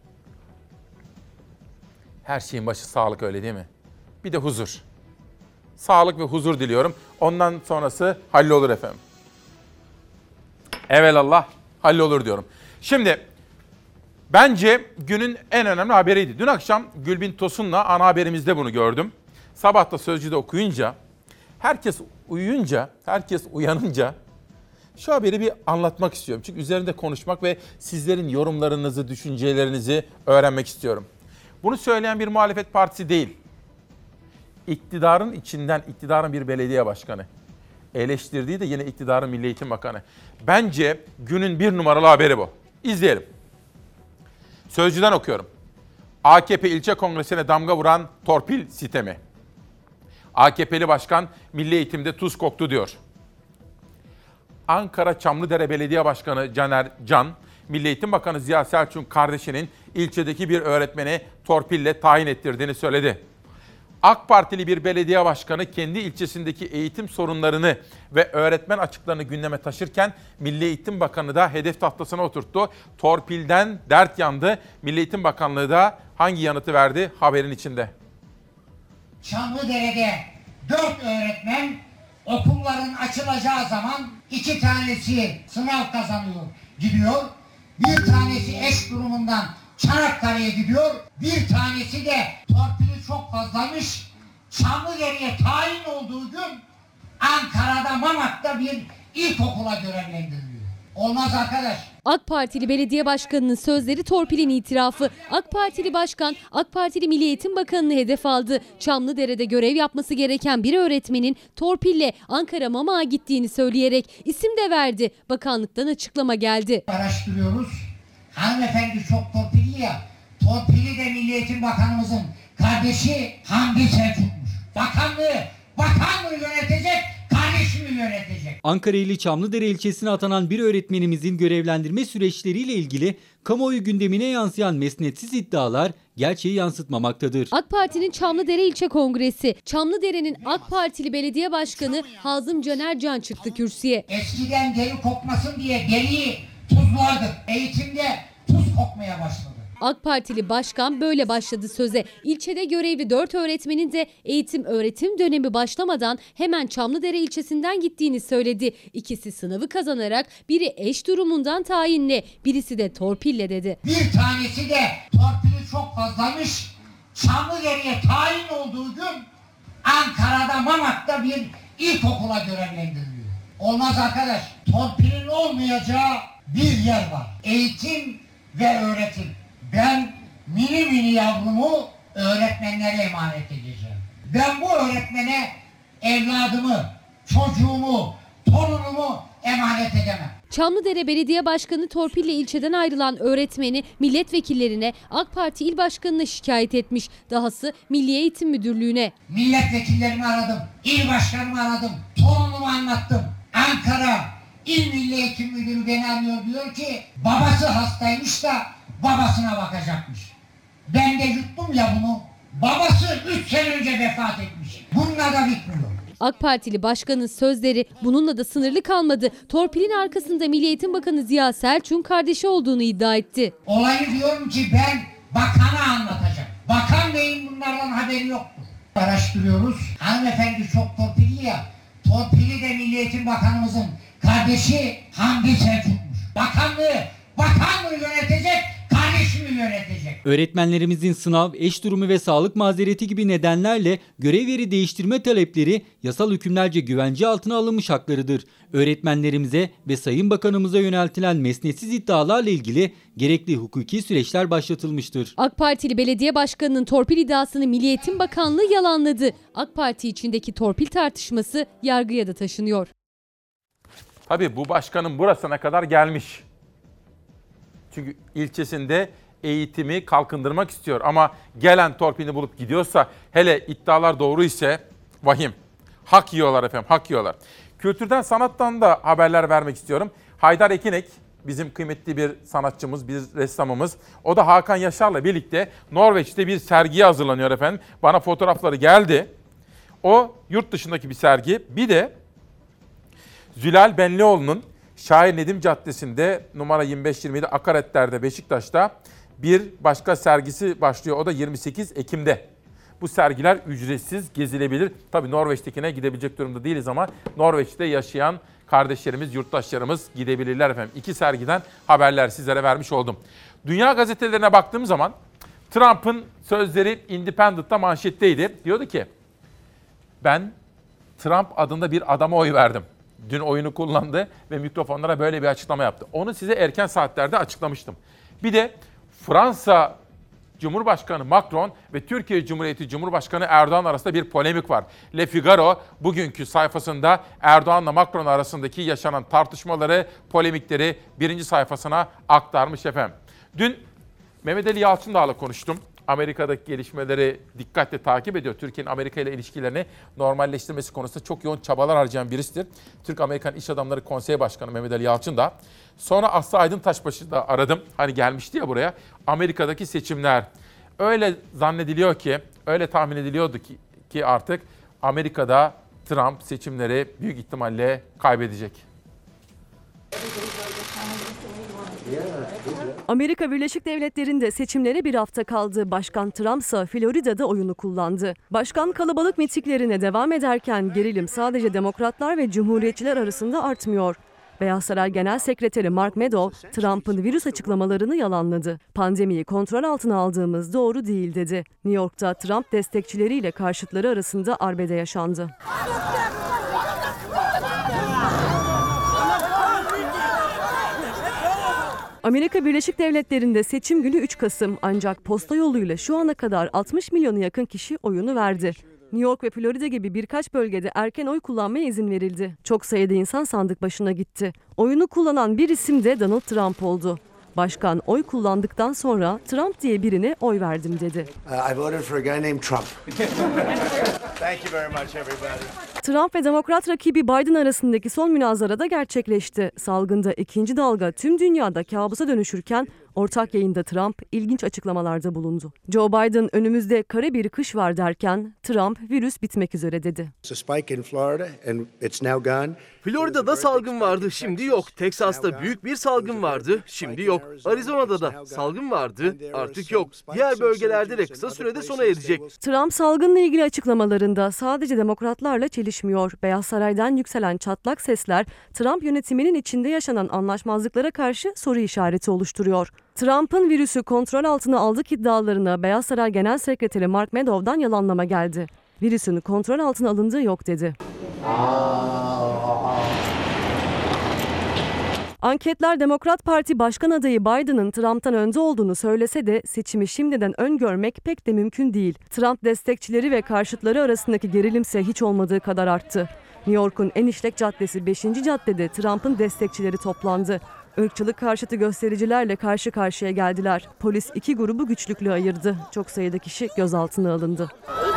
Her şeyin başı sağlık, öyle değil mi? Bir de huzur. Sağlık ve huzur diliyorum. Ondan sonrası hallolur efendim. Evelallah hallolur diyorum. Şimdi bence günün en önemli haberiydi. Dün akşam Gülbin Tosun'la ana haberimizde bunu gördüm. Sabah da Sözcü'de okuyunca, herkes uyuyunca, herkes uyanınca şu haberi bir anlatmak istiyorum. Çünkü üzerinde konuşmak ve sizlerin yorumlarınızı, düşüncelerinizi öğrenmek istiyorum. Bunu söyleyen bir muhalefet partisi değil. İktidarın içinden, iktidarın bir belediye başkanı. Eleştirdiği de yine iktidarın Milli Eğitim Bakanı. Bence günün bir numaralı haberi bu. İzleyelim. Sözcü'den okuyorum. AKP ilçe kongresine damga vuran torpil sistemi. AKP'li başkan Milli Eğitim'de tuz koktu diyor. Ankara Çamlıdere Belediye Başkanı Caner Can, Milli Eğitim Bakanı Ziya Selçuk'un kardeşinin ilçedeki bir öğretmeni torpille tayin ettirdiğini söyledi. AK Partili bir belediye başkanı kendi ilçesindeki eğitim sorunlarını ve öğretmen açıklarını gündeme taşırken Milli Eğitim Bakanı da hedef tahtasına oturttu. Torpilden dert yandı. Milli Eğitim Bakanlığı da hangi yanıtı verdi haberin içinde? Çamlıdere'de 4 öğretmen okulların açılacağı zaman 2 tanesi sınav kazanıyor, gidiyor. Bir tanesi eş durumundan Çanakkale'ye gidiyor. Bir tanesi de torpili çok fazlamış. Çamlıdere'ye tayin olduğu gün Ankara'da Mamak'ta bir ilkokula görevlendiriliyor. Olmaz arkadaş. AK Partili belediye başkanının sözleri torpilin itirafı. AK Partili başkan, AK Partili Milli Eğitim Bakanı'nı hedef aldı. Çamlıdere'de görev yapması gereken bir öğretmenin torpille Ankara Mamak'a gittiğini söyleyerek isim de verdi. Bakanlıktan açıklama geldi. Araştırıyoruz. Hanımefendi çok torpilli ya. Torpili de Milli Eğitim Bakanımızın kardeşi Hamdi Selçuk'muş. Bakanlığı yönetecek kardeşi kardeşimi yönetecek. Ankara ili Çamlıdere ilçesine atanan bir öğretmenimizin görevlendirme süreçleriyle ilgili kamuoyu gündemine yansıyan mesnetsiz iddialar gerçeği yansıtmamaktadır. AK Parti'nin Çamlıdere İlçe Kongresi, Çamlıdere'nin AK Partili Belediye Başkanı Hazım Caner Can çıktı kürsüye. Eskiden deri kokmasın diye deriyi tuzlardık. Eğitimde tuz kokmaya başladı. AK Partili başkan böyle başladı söze. İlçede görevli 4 öğretmenin de eğitim-öğretim dönemi başlamadan hemen Çamlıdere ilçesinden gittiğini söyledi. İkisi sınavı kazanarak biri eş durumundan tayinle, birisi de torpille dedi. Bir tanesi de torpili çok fazlamış. Çamlıdere'ye tayin olduğu gün Ankara'da Mamak'ta bir ilkokula görevlendiriliyor. Olmaz arkadaş. Torpilin olmayacağı bir yer var. Eğitim ve öğretim. Ben mini yavrumu öğretmenlere emanet edeceğim. Ben bu öğretmene evladımı, çocuğumu, torunumu emanet edemem. Çamlıdere Belediye Başkanı torpille ilçeden ayrılan öğretmeni milletvekillerine, AK Parti İl Başkanı'na şikayet etmiş. Dahası Milli Eğitim Müdürlüğü'ne. Milletvekillerimi aradım, il başkanımı aradım, torunumu anlattım. Ankara İl Milli Eğitim Müdürü beni arıyor, diyor ki babası hastaymış da babasına bakacakmış. Ben de yuttum ya bunu. Babası 3 sene önce vefat etmiş. Bununla da bitmiyor. AK Partili başkanın sözleri bununla da sınırlı kalmadı. Torpilin arkasında Milli Eğitim Bakanı Ziya Selçuk'un kardeşi olduğunu iddia etti. Olayı diyorum ki ben bakana anlatacağım. Bakan beyin bunlardan haberi yoktur. Araştırıyoruz. Hanımefendi çok torpilli ya. Torpili de Milli Eğitim Bakanımızın kardeşi Hamdi Selçuk'muş. Bakanlığı yönetecek, kardeşimi yönetecek. Öğretmenlerimizin sınav, eş durumu ve sağlık mazereti gibi nedenlerle görev yeri değiştirme talepleri yasal hükümlerce güvence altına alınmış haklarıdır. Öğretmenlerimize ve Sayın Bakanımıza yöneltilen mesnetsiz iddialarla ilgili gerekli hukuki süreçler başlatılmıştır. AK Partili Belediye Başkanı'nın torpil iddiasını Milli Eğitim Bakanlığı yalanladı. AK Parti içindeki torpil tartışması yargıya da taşınıyor. Tabii bu başkanın burasına kadar gelmiş. Çünkü ilçesinde eğitimi kalkındırmak istiyor. Ama gelen torpilini bulup gidiyorsa, hele iddialar doğru ise vahim. Hak yiyorlar efendim, hak yiyorlar. Kültürden, sanattan da haberler vermek istiyorum. Haydar Ekinek, bizim kıymetli bir sanatçımız, bir ressamımız. O da Hakan Yaşar'la birlikte Norveç'te bir sergiye hazırlanıyor efendim. Bana fotoğrafları geldi. O yurt dışındaki bir sergi. Bir de Zülal Benlioğlu'nun Şair Nedim Caddesi'nde numara 25-27 Akaretler'de Beşiktaş'ta bir başka sergisi başlıyor. O da 28 Ekim'de. Bu sergiler ücretsiz, gezilebilir. Tabii Norveç'tekine gidebilecek durumda değiliz ama Norveç'te yaşayan kardeşlerimiz, yurttaşlarımız gidebilirler efendim. 2 sergiden haberler sizlere vermiş oldum. Dünya gazetelerine baktığım zaman Trump'ın sözleri Independent'ta manşetteydi. Diyordu ki, ben Trump adında bir adama oy verdim. Dün oyunu kullandı ve mikrofonlara böyle bir açıklama yaptı. Onu size erken saatlerde açıklamıştım. Bir de Fransa Cumhurbaşkanı Macron ve Türkiye Cumhuriyeti Cumhurbaşkanı Erdoğan arasında bir polemik var. Le Figaro bugünkü sayfasında Erdoğan'la Macron arasındaki yaşanan tartışmaları, polemikleri birinci sayfasına aktarmış efendim. Dün Mehmet Ali Yalçındağ'la konuştum. Amerika'daki gelişmeleri dikkatle takip ediyor. Türkiye'nin Amerika ile ilişkilerini normalleştirmesi konusunda çok yoğun çabalar harcayan birisidir. Türk-Amerikan İş Adamları Konseyi Başkanı Mehmet Ali Yalçındağ. Sonra Aslı Aydın Taşbaş'ı da aradım. Hani gelmişti ya buraya. Amerika'daki seçimler. Öyle zannediliyor ki, öyle tahmin ediliyordu ki artık Amerika'da Trump seçimleri büyük ihtimalle kaybedecek. Amerika Birleşik Devletleri'nde seçimlere bir hafta kaldı. Başkan Trump ise Florida'da oyunu kullandı. Başkan kalabalık mitinglerine devam ederken gerilim sadece demokratlar ve cumhuriyetçiler arasında artmıyor. Beyaz Saray Genel Sekreteri Mark Meadows, Trump'ın virüs açıklamalarını yalanladı. Pandemiyi kontrol altına aldığımız doğru değil dedi. New York'ta Trump destekçileriyle karşıtları arasında arbede yaşandı. Amerika Birleşik Devletleri'nde seçim günü 3 Kasım ancak posta yoluyla şu ana kadar 60 milyona yakın kişi oyunu verdi. New York ve Florida gibi birkaç bölgede erken oy kullanmaya izin verildi. Çok sayıda insan sandık başına gitti. Oyunu kullanan bir isim de Donald Trump oldu. Başkan oy kullandıktan sonra Trump diye birine oy verdim dedi. I voted for a guy named Trump. Thank you very much, everybody. Trump ve Demokrat rakibi Biden arasındaki son münazara da gerçekleşti. Salgında ikinci dalga tüm dünyada kabusa dönüşürken ortak yayında Trump ilginç açıklamalarda bulundu. Joe Biden önümüzde kara bir kış var derken Trump virüs bitmek üzere dedi. Florida'da salgın vardı, şimdi yok. Teksas'ta büyük bir salgın vardı, şimdi yok. Arizona'da da salgın vardı, artık yok. Diğer bölgelerde de kısa sürede sona erecek. Trump salgınla ilgili açıklamalarında sadece demokratlarla çelişmiyor. Beyaz Saray'dan yükselen çatlak sesler Trump yönetiminin içinde yaşanan anlaşmazlıklara karşı soru işareti oluşturuyor. Trump'ın virüsü kontrol altına aldık iddialarına Beyaz Saray Genel Sekreteri Mark Meadows'dan yalanlama geldi. Virüsün kontrol altına alındığı yok dedi. Anketler Demokrat Parti Başkan adayı Biden'ın Trump'tan önde olduğunu söylese de seçimi şimdiden öngörmek pek de mümkün değil. Trump destekçileri ve karşıtları arasındaki gerilimse hiç olmadığı kadar arttı. New York'un en işlek caddesi 5. caddede Trump'ın destekçileri toplandı. Irkçılık karşıtı göstericilerle karşı karşıya geldiler. Polis iki grubu güçlükle ayırdı. Çok sayıda kişi gözaltına alındı.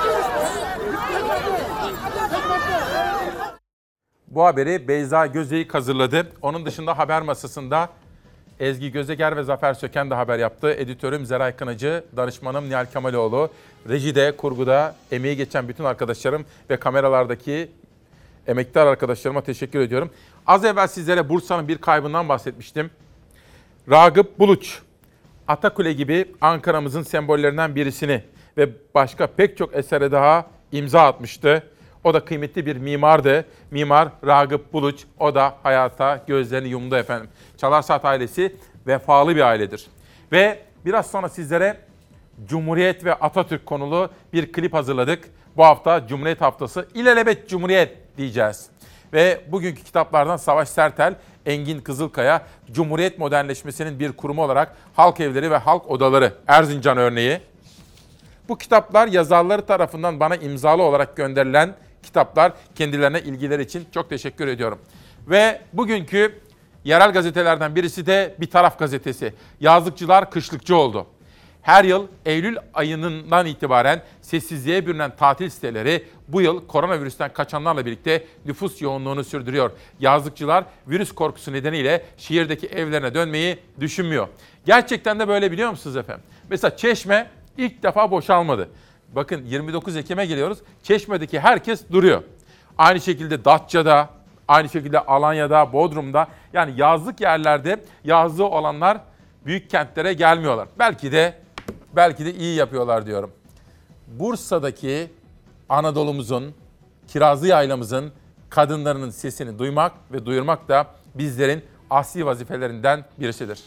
Bu haberi Beyza Gözeyik hazırladı. Onun dışında haber masasında Ezgi Gözeger ve Zafer Söken de haber yaptı. Editörüm Zeray Kınacı, danışmanım Nihal Kemaloğlu, rejide, kurguda emeği geçen bütün arkadaşlarım ve kameralardaki emektar arkadaşlarıma teşekkür ediyorum. Az evvel sizlere Bursa'nın bir kaybından bahsetmiştim. Ragıp Buluç, Atakule gibi Ankara'mızın sembollerinden birisini ve başka pek çok esere daha imza atmıştı. O da kıymetli bir mimardı. Mimar Ragıp Buluç, o da hayata gözlerini yumdu efendim. Çalar Saat ailesi vefalı bir ailedir. Ve biraz sonra sizlere Cumhuriyet ve Atatürk konulu bir klip hazırladık. Bu hafta Cumhuriyet Haftası, İlelebet Cumhuriyet diyeceğiz. Ve bugünkü kitaplardan Savaş Sertel, Engin Kızılkaya, Cumhuriyet modernleşmesinin bir kurumu olarak Halk Evleri ve Halk Odaları, Erzincan örneği. Bu kitaplar yazarları tarafından bana imzalı olarak gönderilen kitaplar. Kendilerine ilgileri için çok teşekkür ediyorum. Ve bugünkü yerel gazetelerden birisi de Bir Taraf gazetesi. Yazlıkçılar kışlıkçı oldu. Her yıl Eylül ayından itibaren sessizliğe bürünen tatil siteleri bu yıl koronavirüsten kaçanlarla birlikte nüfus yoğunluğunu sürdürüyor. Yazlıkçılar virüs korkusu nedeniyle şehirdeki evlerine dönmeyi düşünmüyor. Gerçekten de böyle, biliyor musunuz efendim? Mesela Çeşme ilk defa boşalmadı. Bakın 29 Ekim'e geliyoruz. Çeşme'deki herkes duruyor. Aynı şekilde Datça'da, aynı şekilde Alanya'da, Bodrum'da, yani yazlık yerlerde yazlığı olanlar büyük kentlere gelmiyorlar. Belki de iyi yapıyorlar diyorum. Bursa'daki Anadolu'muzun, Kirazlı Yaylamızın kadınlarının sesini duymak ve duyurmak da bizlerin asli vazifelerinden birisidir.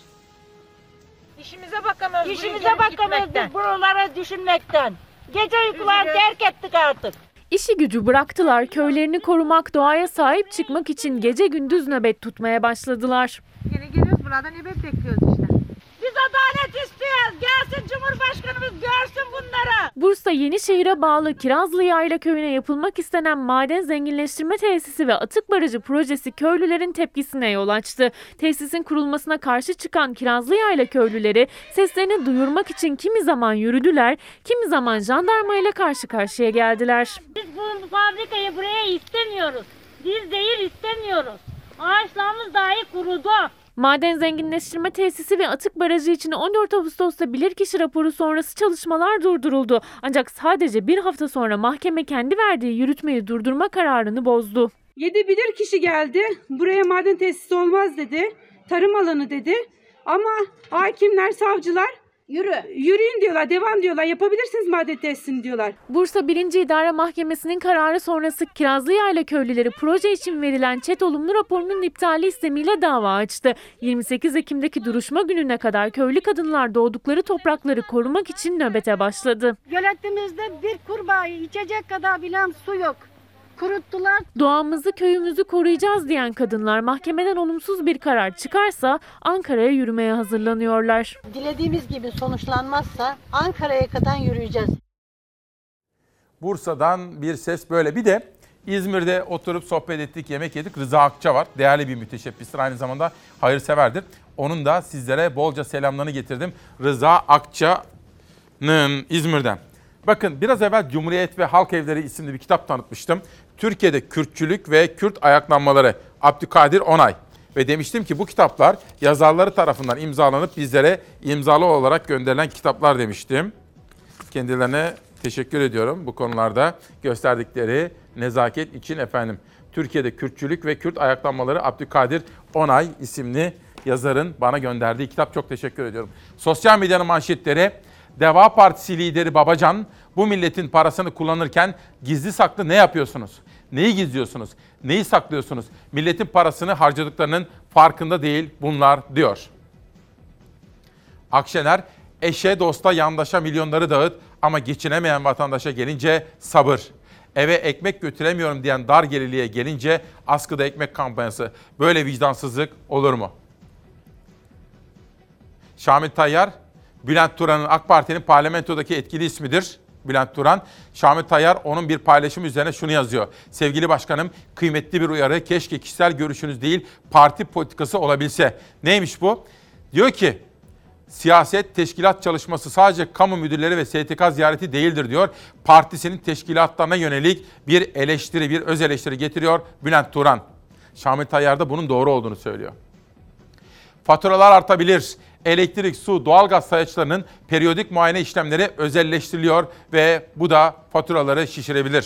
İşimize bakamıyoruz buralara düşünmekten. Gece uykular terk ettik artık. İşi gücü bıraktılar, köylerini korumak, doğaya sahip çıkmak için gece gündüz nöbet tutmaya başladılar. Yine geliyoruz burada nöbet bekliyoruz işte. Biz adalet istiyoruz. Gelsin Cumhurbaşkanımız görsün bunları. Bursa Yenişehir'e bağlı Kirazlı Yayla köyüne yapılmak istenen maden zenginleştirme tesisi ve atık barajı projesi köylülerin tepkisine yol açtı. Tesisin kurulmasına karşı çıkan Kirazlı Yayla köylüleri seslerini duyurmak için kimi zaman yürüdüler, kimi zaman jandarmayla karşı karşıya geldiler. Biz bu fabrikayı buraya istemiyoruz. Biz zehir istemiyoruz. Ağaçlarımız dahi kurudu. Maden zenginleştirme tesisi ve atık barajı için 14 Ağustos'ta bilirkişi raporu sonrası çalışmalar durduruldu. Ancak sadece bir hafta sonra mahkeme kendi verdiği yürütmeyi durdurma kararını bozdu. 7 bilirkişi geldi. Buraya maden tesisi olmaz dedi. Tarım alanı dedi. Ama hakimler, savcılar yürüyün diyorlar, devam diyorlar, yapabilirsiniz maden tesisini diyorlar. Bursa 1. İdare Mahkemesi'nin kararı sonrası Kirazlı Yayla köylüleri proje için verilen ÇED olumlu raporunun iptali istemiyle dava açtı. 28 Ekim'deki duruşma gününe kadar köylü kadınlar doğdukları toprakları korumak için nöbete başladı. Göletimizde bir kurbağayı içecek kadar bilen su yok. Kuruttular. Doğamızı, köyümüzü koruyacağız diyen kadınlar mahkemeden olumsuz bir karar çıkarsa Ankara'ya yürümeye hazırlanıyorlar. Dilediğimiz gibi sonuçlanmazsa Ankara'ya kadar yürüyeceğiz. Bursa'dan bir ses böyle. Bir de İzmir'de oturup sohbet ettik, yemek yedik. Rıza Akça var. Değerli bir müteşebbistir. Aynı zamanda hayırseverdir. Onun da sizlere bolca selamlarını getirdim. Rıza Akça'nın İzmir'den. Bakın biraz evvel Cumhuriyet ve Halk Evleri isimli bir kitap tanıtmıştım. Türkiye'de Kürtçülük ve Kürt ayaklanmaları Abdülkadir Onay. Ve demiştim ki bu kitaplar yazarları tarafından imzalanıp bizlere imzalı olarak gönderilen kitaplar demiştim. Kendilerine teşekkür ediyorum bu konularda gösterdikleri nezaket için efendim. Türkiye'de Kürtçülük ve Kürt ayaklanmaları Abdülkadir Onay isimli yazarın bana gönderdiği kitap. Çok teşekkür ediyorum. Sosyal medyanın manşetleri: Deva Partisi lideri Babacan, bu milletin parasını kullanırken gizli saklı ne yapıyorsunuz? Neyi gizliyorsunuz? Neyi saklıyorsunuz? Milletin parasını harcadıklarının farkında değil bunlar diyor. Akşener, eşe, dosta, yandaşa milyonları dağıt ama geçinemeyen vatandaşa gelince sabır. Eve ekmek götüremiyorum diyen dar gelirliye gelince askıda ekmek kampanyası. Böyle vicdansızlık olur mu? Şamil Tayyar, Bülent Turan'ın AK Parti'nin parlamentodaki etkili ismidir. Bülent Turan, Şamil Tayyar onun bir paylaşımı üzerine şunu yazıyor. Sevgili başkanım, kıymetli bir uyarı, keşke kişisel görüşünüz değil parti politikası olabilse. Neymiş bu? Diyor ki, siyaset teşkilat çalışması sadece kamu müdürleri ve STK ziyareti değildir diyor. Partisinin teşkilatlarına yönelik bir eleştiri, bir öz eleştiri getiriyor Bülent Turan. Şamil Tayyar da bunun doğru olduğunu söylüyor. Faturalar artabilir. Elektrik, su, doğalgaz sayaçlarının periyodik muayene işlemleri özelleştiriliyor ve bu da faturaları şişirebilir.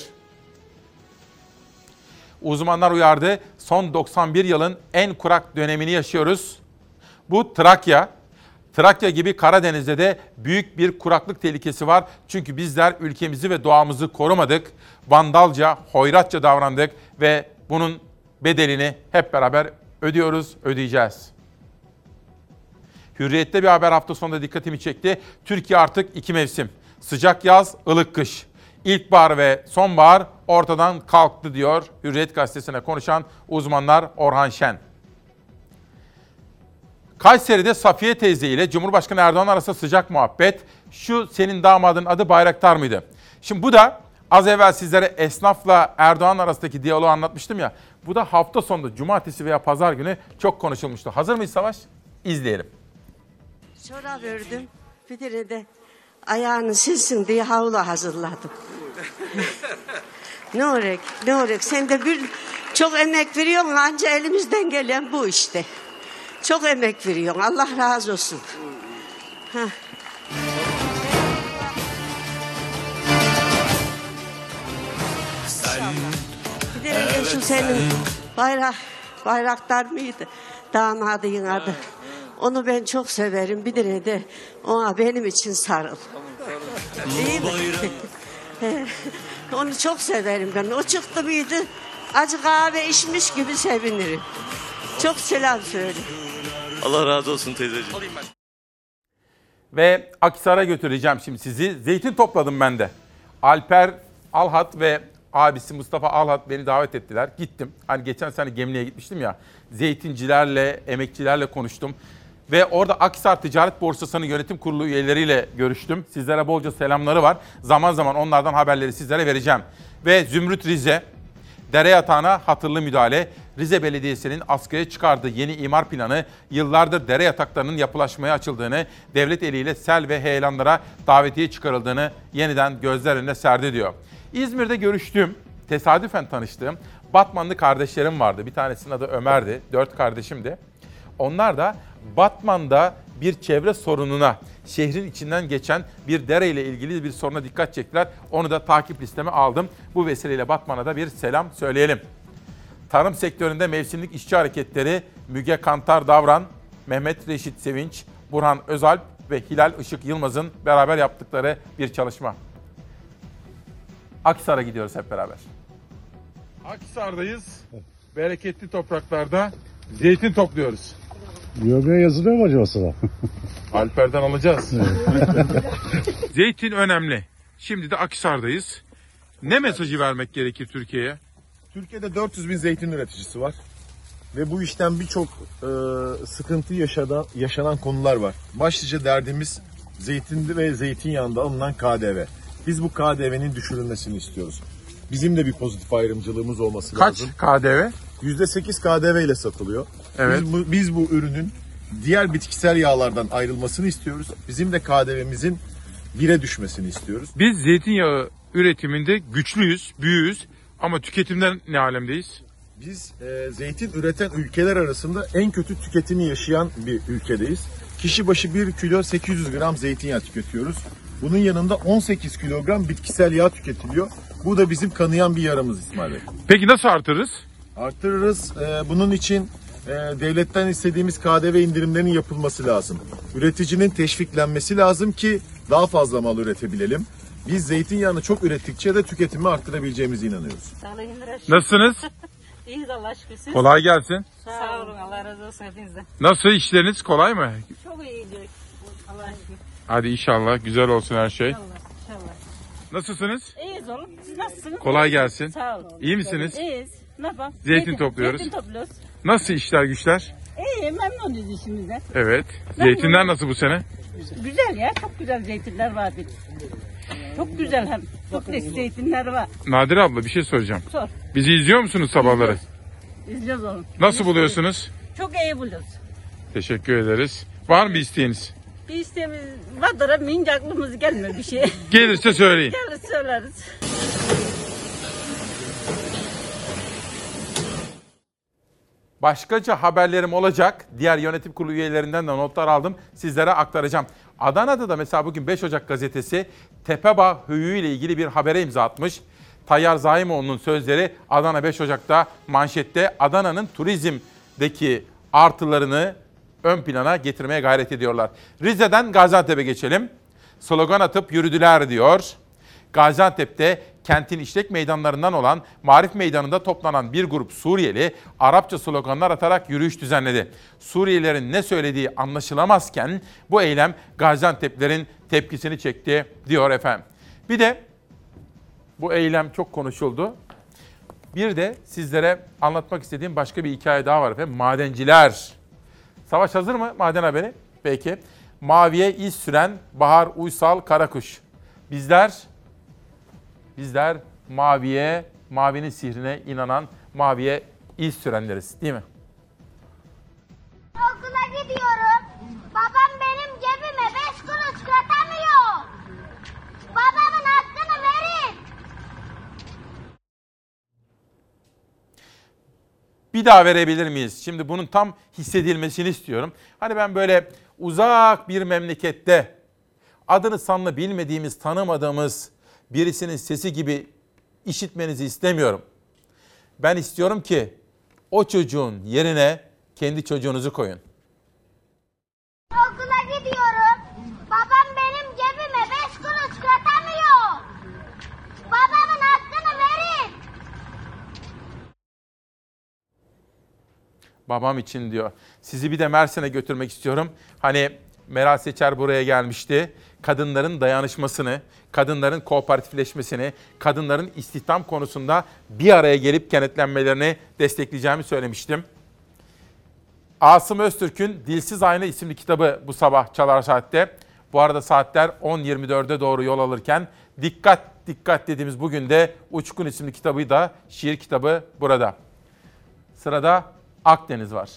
Uzmanlar uyardı. Son 91 yılın en kurak dönemini yaşıyoruz. Bu Trakya gibi Karadeniz'de de büyük bir kuraklık tehlikesi var. Çünkü bizler ülkemizi ve doğamızı korumadık. Vandalca, hoyratça davrandık ve bunun bedelini hep beraber ödeyeceğiz. Hürriyet'te bir haber hafta sonunda dikkatimi çekti. Türkiye artık 2 mevsim. Sıcak yaz, ılık kış. İlkbahar ve sonbahar ortadan kalktı diyor Hürriyet gazetesine konuşan uzmanlar Orhan Şen. Kayseri'de Safiye teyze ile Cumhurbaşkanı Erdoğan arasında sıcak muhabbet. Şu senin damadın adı Bayraktar mıydı? Şimdi bu da az evvel sizlere esnafla Erdoğan arasındaki diyaloğu anlatmıştım ya. Bu da hafta sonunda cumartesi veya pazar günü çok konuşulmuştu. Hazır mıyız Savaş? İzleyelim. Çorap ördüm. Bir de ayağını silsin diye havlu hazırladım. Ne olacak? Sen de çok emek veriyorsun, anca elimizden gelen bu işte. Çok emek veriyorsun. Allah razı olsun. Bir de şu senin Bayraktar mıydı? Damadın adı. Onu ben çok severim. Bir de ona benim için sarıl. Değil mi? Onu çok severim ben. O çıktı mıydı? Acı kahve içmiş gibi sevinirim. Çok selam söyle. Allah razı olsun teyzeciğim. Ve Akhisar'a götüreceğim şimdi sizi. Zeytin topladım ben de. Alper Alhat ve abisi Mustafa Alhat beni davet ettiler. Gittim. Hani geçen sene Gemli'ye gitmiştim ya. Zeytincilerle, emekçilerle konuştum. Ve orada Akhisar Ticaret Borsası'nın yönetim kurulu üyeleriyle görüştüm. Sizlere bolca selamları var. Zaman zaman onlardan haberleri sizlere vereceğim. Ve Zümrüt Rize, dere yatağına hatırlı müdahale. Rize Belediyesi'nin askıya çıkardığı yeni imar planı yıllardır dere yataklarının yapılaşmaya açıldığını, devlet eliyle sel ve heyelanlara davetiye çıkarıldığını yeniden gözler önüne serdi diyor. İzmir'de görüştüğüm, tesadüfen tanıştığım Batmanlı kardeşlerim vardı. Bir tanesinin adı Ömer'di, 4 kardeşimdi. Onlar da Batman'da bir çevre sorununa, şehrin içinden geçen bir dere ile ilgili bir soruna dikkat çektiler. Onu da takip listeme aldım. Bu vesileyle Batman'a da bir selam söyleyelim. Tarım sektöründe mevsimlik işçi hareketleri Müge Kantar Davran, Mehmet Reşit Sevinç, Burhan Özalp ve Hilal Işık Yılmaz'ın beraber yaptıkları bir çalışma. Akhisar'a gidiyoruz hep beraber. Akhisar'dayız. Bereketli topraklarda zeytin topluyoruz. Yövmeye yazılıyor mu acaba sana? Alper'den alacağız. Zeytin önemli. Şimdi de Akhisar'dayız. Ne mesajı vermek gerekir Türkiye'ye? Türkiye'de 400 bin zeytin üreticisi var. Ve bu işten birçok sıkıntı yaşanan konular var. Başlıca derdimiz zeytinde ve zeytinyağında alınan KDV. Biz bu KDV'nin düşürülmesini istiyoruz. Bizim de bir pozitif ayrımcılığımız olması lazım. Kaç KDV? %8 KDV ile satılıyor. Evet. Biz bu ürünün diğer bitkisel yağlardan ayrılmasını istiyoruz. Bizim de KDV'mizin 1'e düşmesini istiyoruz. Biz zeytinyağı üretiminde güçlüyüz, büyüğüz. Ama tüketimden ne alemdeyiz? Biz zeytin üreten ülkeler arasında en kötü tüketimi yaşayan bir ülkedeyiz. Kişi başı 1 kilo 800 gram zeytinyağı tüketiyoruz. Bunun yanında 18 kilogram bitkisel yağ tüketiliyor. Bu da bizim kanayan bir yaramız İsmail Bey. Peki nasıl artırırız? Artırırız. Bunun için devletten istediğimiz KDV indirimlerinin yapılması lazım. Üreticinin teşviklenmesi lazım ki daha fazla mal üretebilelim. Biz zeytinyağını çok ürettikçe de tüketimi arttırabileceğimize inanıyoruz. Nasılsınız? İyiyiz Allah şükür. Kolay gelsin. Sağ olun, Allah razı olsun hepinizden. Nasıl, işleriniz kolay mı? Çok iyi diyor. Allah şükür. Hadi inşallah güzel olsun her şey. İnşallah. Nasılsınız? İyiyiz oğlum. Siz nasılsınız? Kolay gelsin. Sağ olun. İyi misiniz? İyiyiz. Ne yapalım? Zeytin topluyoruz. Zeytin topluyoruz. Nasıl işler güçler? İyi, memnunuz işimizden. Evet. Zeytinler nasıl bu sene? Güzel ya, çok güzel zeytinler var. Çok güzel hem. Çok leş zeytinler var. Nadire abla bir şey soracağım. Sor. Bizi izliyor musunuz sabahları? İzliyoruz oğlum. Nasıl buluyorsunuz? Çok iyi buluyoruz. Teşekkür ederiz. Var mı bir isteğiniz? Bir isteğimiz vardır ama ince aklımız gelmiyor bir şey. Gelirse söyleyin. Gelirse söyleriz. Başkaca haberlerim olacak. Diğer yönetim kurulu üyelerinden de notlar aldım. Sizlere aktaracağım. Adana'da da mesela bugün 5 Ocak gazetesi Tepebağ höyüğü ile ilgili bir habere imza atmış. Tayyar Zaimoğlu'nun sözleri Adana 5 Ocak'ta manşette Adana'nın turizmdeki artılarını ön plana getirmeye gayret ediyorlar. Rize'den Gaziantep'e geçelim. Slogan atıp yürüdüler diyor. Gaziantep'te kentin işlek meydanlarından olan Marif Meydanı'nda toplanan bir grup Suriyeli Arapça sloganlar atarak yürüyüş düzenledi. Suriyelilerin ne söylediği anlaşılamazken bu eylem Gaziantep'lerin tepkisini çekti diyor efendim. Bir de bu eylem çok konuşuldu. Bir de sizlere anlatmak istediğim başka bir hikaye daha var efendim. Madenciler. Savaş hazır mı? Maden haberi. Peki. Maviye iz süren Bahar Uysal Karakuş. Bizler maviye, mavinin sihrine inanan, maviye iz sürenleriz, değil mi? Okula gidiyorum. Babam benim cebime 5 kuruş katamıyor. Babamın hakkını verin. Bir daha verebilir miyiz? Şimdi bunun tam hissedilmesini istiyorum. Hani ben böyle uzak bir memlekette adını sanını bilmediğimiz, tanımadığımız birisinin sesi gibi işitmenizi istemiyorum. Ben istiyorum ki o çocuğun yerine kendi çocuğunuzu koyun. Okula gidiyorum. Babam benim cebime 5 kuruş katamıyor. Babamın hakkını verin. Babam için diyor. Sizi bir de Mersin'e götürmek istiyorum. Hani Meral Seçer buraya gelmişti. Kadınların dayanışmasını, kadınların kooperatifleşmesini, kadınların istihdam konusunda bir araya gelip kenetlenmelerini destekleyeceğimi söylemiştim. Asım Öztürk'ün Dilsiz Ayna isimli kitabı bu sabah Çalar Saat'te. Bu arada saatler 10.24'e doğru yol alırken dikkat dediğimiz bugün de Uçkun isimli kitabı da şiir kitabı burada. Sırada Akdeniz var.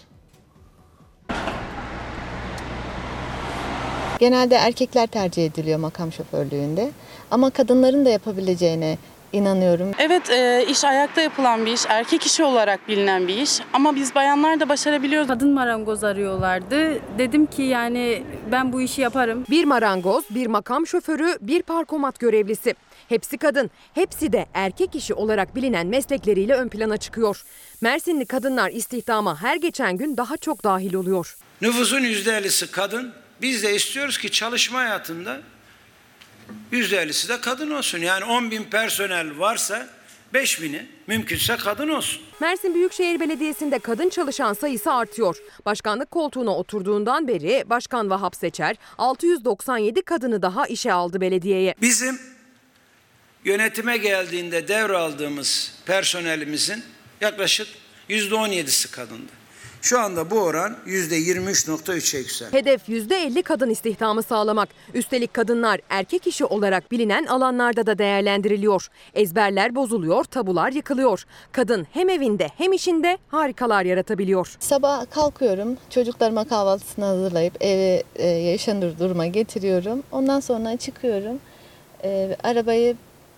Genelde erkekler tercih ediliyor makam şoförlüğünde ama kadınların da yapabileceğine inanıyorum. Evet, iş ayakta yapılan bir iş, erkek işi olarak bilinen bir iş ama biz bayanlar da başarabiliyoruz. Kadın marangoz arıyorlardı. Dedim ki yani ben bu işi yaparım. Bir marangoz, bir makam şoförü, bir parkomat görevlisi. Hepsi kadın, hepsi de erkek işi olarak bilinen meslekleriyle ön plana çıkıyor. Mersinli kadınlar istihdama her geçen gün daha çok dahil oluyor. Nüfusun %50'si kadın. Biz de istiyoruz ki çalışma hayatında %50'si de kadın olsun. Yani 10.000 personel varsa 5.000'i mümkünse kadın olsun. Mersin Büyükşehir Belediyesi'nde kadın çalışan sayısı artıyor. Başkanlık koltuğuna oturduğundan beri Başkan Vahap Seçer 697 kadını daha işe aldı belediyeye. Bizim yönetime geldiğinde devraldığımız personelimizin yaklaşık %17'si kadındı. Şu anda bu oran %23.3'e yükseldi. Hedef %50 kadın istihdamı sağlamak. Üstelik kadınlar erkek işi olarak bilinen alanlarda da değerlendiriliyor. Ezberler bozuluyor, tabular yıkılıyor. Kadın hem evinde hem işinde harikalar yaratabiliyor. Sabah kalkıyorum, çocuklarıma kahvaltısını hazırlayıp eve yaşanır duruma getiriyorum. Ondan sonra çıkıyorum, arabayı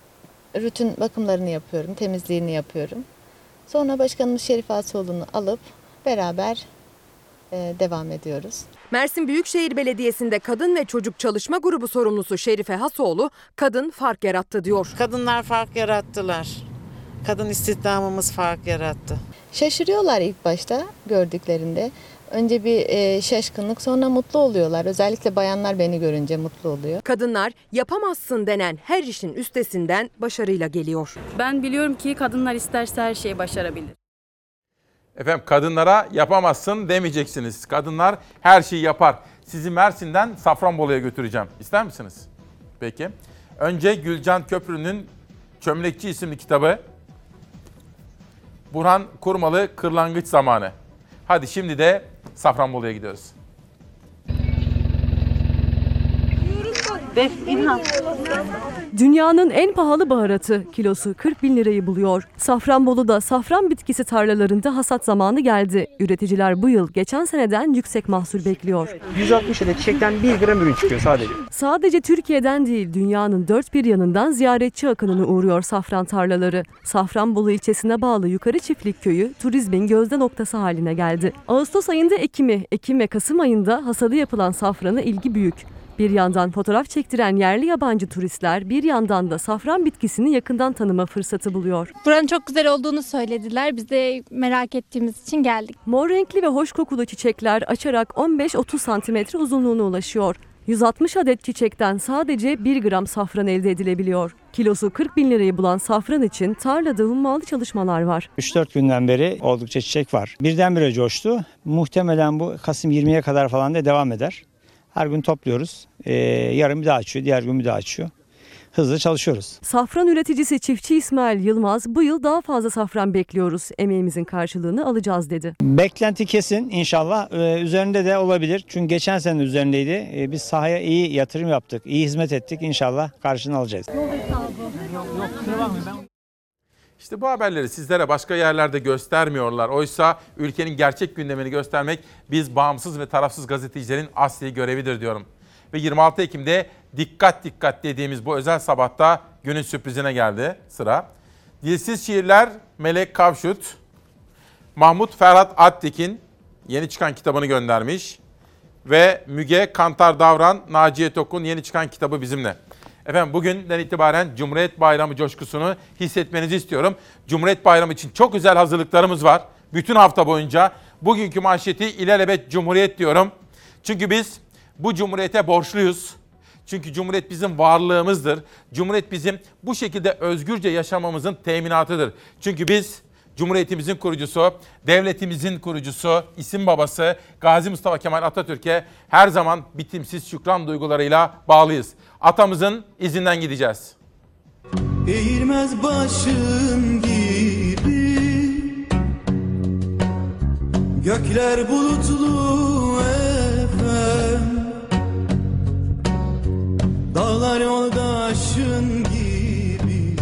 rutin bakımlarını yapıyorum, temizliğini yapıyorum. Sonra başkanımız Şerif Asoğlu'nu alıp beraber devam ediyoruz. Mersin Büyükşehir Belediyesi'nde Kadın ve Çocuk Çalışma Grubu sorumlusu Şerife Hasoğlu, kadın fark yarattı diyor. Kadınlar fark yarattılar. Kadın istihdamımız fark yarattı. Şaşırıyorlar ilk başta gördüklerinde. Önce bir şaşkınlık, sonra mutlu oluyorlar. Özellikle bayanlar beni görünce mutlu oluyor. Kadınlar yapamazsın denen her işin üstesinden başarıyla geliyor. Ben biliyorum ki kadınlar isterse her şeyi başarabilir. Efendim kadınlara yapamazsın demeyeceksiniz. Kadınlar her şeyi yapar. Sizi Mersin'den Safranbolu'ya götüreceğim. İster misiniz? Peki. Önce Gülcan Köprü'nün Çömlekçi isimli kitabı. Burhan Kurmalı Kırlangıç Zamanı. Hadi şimdi de Safranbolu'ya gidiyoruz. Dünyanın en pahalı baharatı kilosu 40.000 lirayı buluyor. Safranbolu'da safran bitkisi tarlalarında hasat zamanı geldi. Üreticiler bu yıl geçen seneden yüksek mahsul bekliyor. 160 adet çiçekten 1 gram ürün çıkıyor sadece. Sadece Türkiye'den değil dünyanın dört bir yanından ziyaretçi akınına uğruyor safran tarlaları. Safranbolu ilçesine bağlı Yukarı Çiftlik Köyü turizmin gözde noktası haline geldi. Ağustos ayında Ekim ve Kasım ayında hasadı yapılan safrana ilgi büyük. Bir yandan fotoğraf çektiren yerli yabancı turistler, bir yandan da safran bitkisini yakından tanıma fırsatı buluyor. Buranın çok güzel olduğunu söylediler. Biz de merak ettiğimiz için geldik. Mor renkli ve hoş kokulu çiçekler açarak 15-30 santimetre uzunluğuna ulaşıyor. 160 adet çiçekten sadece 1 gram safran elde edilebiliyor. Kilosu 40.000 lirayı bulan safran için tarlada hummalı çalışmalar var. 3-4 günden beri oldukça çiçek var. Birdenbire coştu. Muhtemelen bu Kasım 20'ye kadar falan da devam eder. Her gün topluyoruz. Yarın bir daha açıyor, diğer gün bir daha açıyor. Hızlı çalışıyoruz. Safran üreticisi çiftçi İsmail Yılmaz bu yıl daha fazla safran bekliyoruz. Emeğimizin karşılığını alacağız dedi. Beklenti kesin inşallah. Üzerinde de olabilir. Çünkü geçen sene üzerindeydi. Biz sahaya iyi yatırım yaptık, iyi hizmet ettik. İnşallah karşılığını alacağız. İşte bu haberleri sizlere başka yerlerde göstermiyorlar. Oysa ülkenin gerçek gündemini göstermek biz bağımsız ve tarafsız gazetecilerin asli görevidir diyorum. Ve 26 Ekim'de dikkat dediğimiz bu özel sabahta günün sürprizine geldi sıra. Dilsiz Şiirler Melek Kavşut, Mahmut Ferhat Attekin yeni çıkan kitabını göndermiş. Ve Müge Kantar Davran, Naciye Tokun yeni çıkan kitabı bizimle. Efendim bugünden itibaren Cumhuriyet Bayramı coşkusunu hissetmenizi istiyorum. Cumhuriyet Bayramı için çok özel hazırlıklarımız var. Bütün hafta boyunca bugünkü manşeti ilelebet Cumhuriyet diyorum. Çünkü biz bu Cumhuriyete borçluyuz. Çünkü Cumhuriyet bizim varlığımızdır. Cumhuriyet bizim bu şekilde özgürce yaşamamızın teminatıdır. Çünkü biz Cumhuriyetimizin kurucusu, devletimizin kurucusu, isim babası Gazi Mustafa Kemal Atatürk'e her zaman bitimsiz şükran duygularıyla bağlıyız. Atamızın izinden gideceğiz. Eğilmez başın gibi gökler bulutlu efem, dağlar yoldaşın gibi,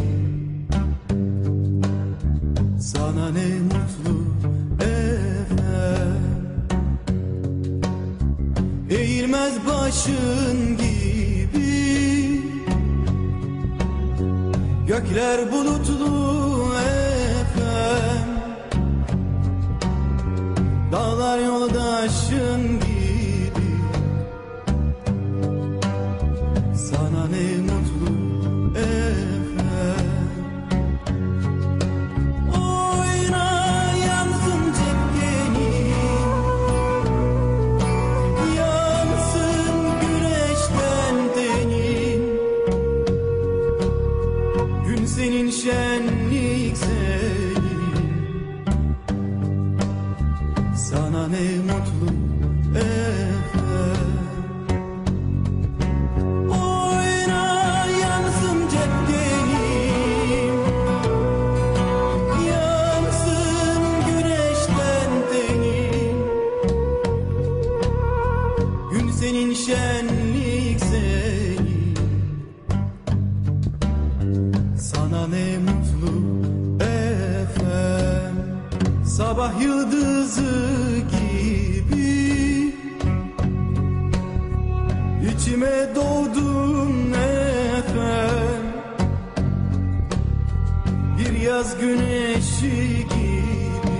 sana ne mutlu efem. Eğilmez başın gibi gökler bulutlu efem, dağlar yoldaşın gibi, sana ne mutlu efem. Oyna yansın cepkeni, yansın güneşten tenin, gün senin şenlik senin, sana ne mutlu efem. Oyna yansın cepkenim, yansın güneşten tenin, gün senin şenlik senin, sana ne mutlu efem. Sabah yıldızı gibi içime doğdun efem, yaz güneşi gibi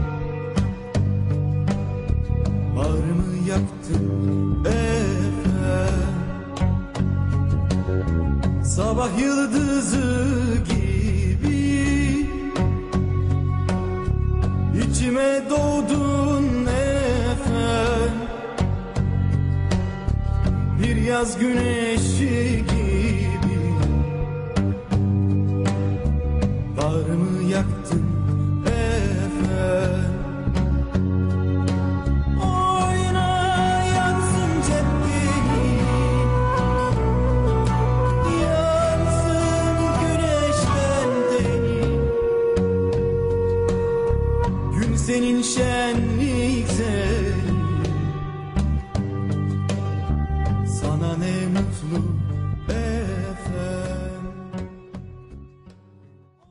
bağrımı yaktın efendim. Sabah yıldızı gibi içime doğdun efendim. Bir yaz güneşi gibi bağrımı yaktın